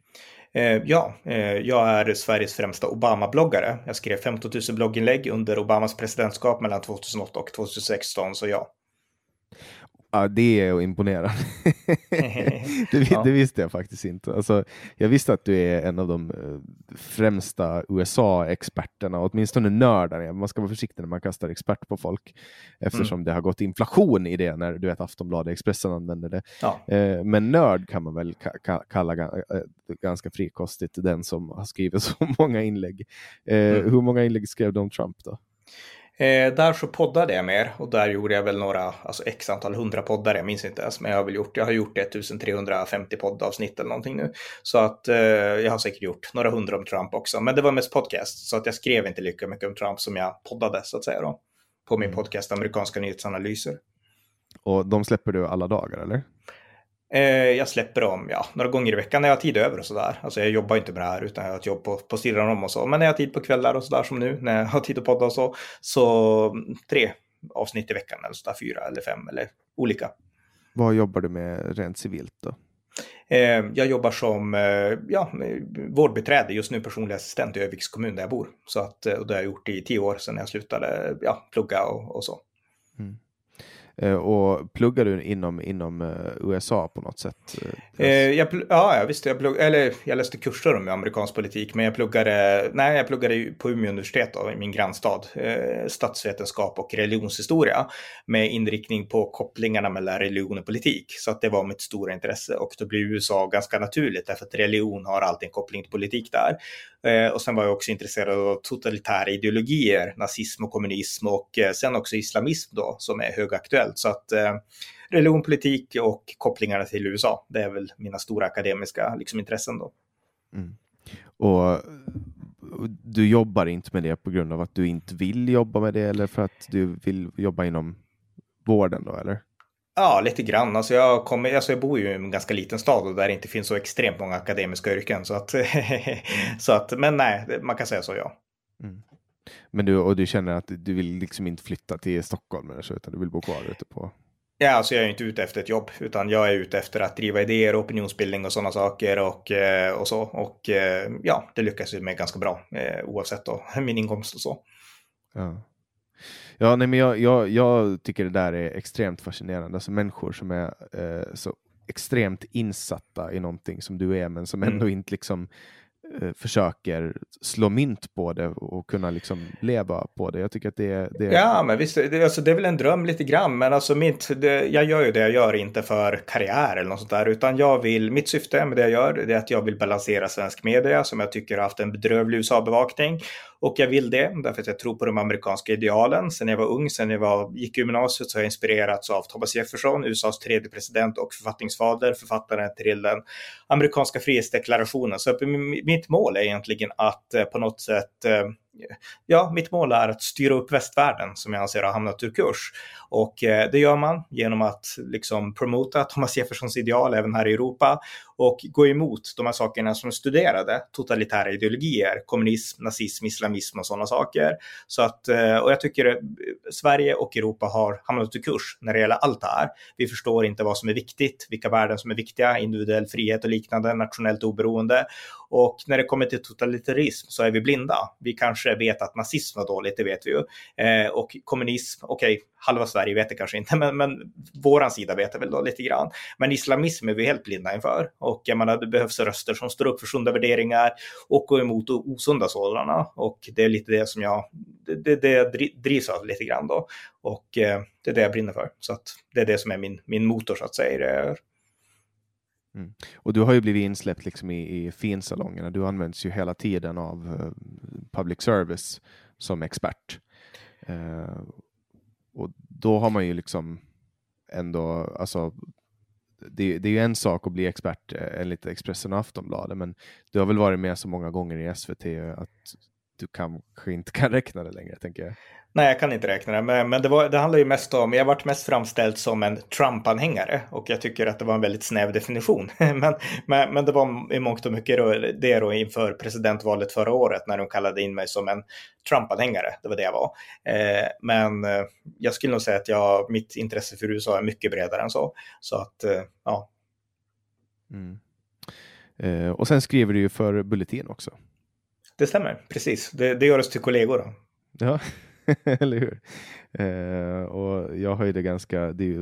Jag är Sveriges främsta Obama-bloggare. Jag skrev 15 000 blogginlägg under Obamas presidentskap mellan 2008 och 2016, så ja. Ja, det är imponerande. Det visste jag faktiskt inte. Alltså, jag visste att du är en av de främsta USA-experterna, åtminstone nördar. Man ska vara försiktig när man kastar expert på folk, eftersom det har gått inflation i det när du vet Aftonbladet, Expressen använder det. Ja. Men nörd kan man väl kalla ganska frikostigt den som har skrivit så många inlägg. Hur många inlägg skrev du om Trump då? Där så poddade jag mer, och där gjorde jag väl x antal 100 poddar, jag minns inte ens, men jag har gjort 1350 poddavsnitt eller någonting nu, så att jag har säkert gjort några 100 om Trump också, men det var mest podcast, så att jag skrev inte lika mycket om Trump som jag poddade, så att säga då, på min podcast Amerikanska nyhetsanalyser. Och de släpper du alla dagar, eller? Jag släpper dem några gånger i veckan när jag har tid över och sådär. Alltså jag jobbar inte med det här, utan jag har ett jobb på sidan om och så. Men när jag har tid på kvällar och sådär som nu, när jag har tid att podda och så 3 avsnitt i veckan eller sådär, 4 eller 5 eller olika. Vad jobbar du med rent civilt då? Jag jobbar som vårdbiträde, just nu personlig assistent i Öviks kommun där jag bor. Så att, och det har jag gjort i 10 år sedan jag slutade plugga och så. Mm. Och pluggar du inom USA på något sätt? Jag läste kurser om amerikansk politik, men jag pluggade på Umeå universitet då, i min grannstad, statsvetenskap och religionshistoria, med inriktning på kopplingarna mellan religion och politik. Så att det var mitt stora intresse, och då blir USA ganska naturligt, därför att religion har alltid en koppling till politik där. Och sen var jag också intresserad av totalitära ideologier, nazism och kommunism, och sen också islamism då, som är högaktuellt. Så att religion, politik och kopplingarna till USA, det är väl mina stora akademiska intressen då. Mm. Och du jobbar inte med det på grund av att du inte vill jobba med det, eller för att du vill jobba inom vården då, eller? Ja, lite grann. Alltså jag bor ju i en ganska liten stad, och där det inte finns så extremt många akademiska yrken. Men nej, man kan säga så, ja. Mm. Men du känner att du vill inte flytta till Stockholm eller så, utan du vill bo kvar ute på... Ja, alltså jag är inte ute efter ett jobb, utan jag är ute efter att driva idéer, opinionsbildning och sådana saker och så. Och det lyckas ju med ganska bra, oavsett då min inkomst och så. Ja. Ja, nej, men jag tycker det där är extremt fascinerande. Alltså människor som är så extremt insatta i någonting som du är, men som ändå inte försöker slå mynt på det och kunna leva på det. Jag tycker att det Ja, men visst, det är väl en dröm lite grann, men alltså jag gör ju det jag gör inte för karriär eller något sånt där, utan mitt syfte med det jag gör, det är att jag vill balansera svensk media, som jag tycker har haft en bedrövlig USA-bevakning, och jag vill det därför att jag tror på de amerikanska idealen. Sen jag var ung, sen jag gick i gymnasiet, så har jag inspirerats av Thomas Jefferson, USAs 3:e president och författningsfader, författaren till den amerikanska frihetsdeklarationen. Så mitt mål är egentligen att på något sätt ja, mitt mål är att styra upp västvärlden som jag anser har hamnat ur kurs. Och det gör man genom att liksom promota Thomas Jeffersons ideal även här i Europa och gå emot de här sakerna som studerade totalitära ideologier, kommunism, nazism, islamism och sådana saker. Så att, och jag tycker Sverige och Europa har hamnat ur kurs när det gäller allt det här. Vi förstår inte vad som är viktigt, vilka värden som är viktiga, individuell frihet och liknande, nationellt oberoende. Och när det kommer till totalitarism så är vi blinda. Vi kanske vet att nazism var dåligt, det vet vi ju. Och kommunism, okej, halva Sverige vet det kanske inte, men våran sida vet det väl då lite grann. Men islamism är vi helt blinda inför. Och jag menar, det behövs röster som står upp för sunda värderingar och går emot osunda sådana. Och det är lite det som jag drivs av lite grann då. Och det är det jag brinner för. Så att det är det som är min motor så att säga. Mm. Och du har ju blivit insläppt liksom i finsalongerna. Du används ju hela tiden av public service som expert. Och då har man ju liksom ändå, alltså det är ju en sak att bli expert enligt Expressen och Aftonbladet, men du har väl varit med så många gånger i SVT att du kanske inte kan räkna det längre, tänker jag. Nej, jag kan inte räkna det, men det handlar ju mest om, jag har varit mest framställd som en Trump-anhängare och jag tycker att det var en väldigt snäv definition. men det var i mångt och mycket det då inför presidentvalet förra året när de kallade in mig som en Trump-anhängare, det var det jag var. Men jag skulle nog säga att mitt intresse för USA är mycket bredare än så. Så att, ja. Mm. Och sen skriver du ju för Bulletin också. Det stämmer, precis. Det gör oss till kollegor då. Ja, eller hur? Och jag har ju det ganska...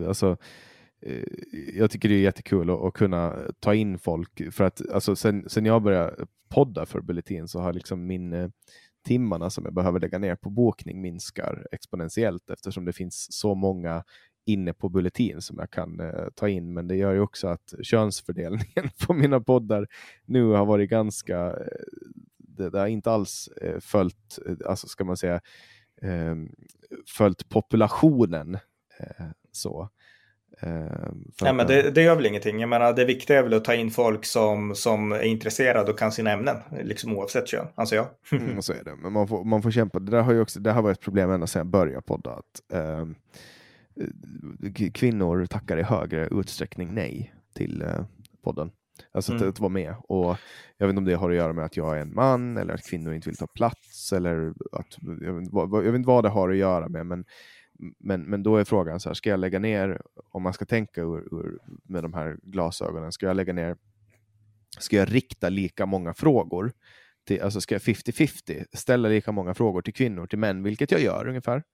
jag tycker det är jättekul att kunna ta in folk. För att alltså, sen jag började podda för Bulletin så har liksom timmarna som jag behöver lägga ner på bokning minskar exponentiellt eftersom det finns så många inne på Bulletin som jag kan ta in. Men det gör ju också att könsfördelningen på mina poddar nu har varit ganska... Det har inte alls följt, alltså ska man säga, följt populationen så. Nej, men det gör väl ingenting. Jag menar, det viktiga är väl att ta in folk som är intresserade och kan sina ämnen, liksom oavsett kön, anser jag. Så är det. Men man får kämpa. Det har varit ett problem ända sedan jag började podda, att kvinnor tackar i högre utsträckning nej till podden. Alltså att vara med. Och jag vet inte om det har att göra med att jag är en man eller att kvinnor inte vill ta plats eller att jag vet inte vad det har att göra med, men då är frågan så här: ska jag lägga ner, om man ska tänka med de här glasögonen, ska jag rikta lika många frågor till, alltså ska jag 50-50 ställa lika många frågor till kvinnor till män, vilket jag gör ungefär.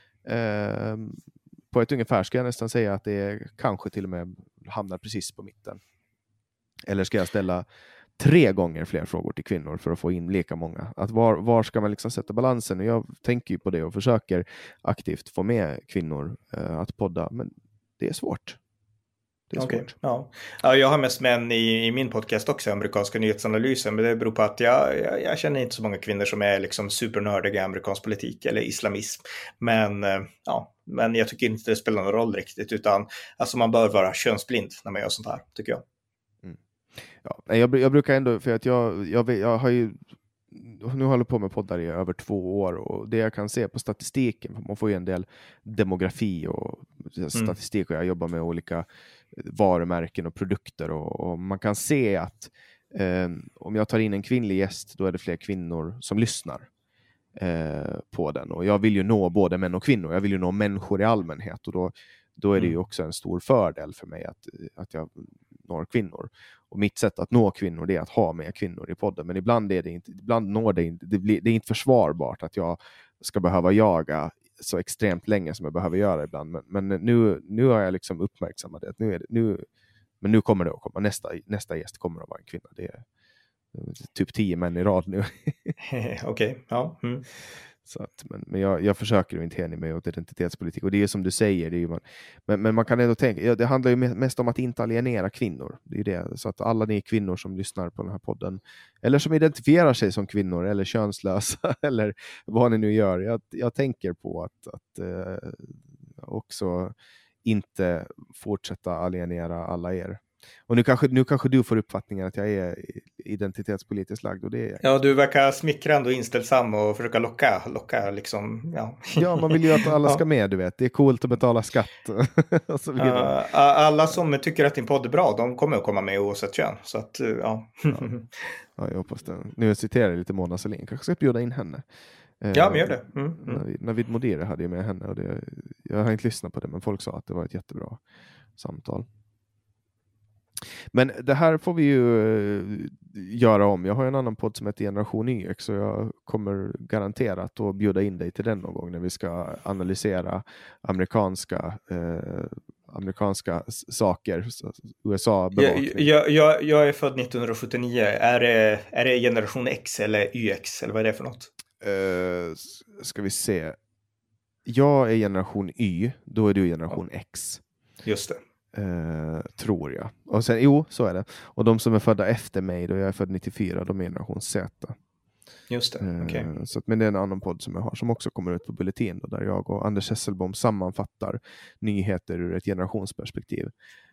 På ett ungefär ska jag nästan säga att det kanske till och med hamnar precis på mitten. Eller ska jag ställa 3 gånger fler frågor till kvinnor för att få in lika många? Att var ska man liksom sätta balansen? Och jag tänker ju på det och försöker aktivt få med kvinnor att podda. Men det är svårt. Svårt. Ja, jag har mest män i min podcast också, amerikanska nyhetsanalysen, men det beror på att jag känner inte så många kvinnor som är liksom supernördiga i amerikansk politik eller islamism. Men jag tycker inte det spelar någon roll riktigt, utan alltså man bör vara könsblind när man gör sånt här, tycker jag. Ja, jag brukar ändå, för att jag har ju nu håller på med poddar i över 2 år, och det jag kan se på statistiken, man får ju en del demografi och statistik, och jag jobbar med olika varumärken och produkter, och man kan se att om jag tar in en kvinnlig gäst, då är det fler kvinnor som lyssnar på den, och jag vill ju nå både män och kvinnor, jag vill ju nå människor i allmänhet, och då är det ju också en stor fördel för mig att jag når kvinnor. Och mitt sätt att nå kvinnor, det är att ha med kvinnor i podden. Men ibland är det inte, ibland når det inte, det är inte försvarbart att jag ska behöva jaga så extremt länge som jag behöver göra ibland. Men nu har jag liksom uppmärksammat det. Men nu kommer det att komma. Nästa gäst kommer att vara en kvinna. Det är typ 10 män i rad nu. Okej, ja. Mm. Så att, men jag försöker inte hänga mig åt identitetspolitik, och det är som du säger, det är ju men man kan ändå tänka, det handlar ju mest om att inte alienera kvinnor, det är det, så att alla ni kvinnor som lyssnar på den här podden, eller som identifierar sig som kvinnor eller könslösa eller vad ni nu gör, jag tänker på att också inte fortsätta alienera alla er. Och nu kanske du får uppfattningen att jag är identitetspolitiskt lagd. Och det Ja, du verkar smickrande och inställsam och försöka locka liksom. Ja. Ja, man vill ju att alla ska med, du vet. Det är coolt att betala skatt. Och så vidare. Alla som tycker att din podd är bra, de kommer att komma med oavsett kön. Så att, ja. Ja, jag hoppas det. Nu citerar jag lite Mona Sahlin. Kanske ska bjuda in henne. Ja, men gör det. Navid Modiri hade ju med henne. Och jag har inte lyssnat på det, men folk sa att det var ett jättebra samtal. Men det här får vi ju göra om. Jag har en annan podd som heter Generation YX, så jag kommer garanterat att bjuda in dig till den någon gång när vi ska analysera amerikanska saker, USA-bevakning. Jag är född 1979. Är det Generation X eller YX, eller vad är det för något? Ska vi se. Jag är Generation Y, då är du Generation X. Just det. Tror jag. Och sen, så är det. Och de som är födda efter mig, då jag är född 94, de är Generation Z. Just det, okej. Men det är en annan podd som jag har som också kommer ut på Bulletin, då, där jag och Anders Hesselbom sammanfattar nyheter ur ett generationsperspektiv.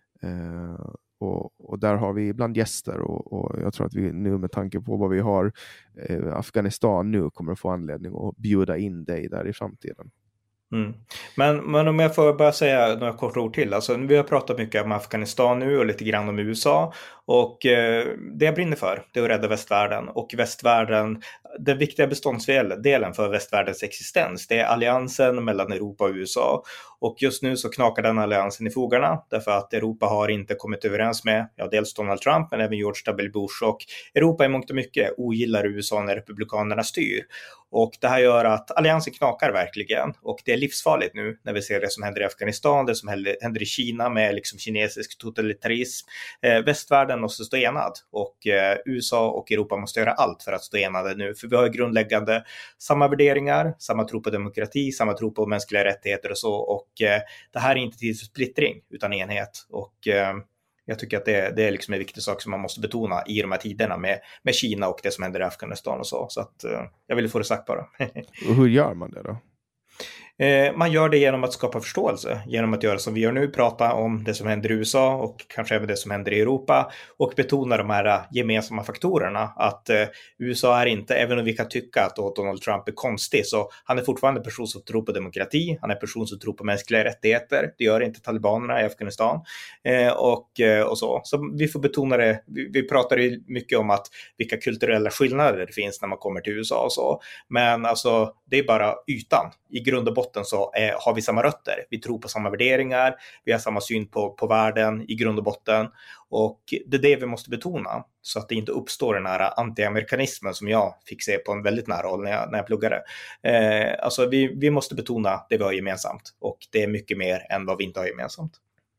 Och där har vi ibland gäster och jag tror att vi nu med tanke på vad vi har Afghanistan nu kommer att få anledning att bjuda in dig där i framtiden. Men om jag får bara säga några korta ord till. Alltså, vi har pratat mycket om Afghanistan nu och lite grann om USA. Och det jag brinner för, det är att rädda västvärlden. Och västvärlden, den viktiga beståndsdelen för västvärldens existens, det är alliansen mellan Europa och USA. Och just nu så knakar den alliansen i fogarna. Därför att Europa har inte kommit överens med dels Donald Trump men även George W. Bush. Och Europa i mångt och mycket ogillar USA när republikanerna styr. Och det här gör att alliansen knakar verkligen. Och det är livsfarligt nu när vi ser det som händer i Afghanistan, det som händer i Kina med liksom kinesisk totalitarism. Västvärlden måste stå enad och USA och Europa måste göra allt för att stå enade nu. För vi har grundläggande samma värderingar, samma tro på demokrati, samma tro på mänskliga rättigheter och så. Och det här är inte tid för splittring utan enhet. Och jag tycker att det är liksom en viktig sak som man måste betona i de här tiderna med Kina och det som händer i Afghanistan och så. Så att jag ville få det sagt bara. Och hur gör man det då? Man gör det genom att skapa förståelse, genom att göra som vi gör nu, prata om det som händer i USA och kanske även det som händer i Europa och betona de här gemensamma faktorerna. Att USA är inte, även om vi kan tycka att Donald Trump är konstig, så han är fortfarande en person som tror på demokrati, han är en person som tror på mänskliga rättigheter, det gör inte talibanerna i Afghanistan och så. Så vi får betona det, vi pratar ju mycket om att vilka kulturella skillnader det finns när man kommer till USA och så, men alltså det är bara ytan. I grund och botten så har vi samma rötter. Vi tror på samma värderingar. Vi har samma syn på världen i grund och botten. Och det är det vi måste betona. Så att det inte uppstår den här anti-amerikanismen som jag fick se på en väldigt nära håll när jag pluggade. Alltså vi måste betona det vi har gemensamt. Och det är mycket mer än vad vi inte har gemensamt.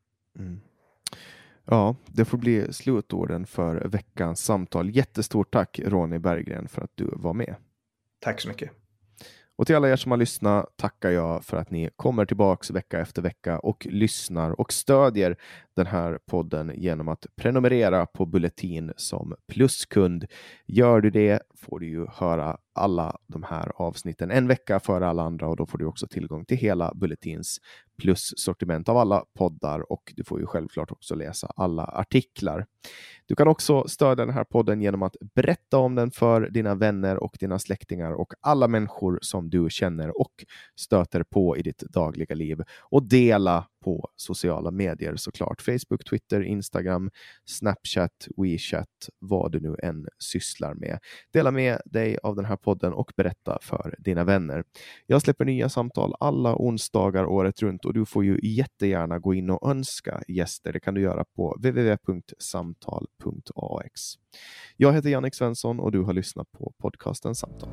Ja, det får bli slutorden för veckans samtal. Jättestort tack Ronny Berggren för att du var med. Tack så mycket. Och till alla er som har lyssnat tackar jag för att ni kommer tillbaks vecka efter vecka och lyssnar och stödjer den här podden genom att prenumerera på Bulletin som pluskund. Gör du det får du ju höra alla de här avsnitten en vecka före alla andra, och då får du också tillgång till hela Bulletins plus-sortiment av alla poddar, och du får ju självklart också läsa alla artiklar. Du kan också stödja den här podden genom att berätta om den för dina vänner och dina släktingar och alla människor som du känner och stöter på i ditt dagliga liv, och dela på sociala medier såklart. Facebook, Twitter, Instagram, Snapchat, WeChat, vad du nu än sysslar med. Dela med dig av den här podden och berätta för dina vänner. Jag släpper nya samtal alla onsdagar året runt, och du får ju jättegärna gå in och önska gäster. Det kan du göra på www.samtal.ax. Jag heter Jannik Svensson och du har lyssnat på podcasten Samtal.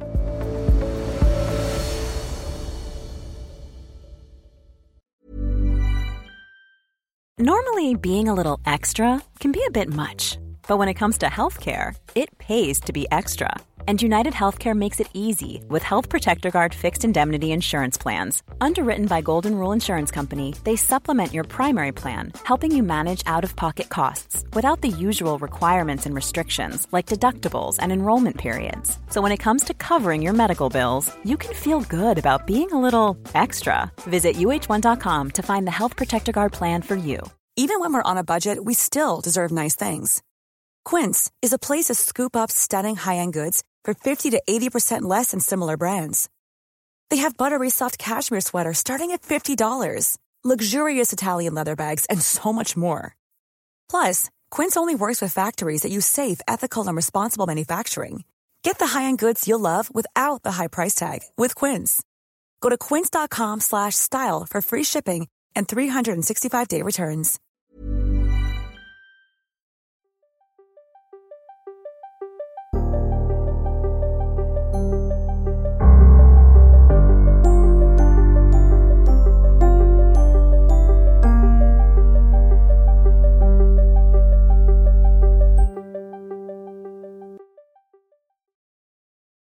Normally, being a little extra can be a bit much, but when it comes to healthcare, it pays to be extra. And United Healthcare makes it easy with Health Protector Guard fixed indemnity insurance plans. Underwritten by Golden Rule Insurance Company, they supplement your primary plan, helping you manage out-of-pocket costs without the usual requirements and restrictions like deductibles and enrollment periods. So when it comes to covering your medical bills, you can feel good about being a little extra. Visit uh1.com to find the Health Protector Guard plan for you. Even when we're on a budget, we still deserve nice things. Quince is a place to scoop up stunning high-end goods for 50 to 80% less than similar brands. They have buttery soft cashmere sweaters starting at $50, luxurious Italian leather bags, and so much more. Plus, Quince only works with factories that use safe, ethical, and responsible manufacturing. Get the high-end goods you'll love without the high price tag with Quince. Go to quince.com/style for free shipping and 365-day returns.